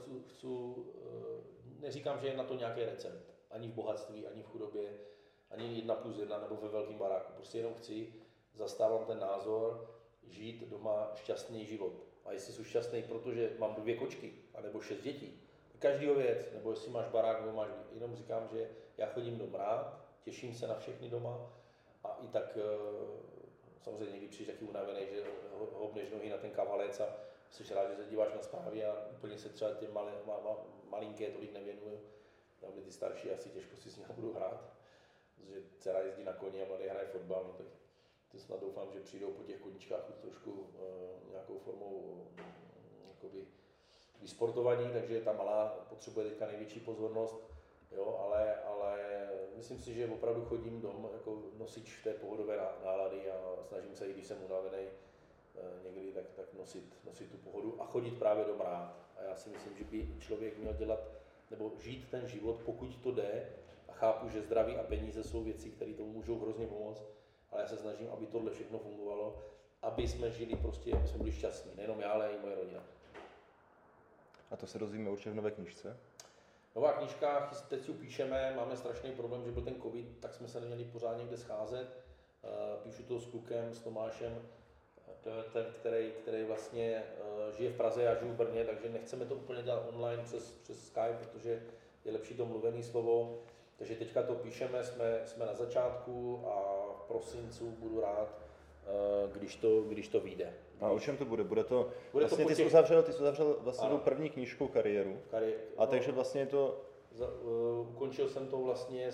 neříkám, že je na to nějaký recept, ani v bohatství, ani v chudobě, ani 1+1 nebo ve velkém baráku, prostě jenom zastávám ten názor, žít doma šťastný život. A jestli jsi šťastný, protože mám 2 kočky, anebo 6 dětí, každýho věc, nebo jestli máš barák, nebo máš, jenom říkám, že já chodím doma rád, těším se na všechny doma a i tak samozřejmě někdy přijdeš taky unavený, že hobneš nohy na ten kavalec a jsi rád, že se díváš na zprávy a úplně se třeba ty malinké tolik nevěnují. Tam ty starší asi těžko si s nimi budu hrát, protože dcera jezdí na koni a mladý hraje fotbal, no tak to snad doufám, že přijdou po těch koníčkách už trošku nějakou formou jakoby vysportovaní, takže ta malá potřebuje teďka největší pozornost, jo, ale myslím si, že opravdu chodím dom jako nosič té pohodové nálady a snažím se, i když jsem unavený někdy, tak nosit tu pohodu a chodit právě dom rád. A já si myslím, že by člověk měl dělat nebo žít ten život, pokud to jde, a chápu, že zdraví a peníze jsou věci, které tomu můžou hrozně pomoct, ale já se snažím, aby tohle všechno fungovalo, aby jsme žili prostě, aby jsme byli šťastní, nejenom já, ale i moje rodina. A to se dozvíme určitě v nové knížce? Nová knížka, teď si ji píšeme, máme strašný problém, že byl ten covid, tak jsme se neměli pořád někde scházet. Píšu to s klukem, s Tomášem, ten, který vlastně žije v Praze, já žiju v Brně, takže nechceme to úplně dělat online přes Skype, protože je lepší to mluvené slovo. Takže teďka to píšeme, jsme na začátku a v prosincu budu rád, když to vyjde. A o čem to bude? Bude to vlastně to ty jsi uzavřel vlastně tu první knížku kariéru. A takže vlastně je to... Ukončil jsem to vlastně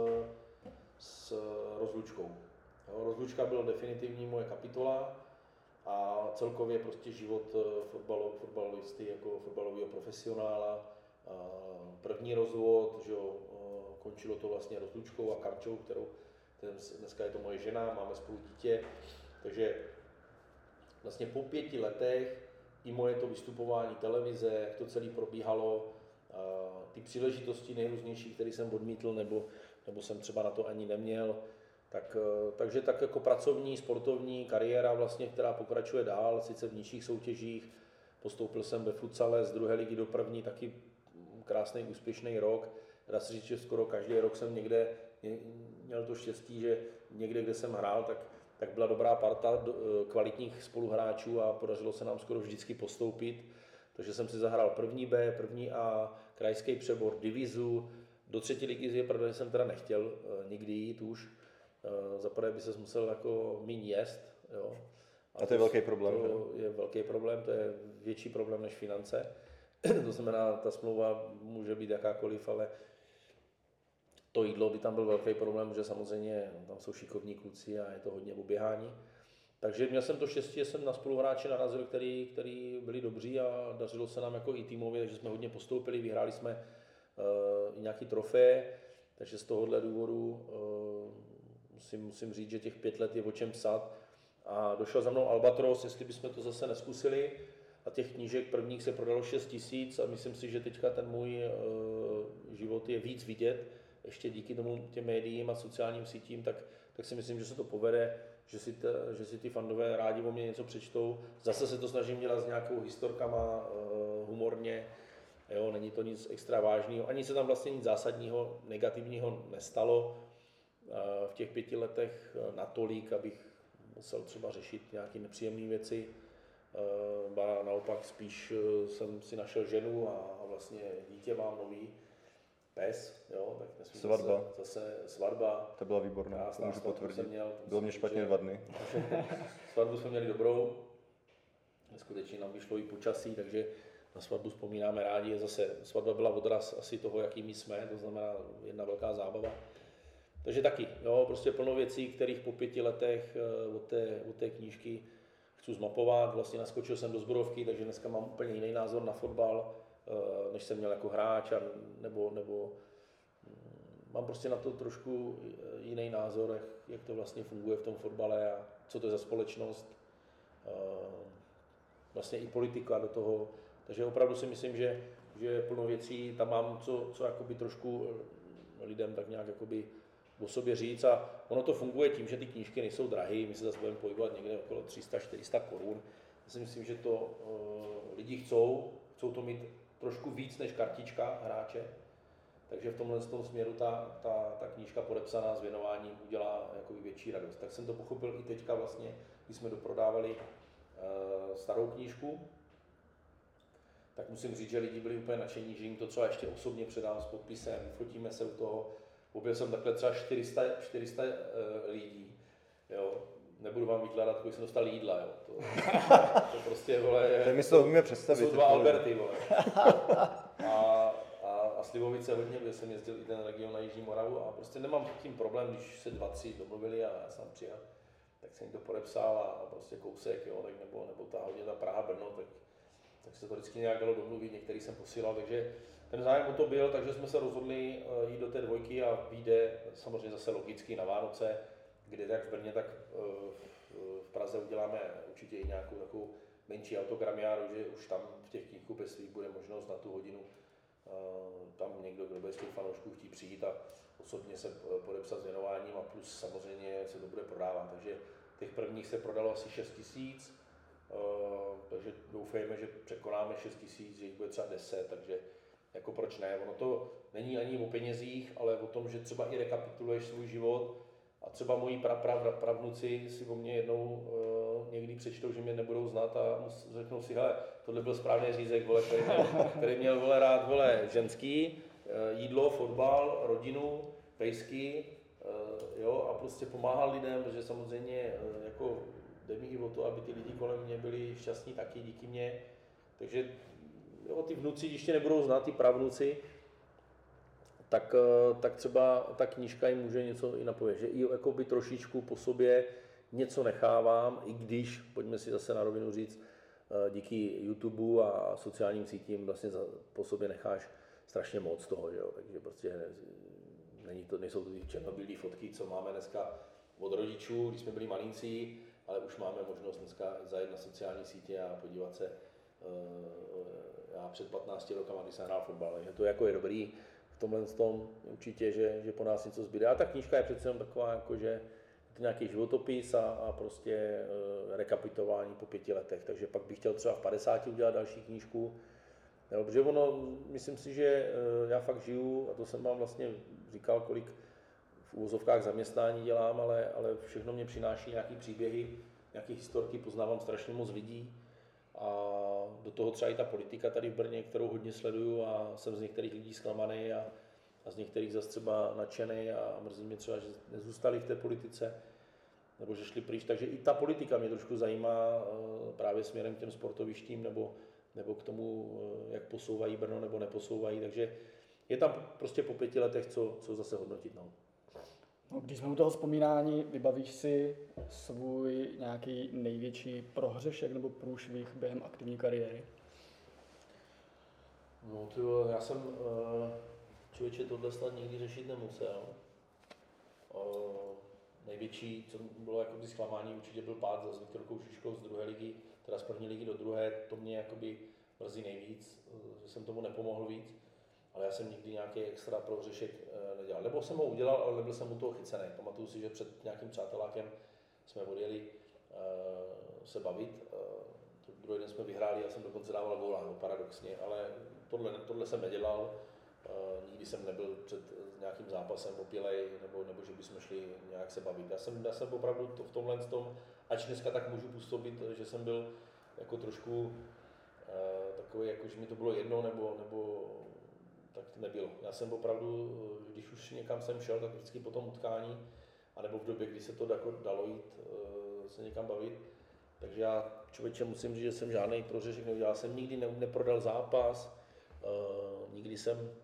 s rozlučkou. Jo, rozlučka byla definitivní moje kapitola a celkově prostě život fotbalisty jako fotbalového profesionála První rozvod, že jo, končilo to vlastně rozlučkou a Karčou, dneska je to moje žena, máme spolu dítě, takže vlastně po 5 letech i moje to vystupování televize, jak to celé probíhalo, ty příležitosti nejrůznější, které jsem odmítl, nebo jsem třeba na to ani neměl, takže tak jako pracovní, sportovní kariéra vlastně, která pokračuje dál, sice v nižších soutěžích, postoupil jsem ve futsale z 2. ligy do 1. taky krásný, úspěšný rok. Dá se říct, že skoro každý rok jsem někde měl to štěstí, že někde, kde jsem hrál, tak byla dobrá parta kvalitních spoluhráčů a podařilo se nám skoro vždycky postoupit. Takže jsem si zahrál 1. B, 1. A, krajský přebor, divizu. Do 3. ligy je pravda, že jsem teda nechtěl nikdy jít už. Za prvé by se musel jako míň jíst. Jo. A to je velký problém, že? To je velký problém, to je větší problém než finance. To znamená, ta smlouva může být jakákoliv, ale to jídlo by tam byl velký problém, že samozřejmě tam jsou šikovní kluci a je to hodně oběhání. Takže měl jsem to štěstí, že jsem na spoluhráče narazil, který byli dobří a dařilo se nám jako i týmově, takže jsme hodně postoupili, vyhráli jsme i nějaký trofeje, takže z tohohle důvodu musím říct, že těch 5 let je o čem psát. A došel za mnou Albatros, jestli bychom to zase neskusili. A těch knížek prvních se prodalo 6 000 a myslím si, že teďka ten můj život je víc vidět, ještě díky tomu těm médiím a sociálním sítím, tak si myslím, že se to povede, že si ty fandové rádi o mě něco přečtou. Zase se to snažím dělat s nějakou historkama, humorně, jo, není to nic extra vážného, ani se tam vlastně nic zásadního, negativního nestalo v těch 5 letech natolik, abych musel třeba řešit nějaké nepříjemné věci. Naopak spíš jsem si našel ženu a vlastně dítě mám nový, pes, jo, tak svatba. Zase svatba. To byla výborná, to můžu potvrdit. Bylo mě špatně 2 dny. Svatbu jsme měli dobrou, skutečně nám vyšlo i počasí, takže na svatbu vzpomínáme rádi. Zase svatba byla odraz asi toho, jaký my jsme, to znamená jedna velká zábava. Takže taky, jo, prostě plno věcí, kterých po 5 letech od té knížky chci zmapovat. Vlastně naskočil jsem do sborovky, takže dneska mám úplně jiný názor na fotbal, než jsem měl jako hráč, nebo mám prostě na to trošku jiný názor, jak to vlastně funguje v tom fotbale a co to je za společnost. Vlastně i politika do toho. Takže opravdu si myslím, že plno věcí tam mám, co jakoby trošku lidem tak nějak jakoby o sobě říct a ono to funguje tím, že ty knížky nejsou drahé, my se zase budeme pohybovat někde okolo 300-400 korun. Já si myslím, že to lidi chcou to mít trošku víc než kartička hráče, takže v tomhle směru ta knížka podepsaná s věnováním udělá jakoby větší radost. Tak jsem to pochopil i teďka vlastně, když jsme doprodávali starou knížku, tak musím říct, že lidi byli úplně nadšení, že jim to třeba ještě osobně předám s podpisem, fotíme se u toho. Objel jsem takhle třeba 400 lidí, jo. Nebudu vám vykládat, kolik jsem dostal jídla, jo. To prostě, vole, my se to umíme představit. To jsou 2 Alberty, vole. A Slivovice hodně, kde jsem jezdil i ten region na Jižní Moravu a prostě nemám s tím problém, když se 2-3 domluvili a já jsem přijel, tak jsem jim to podepsal a prostě kousek, jo, tak nebo ta Praha, Brno, tak se to vždycky nějak dalo domluvit, některý jsem posílal, takže ten zájem o to byl, takže jsme se rozhodli jít do té 2 a vyjde samozřejmě zase logicky na Vánoce, kde jak v Brně, tak v Praze uděláme určitě i nějakou takovou menší autogramiáru, že už tam v těch knihkupectvích bude možnost na tu hodinu tam někdo, kdo bude z těch fanoušků chtít přijít a osobně se podepsat s věnováním a plus samozřejmě se to bude prodávat. Takže těch prvních se prodalo asi 6 000, takže doufejme, že překonáme 6 000, že jich bude třeba 10, takže jako proč ne, ono to není ani o penězích, ale o tom, že třeba i rekapituluješ svůj život a třeba moji pravnuci si o mě jednou někdy přečtou, že mě nebudou znát a řeknou si, hele, tohle byl správný řízek, vole, který měl vole, rád vole, ženský, jídlo, fotbal, rodinu, pejsky, jo, a prostě pomáhal lidem, protože samozřejmě jako jde mi i o to, aby ty lidi kolem mě byli šťastní taky díky mně, takže jo, ty vnuci, když tě nebudou znát, ty pravnuci, tak třeba ta knížka jim může něco i napovědět, že i jakoby trošičku po sobě něco nechávám, i když, pojďme si zase na rovinu říct, díky YouTube a sociálním sítím vlastně po sobě necháš strašně moc toho, že jo? Takže prostě nejsou to ty černobílé fotky, co máme dneska od rodičů, když jsme byli malincí, ale už máme možnost dneska zajet na sociální sítě a podívat se. Já před 15 rokama, když jsem hrál fotbal, takže to jako je dobrý v tomhle tom určitě, že po nás něco zbyde. A ta knížka je přece jenom taková, jako že to nějaký životopis a prostě rekapitulování po 5 letech. Takže pak bych chtěl třeba v 50 udělat další knížku. Protože ono, myslím si, že já fakt žiju, a to jsem vám vlastně říkal, kolik v úvozovkách zaměstnání dělám, ale všechno mě přináší nějaké příběhy, nějaké historky, poznávám strašně moc lidí a do toho třeba i ta politika tady v Brně, kterou hodně sleduju a jsem z některých lidí zklamaný a z některých zase třeba nadšený a mrzí mě třeba, že nezůstali v té politice nebo že šli pryč. Takže i ta politika mě trošku zajímá právě směrem k těm sportovištím nebo k tomu, jak posouvají Brno nebo neposouvají. Takže je tam prostě po 5 letech co zase hodnotit. No. No, když jsme u toho vzpomínání, vybavíš si svůj nějaký největší prohřešek nebo průšvih během aktivní kariéry? No já jsem člověče tohle snad nikdy řešit nemusel. Největší, co bylo jakoby zklamání, určitě byl pád s Viktorkou Šiškou z druhé ligy, teda z první ligy do druhé, to mě jakoby mrzí nejvíc, že jsem tomu nepomohl víc, ale já jsem nikdy nějaký extra prohřešek nedělal. Nebo jsem ho udělal, ale nebyl jsem u toho chycený. Pamatuju si, že před nějakým přátelákem jsme odjeli se bavit, druhý den jsme vyhráli, já jsem dokonce dával góla, no, paradoxně, ale tohle jsem nedělal. Nikdy jsem nebyl před nějakým zápasem opilej, nebo že bychom šli nějak se bavit. Já jsem opravdu v tomhle tom, ač dneska tak můžu působit, že jsem byl jako trošku takový, jako že mi to bylo jedno, nebo tak to nebylo. Já jsem opravdu, když už někam jsem šel, tak vždycky po tom utkání, anebo v době, kdy se to dalo jít se někam bavit. Takže já člověče musím říct, že jsem žádný prohřešek neudělal. Já jsem nikdy neprodal zápas, nikdy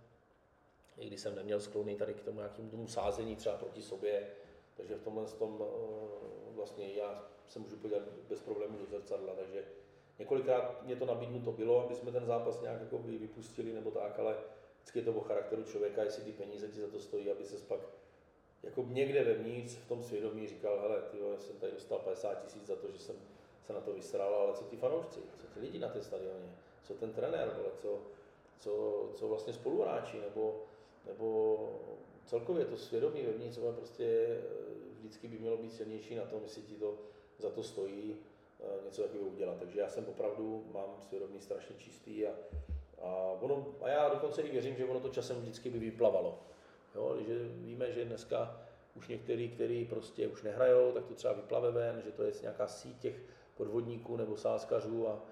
jsem neměl sklony tady k tomu nějakému sázení třeba proti sobě, takže v tomhle tom vlastně já se můžu podívat bez problémů do zrcadla, takže několikrát mě to nabídnuto bylo, aby jsme ten zápas nějak jako vypustili nebo tak, ale vždycky je to o charakteru člověka, jestli ty peníze ti za to stojí, aby se pak jako někde vevnitř v tom svědomí říkal, hele, tyjo, jsem tady dostal 50 000 za to, že jsem se na to vysral, ale co ty fanoušci, co ty lidi na té stadioně, co ten trenér, co vlastně spoluhráči, nebo celkově to svědomí vevnitř, ale prostě vždycky by mělo být silnější na tom, jestli ti to za to stojí něco takového udělat. Takže já jsem opravdu, mám svědomí strašně čistý a já dokonce i věřím, že ono to časem vždycky by vyplavalo. Jo, že víme, že dneska už některý, kteří prostě už nehrajou, tak to třeba vyplave ven, že to je nějaká síť těch podvodníků nebo sázkařů a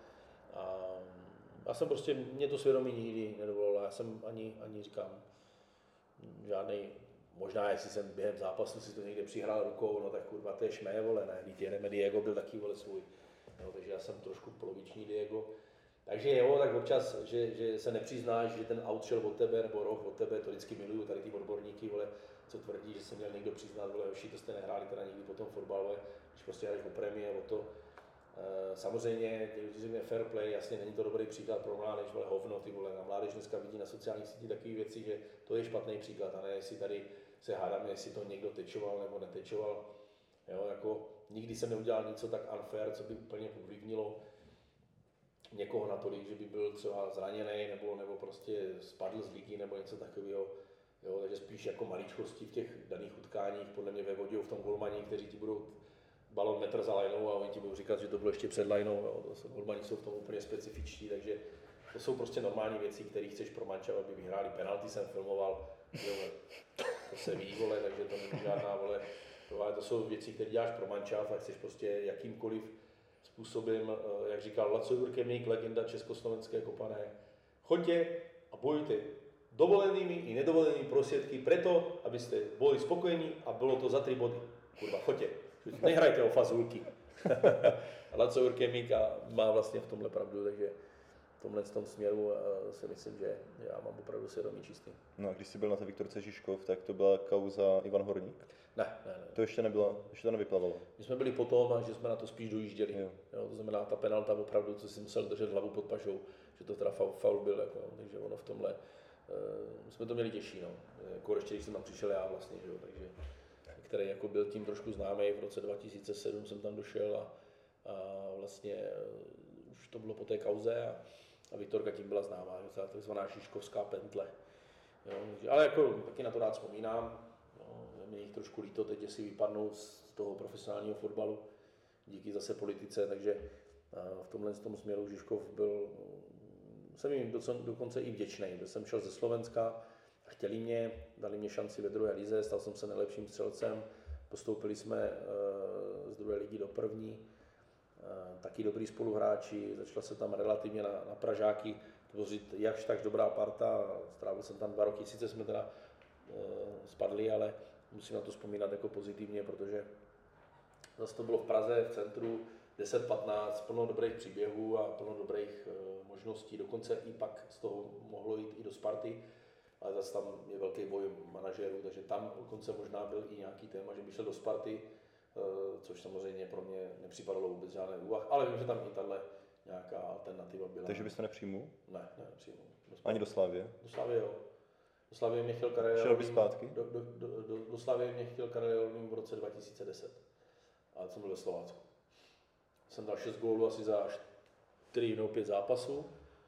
já jsem prostě, mě to svědomí nikdy nedovolilo, já jsem ani říkám, žádnej, možná jestli jsem během zápasu si to někde přihrál rukou, no tak kurva, to je šmé, vole, ne, když jedeme Diego byl taky, vole, svůj, no, takže já jsem trošku poloviční Diego, takže jo, tak občas, že se nepřiznáš, že ten aut šel od tebe, nebo roh od tebe, to vždycky miluju, tady ty odborníky, vole, co tvrdí, že se měl někdo přiznat, vole, hoši, to jste nehráli teda nikdy po tom fotbal, vole, když prostě hraješ o prémie, o to. Samozřejmě, když řekne fair play, jasně není to dobrý příklad pro mládež, vole, hovno, ty vole, na mládež dneska vidí na sociálních sítích takové věci, že to je špatný příklad, a ne jestli tady se hádáme, jestli to někdo tečoval nebo netečoval, jo, jako nikdy jsem neudělal nic tak unfair, co by úplně ovlivnilo někoho natolik, že by byl třeba zraněný nebo prostě spadl z ligy nebo něco takového, jo, takže spíš jako maličkosti v těch daných utkáních, podle mě vevodí v tom golmani, kteří ti budou balon metr za lajnou a oni ti budou říkat, že to bylo ještě před lajnou, golmani jsou v tom úplně specifičtí, takže to jsou prostě normální věci, které chceš pro manča, aby vyhráli penalty, jsem filmoval, jo, to se ví, vole, takže to není žádná, vole, to jsou věci, které děláš pro mančav a chceš prostě jakýmkoliv způsobem, jak říkal Laco Jurkemík, legenda československé kopané, choďte a bojujte dovolenými i nedovolenými prostředky preto, abyste byli spokojení a bylo to za 3 body. Kurva, choďte. Nehrajte o fazulky. Laco Jurkemík má vlastně v tomhle pravdu, takže v tomhle směru si myslím, že já mám opravdu svědomí čistý. No a když jsi byl na té Viktorce Žižkov, tak to byla kauza Ivan Horník? Ne. To ještě to nevyplavalo? My jsme byli potom, že jsme na to spíš dojížděli. Jo, to znamená, ta penalta opravdu, co si musel držet hlavu pod pažou, že to teda faul byl, jako, takže ono v tomhle jsme to měli těžší, no. Jako ještě, když jsem tam přišel já vlastně, že jo, takže, který jako byl tím trošku známý, v roce 2007 jsem tam došel a vlastně už to bylo po té kauze a Viktorka tím byla známá, že takzvaná Žižkovská pentle. Jo, ale jako taky na to rád vzpomínám, no, mě jich trošku líto teď, jestli vypadnou z toho profesionálního fotbalu, díky zase politice, takže v tomhle směru Žižkov byl, jsem jim dokonce i vděčný, byl jsem šel ze Slovenska, chtěli mě, dali mě šanci ve druhé lize, stal jsem se nejlepším střelcem, postoupili jsme z druhé ligy do první, taky dobrý spoluhráči, začala se tam relativně na Pražáky tvořit jakž tak dobrá parta, strávil jsem tam 2 roky, sice jsme teda spadli, ale musím na to vzpomínat jako pozitivně, protože zase to bylo v Praze, v centru, 10-15, plno dobrých příběhů a plno dobrých možností, dokonce i pak z toho mohlo jít i do Sparty, ale zase tam je velký boj manažerů, takže tam dokonce možná byl i nějaký téma, že by šel do Sparty, což samozřejmě pro mě nepřipadalo vůbec žádný úvah, ale vím, že tam i tahle nějaká alternativa byla. Takže byste nepřijmul? Ne, nepřijmul. Ani do Slavie? Do Slavie jo. Do Slavie mě chtěl Karel Šel by zpátky? Do Slavie mě chtěl Karel v roce 2010, ale jsem byl ve Slovácku. Jsem dal 6 gólů asi za 4 nebo 5 zápasů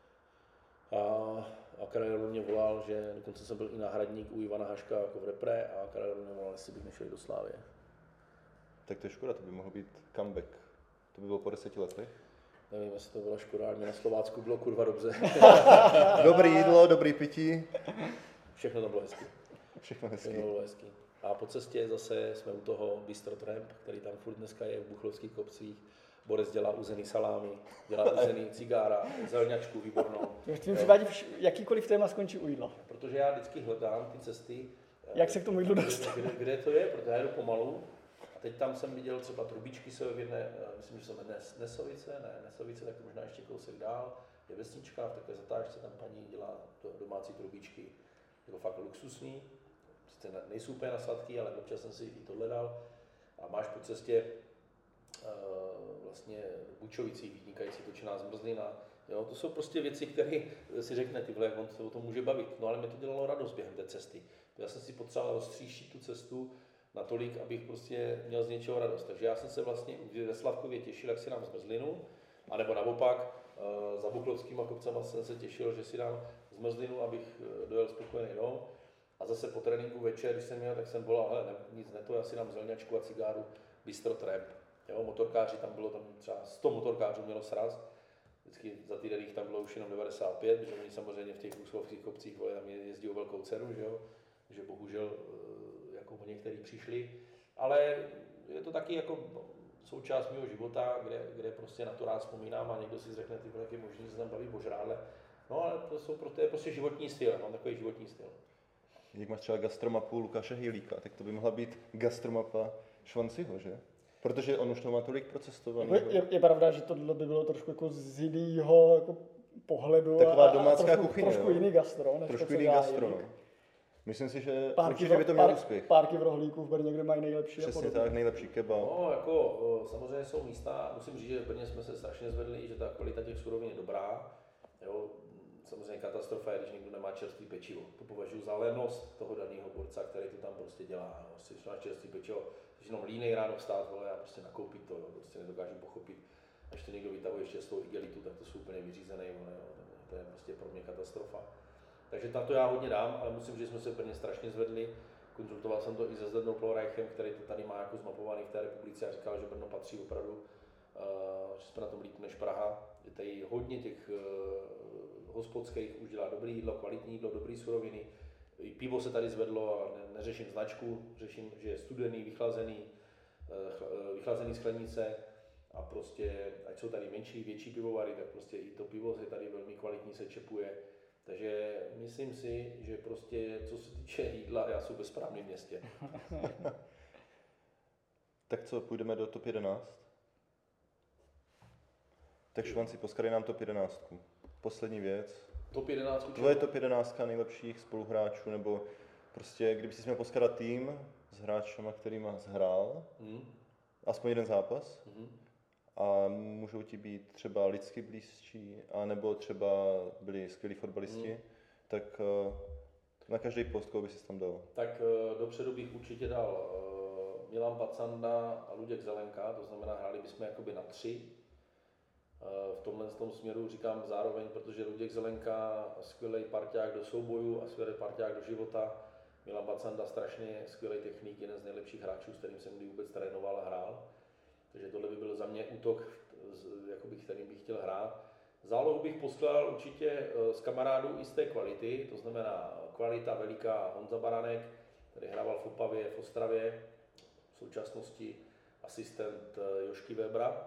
a Karel mě volal, že dokonce jsem byl i náhradník u Ivana Haška jako v repre a Karel mě volal, jestli bych nešel do Slávie. Tak to je škoda, to by mohl být comeback. To by bylo po 10 letech. Nevím, jestli to byla škoda, ale mě na Slovácku bylo kurva dobře. Dobrý jídlo, dobrý pití. Všechno to bylo hezky. Všechno hezky. Všechno bylo hezky. A po cestě zase jsme u toho Bistro Tramp, který tam furt dneska je v Buchlovských kopcích. Boris dělá uzený salámy, dělá uzený cigára, zelňačku výbornou. V tvým případě jakýkoliv téma skončí u jídla. Protože já vždycky hledám ty cesty. Jak se k tomu jídlu dostat? Kde to je, protože já jdu pomalu. A teď tam jsem viděl třeba trubičky se v jedné, myslím, že jsou Nesovice, tak možná ještě kousek dál. Je vesnička, v takové zatáčce tam paní dělá domácí trubičky. Jako fakt luxusní, sice nejsou úplně na sladký, ale občas jsem si i tohle dal. A máš po cestě vlastně Bučovicích vynikající točená zmrzlina. Jo, to jsou prostě věci, které si řekne, ty vole, jak on se o tom může bavit. No ale mi to dělalo radost během té cesty. Já jsem si potřeboval rozstříšit tu cestu natolik, abych prostě měl z něčeho radost. Takže já jsem se vlastně ve Slavkově těšil, jak si dám zmrzlinu, anebo naopak, za Buchlovskýma kopcama jsem se těšil, že si dám zmrzlinu, abych dojel spokojený domů. A zase po tréninku večer, když jsem měl, tak jsem volal, hele, nic neto, já si dám zelňačku a cigáru Bistro Tramp. Jo, motorkáři tam bylo, tam třeba 100 motorkářů mělo sraz. Vždycky za týden jich tam bylo už jenom 95, protože oni samozřejmě v těch Buchlovských kopcích tam jezdí o velkou cenu, že jo, že bohužel jako po některý přišli, ale je to taky jako součást mého života, kde prostě na to rád vzpomínám a někdo si řekne, ty jak je možný, že se tam baví božrádle. No ale to je prostě životní styl, mám takový životní styl. Jak máš třeba gastromapu Lukáše Hejlíka, tak to by mohla být gastromapa Švanciho, že? Protože on už to má tolik procestovaný. Je pravda, že tohle by bylo trošku jako z jiného jako pohledu. Taková domácká kuchyně. Trošku jiný gastro. Trošku jiný gastro, no. Myslím si, že určitě by to mělo úspěch. Párky v Rohlíku v Brně, kde mají nejlepší. Přesně tak, nejlepší kebab. No, jako samozřejmě jsou místa, musím říct, že v Brně jsme se strašně zvedli, že ta kvalita těch surovin je dobrá. Jo, samozřejmě katastrofa je, když někdo nemá čerstvý pečivo. To považuji za lenost toho daného borca, který to tam prostě dělá. No, si máš čerstvý pečivo, když jenom línej ráno vstát, vole, a prostě nakoupit to, jo, prostě nedokážu pochopit. Až to někdo vytahuje ještě z toho igelitu, tak to jsou úplně vyřízené, vole, jo, to je prostě pro mě katastrofa. Takže na to já hodně dám, ale musím říct, že jsme se Brně strašně zvedli. Konzultoval jsem to i se Zdenou Ploreichem, který to tady má jako zmapovaný v té republice a říkal, že Brno patří opravdu, že jsme na tom líp než Praha. Je tady hodně těch hospodských, už dělá dobré jídlo, kvalitní jídlo, dobré suroviny. I pivo se tady zvedlo a neřeším značku, řeším, že je studený, vychlazený sklenice a prostě, ať jsou tady menší, větší pivovary, tak prostě i to pivo se tady velmi kvalitní se čepuje. Takže myslím si, že prostě, co se týče jídla, já jsem ve správném městě. Tak co, půjdeme do top 11? Tak Švanci, poskadej nám top 11. Poslední věc. Top 11? Tvoje top 11 nejlepších spoluhráčů, nebo prostě, kdyby si měl poskladat tým s hráčema, kterýma zhrál, aspoň jeden zápas, a můžou ti být třeba lidsky blízčí, anebo třeba byli skvělí fotbalisti, tak na každý post, koho by si tam dal? Tak dopředu bych určitě dal Milan Pacanda a Luděk Zelenka, to znamená, hráli bychom jakoby na 3. V tom směru říkám zároveň, protože Luděk Zelenka skvělý parťák do soubojů a skvělý parťák do života. Milan Pacanda strašně skvělý technik, jeden z nejlepších hráčů, s kterým jsem kdy vůbec trénoval a hrál. Takže tohle by byl za mě útok, kterým bych chtěl hrát. Zálohu bych poslal určitě z kamarádů i z té kvality, to znamená kvalita veliká Honza Baranek, který hrával v Opavě, v Ostravě, v současnosti asistent Jošky Webera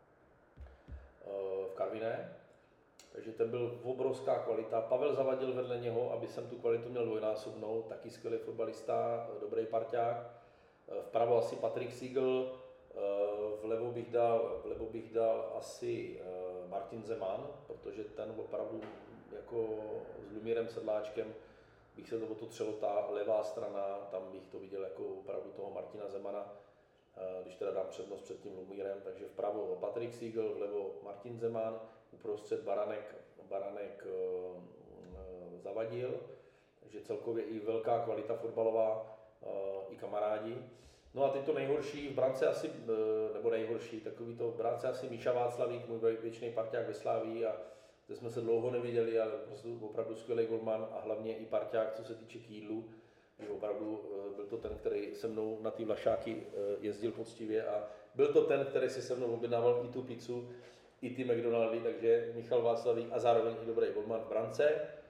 v Karviné. Takže ten byl obrovská kvalita. Pavel Zavadil vedle něho, aby jsem tu kvalitu měl dvojnásobnou, taky skvělý fotbalista, dobrý parťák. Vpravo asi Patrik Siegel, vlevo bych dal asi Martin Zeman, protože ten opravdu jako s Lumírem Sedláčkem bych se to třelo ta levá strana, tam bych to viděl jako opravdu toho Martina Zemana, když teda dám přednost před tím Lumírem, takže vpravo Patrik Siegel, vlevo Martin Zeman, uprostřed Baranek Zavadil, takže celkově i velká kvalita fotbalová, i kamarádi. No a teď to nejhorší v brance asi, nebo nejhorší, takový to v brance asi Míša Václavík, můj věčný parťák ve Slávii, a zde jsme se dlouho neviděli, ale prostě opravdu skvělý golman a hlavně i parťák, co se týče k jídlu, že opravdu byl to ten, který se mnou na ty Vlašáky jezdil poctivě a byl to ten, který si se mnou objednával i tu pizzu, i ty McDonaldy, takže Michal Václavík a zároveň i dobrý golman v brance.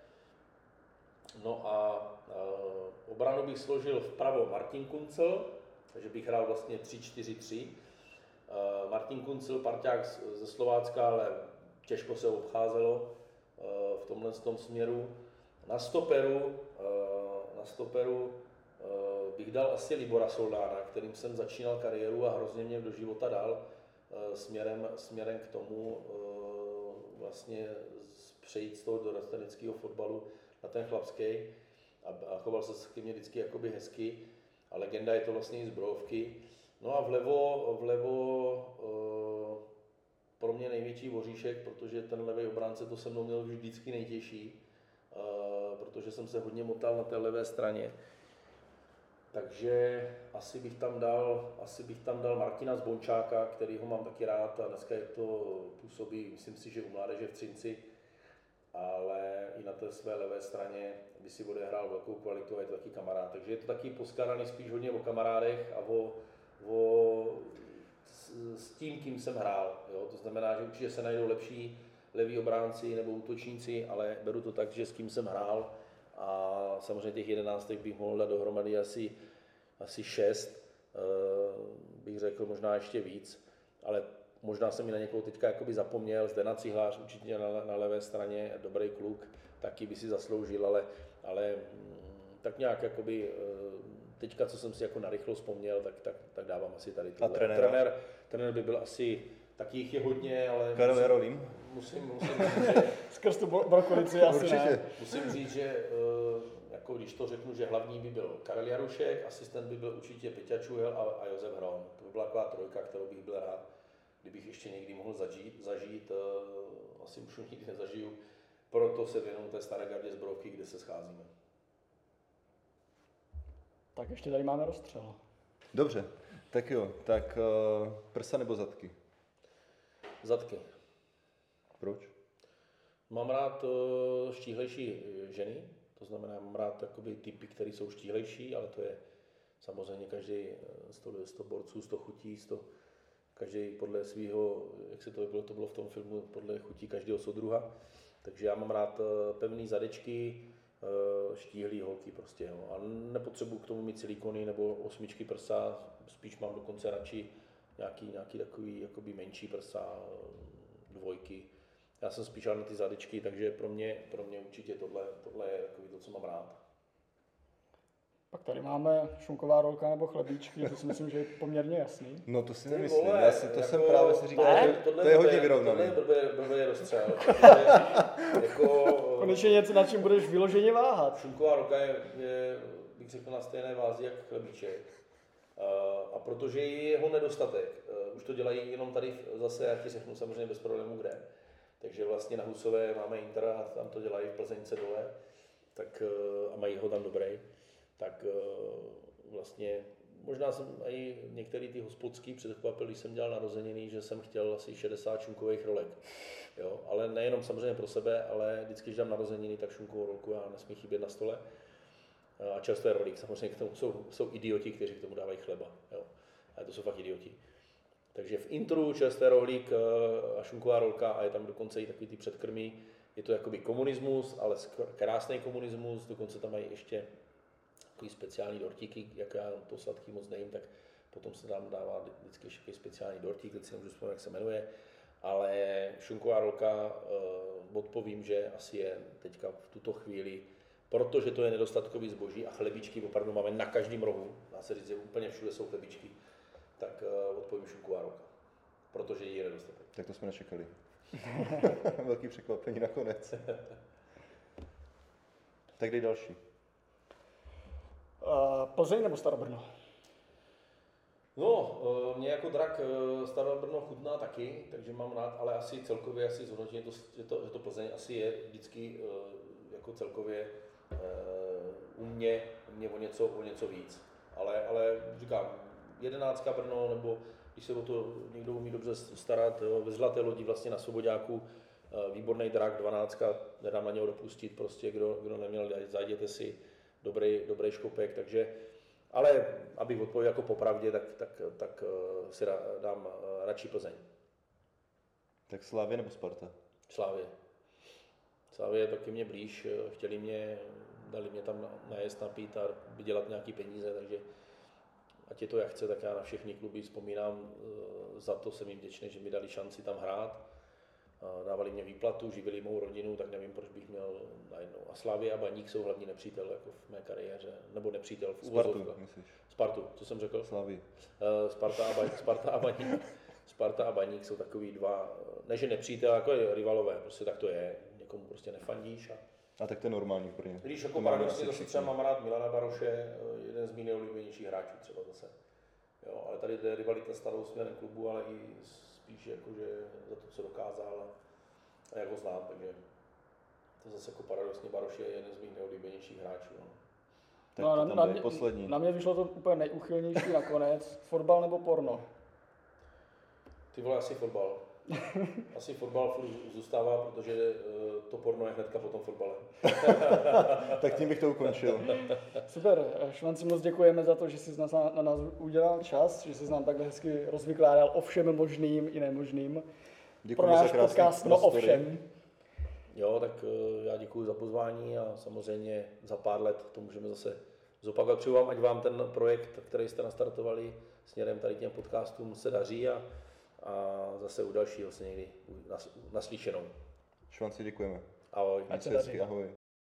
No a obranu bych složil vpravo Martin Kuncl, takže bych hrál vlastně 3-4-3. Martin Kuncl, parťák ze Slovácka, ale těžko se obcházelo v tomhle směru. Na stoperu bych dal asi Libora Soldána, kterým jsem začínal kariéru a hrozně mě do života dal směrem k tomu vlastně přejít z toho dorosteneckého fotbalu na ten chlapský a choval se k mě vždycky jakoby hezky. A legenda je to vlastně i z Brovky. No a vlevo pro mě největší voříšek, protože ten levý obránce to se mnou měl vždycky nejtěžší, protože jsem se hodně motal na té levé straně. Takže asi bych tam dal Martina Zbončáka, kterýho mám taky rád a dneska je to působí, myslím si, že u mládeže v Třinci, ale i na té své levé straně by si odehrál velkou kvalitu a je to taky kamarád. Takže je to taky poskladaný spíš hodně o kamarádech a s tím, kým jsem hrál. Jo? To znamená, že určitě se najdou lepší leví obránci nebo útočníci, ale beru to tak, že s kým jsem hrál a samozřejmě těch 11 bych mohl dát dohromady asi 6, bych řekl možná ještě víc, ale možná jsem i na někoho teďka jakoby zapomněl, Zdena Cihlář určitě na levé straně, dobrý kluk, taky by si zasloužil, ale tak nějak jakoby teďka, co jsem si jako narychlo vzpomněl, tak dávám asi tady tohle. A trenér by byl asi, taky jich je hodně, ale Karel Jarolím? Musím říct, že skrz tu brokolici asi určitě. ne. Musím říct, že jako když to řeknu, že hlavní by byl Karel Jarušek, asistent by byl určitě Peťa Čuhel a Josef Hron. To by byla taková trojka, kterou bych byl rád, kdybych ještě někdy mohl zažít, asi už nikdy nezažiju, proto se věnuju té staré gardě z Brovky, kde se scházíme. Tak ještě tady máme rozstřel. Dobře, tak jo, tak prsa nebo zadky? Zadky. Proč? Mám rád štíhlejší ženy, to znamená, mám rád takové typy, které jsou štíhlejší, ale to je samozřejmě každý 100 borců, 100 chutí, každý podle svého, jak se to bylo v tom filmu, podle chutí každého soudruha. Takže já mám rád pevný zadečky, štíhlý holky prostě. Jo. A nepotřebuji k tomu mít silikony nebo 8 prsa, spíš mám dokonce radši nějaký takový jakoby menší prsa, 2. Já jsem spíš na ty zadečky, takže pro mě určitě tohle je takový to, co mám rád. Pak tady máme šunková rolka nebo chlebíčky, to si myslím, že je poměrně jasný. No to si Ty nemyslím, vole, jsem právě si říkal, Ne? že to je hodně vyrovnaný. Tohle je blbý rozstřel. Konečně něco, na čím budeš vyloženě váhat. Šunková rolka je, bych řekl, na stejné vázi jak chlebíček. A protože je jeho nedostatek, už to dělají jenom tady zase, já ti řeknu samozřejmě bez problémů kde. Takže vlastně na Husové máme Inter a tam to dělají v Plzeňce dole. tak, a mají ho tam dobrý, tak vlastně možná jsem i některý ty hospodský překvapil, když jsem dělal narozeniny, že jsem chtěl asi 60 šunkových rolek. Jo, ale nejenom samozřejmě pro sebe, ale vždycky, když dám narozeniny, tak šunkovou rolku já nesmí chybět na stole. A čerstvý rolík, samozřejmě k tomu jsou idioti, kteří k tomu dávají chleba. Jo. A to jsou fakt idioti. Takže v intru čerstvý rohlík a šunková rolka a je tam dokonce i takový ty předkrmy. Je to jakoby komunismus, ale krásný komunismus, dokonce tam mají ještě takový speciální dortíky, jak já to sladký moc nejím, tak potom se tam dává vždycky ještě speciální dortík, teď si nemůžu vzpomenout, jak se jmenuje. Ale šunková rolka odpovím, že asi je teďka v tuto chvíli, protože to je nedostatkový zboží a chlebičky opravdu máme na každém rohu, dá se říct, že úplně všude jsou chlebičky, tak odpovím šunková rolka, protože jí je nedostatek. Tak to jsme nečekali. Velký překvapení nakonec. Tak dej další. Plzeň nebo Starobrno? No, mě jako drak Starobrno chutná taky, takže mám rád, ale asi celkově zhodnotím, že to Plzeň asi je vždycky jako celkově u mě o něco víc. Ale říkám, 11 Brno, nebo když se o to někdo umí dobře starat, jo, ve Zlaté lodi vlastně na Svoboďáku, výborný drak, 12, nedám na něho dopustit, prostě kdo neměl, zajděte si dobrý škopek, takže, ale abych odpověděl jako popravdě, tak si dám radši Plzeň. Tak Slavie nebo Sparta? Slavie je taky mě blíž, dali mě tam najést, napít a vydělat nějaký peníze, takže ať je to jak chce, tak já na všechny kluby vzpomínám, za to jsem jim vděčný, že mi dali šanci tam hrát. Dávali mě výplatu, živili mou rodinu, tak nevím, proč bych měl najednou. A Slavie a Baník jsou hlavní nepřítel jako v mé kariéře, nebo nepřítel v uvozovkách. Spartu, co jsem řekl? Slavii. Sparta a Baník jsou takový dva, ne že nepřítel, jako je rivalové, prostě tak to je, někomu prostě nefandíš. A tak to je normální pro ně. Když jako paradoxně zase třeba mám rád Milana Baroše, jeden z mých nejoblíbenějších hráčů třeba zase. Jo, ale tady jde rivalita starou směrem klubu, ale i spíš jakože za to, co dokázal a jak ho znám, takže to zase jako paradoxně Baroš je jeden z mých nejoblíbenějších hráčů. No. Tak no, tam je poslední. Na mě vyšlo to úplně nejuchylnější nakonec. Fotbal nebo porno? Ty vole, asi fotbal. Asi fotbal furt zůstává, protože to porno je hnedka po tom fotbale. Tak tím bych to ukončil. Super, Švanci, moc děkujeme za to, že jsi na nás udělal čas, že jsi nám takhle hezky rozvykládal o všem možným i nemožným. Děkuji pro náš za krásný podcast, no o všem. Jo, tak já děkuji za pozvání a samozřejmě za pár let to můžeme zase zopakovat. Přeju vám, ať vám ten projekt, který jste nastartovali směrem tady těm podcastům, se daří a zase u dalšího se někdy naslyšenou. Švanci, děkujeme. Ahoj. Ať se hezky, ahoj.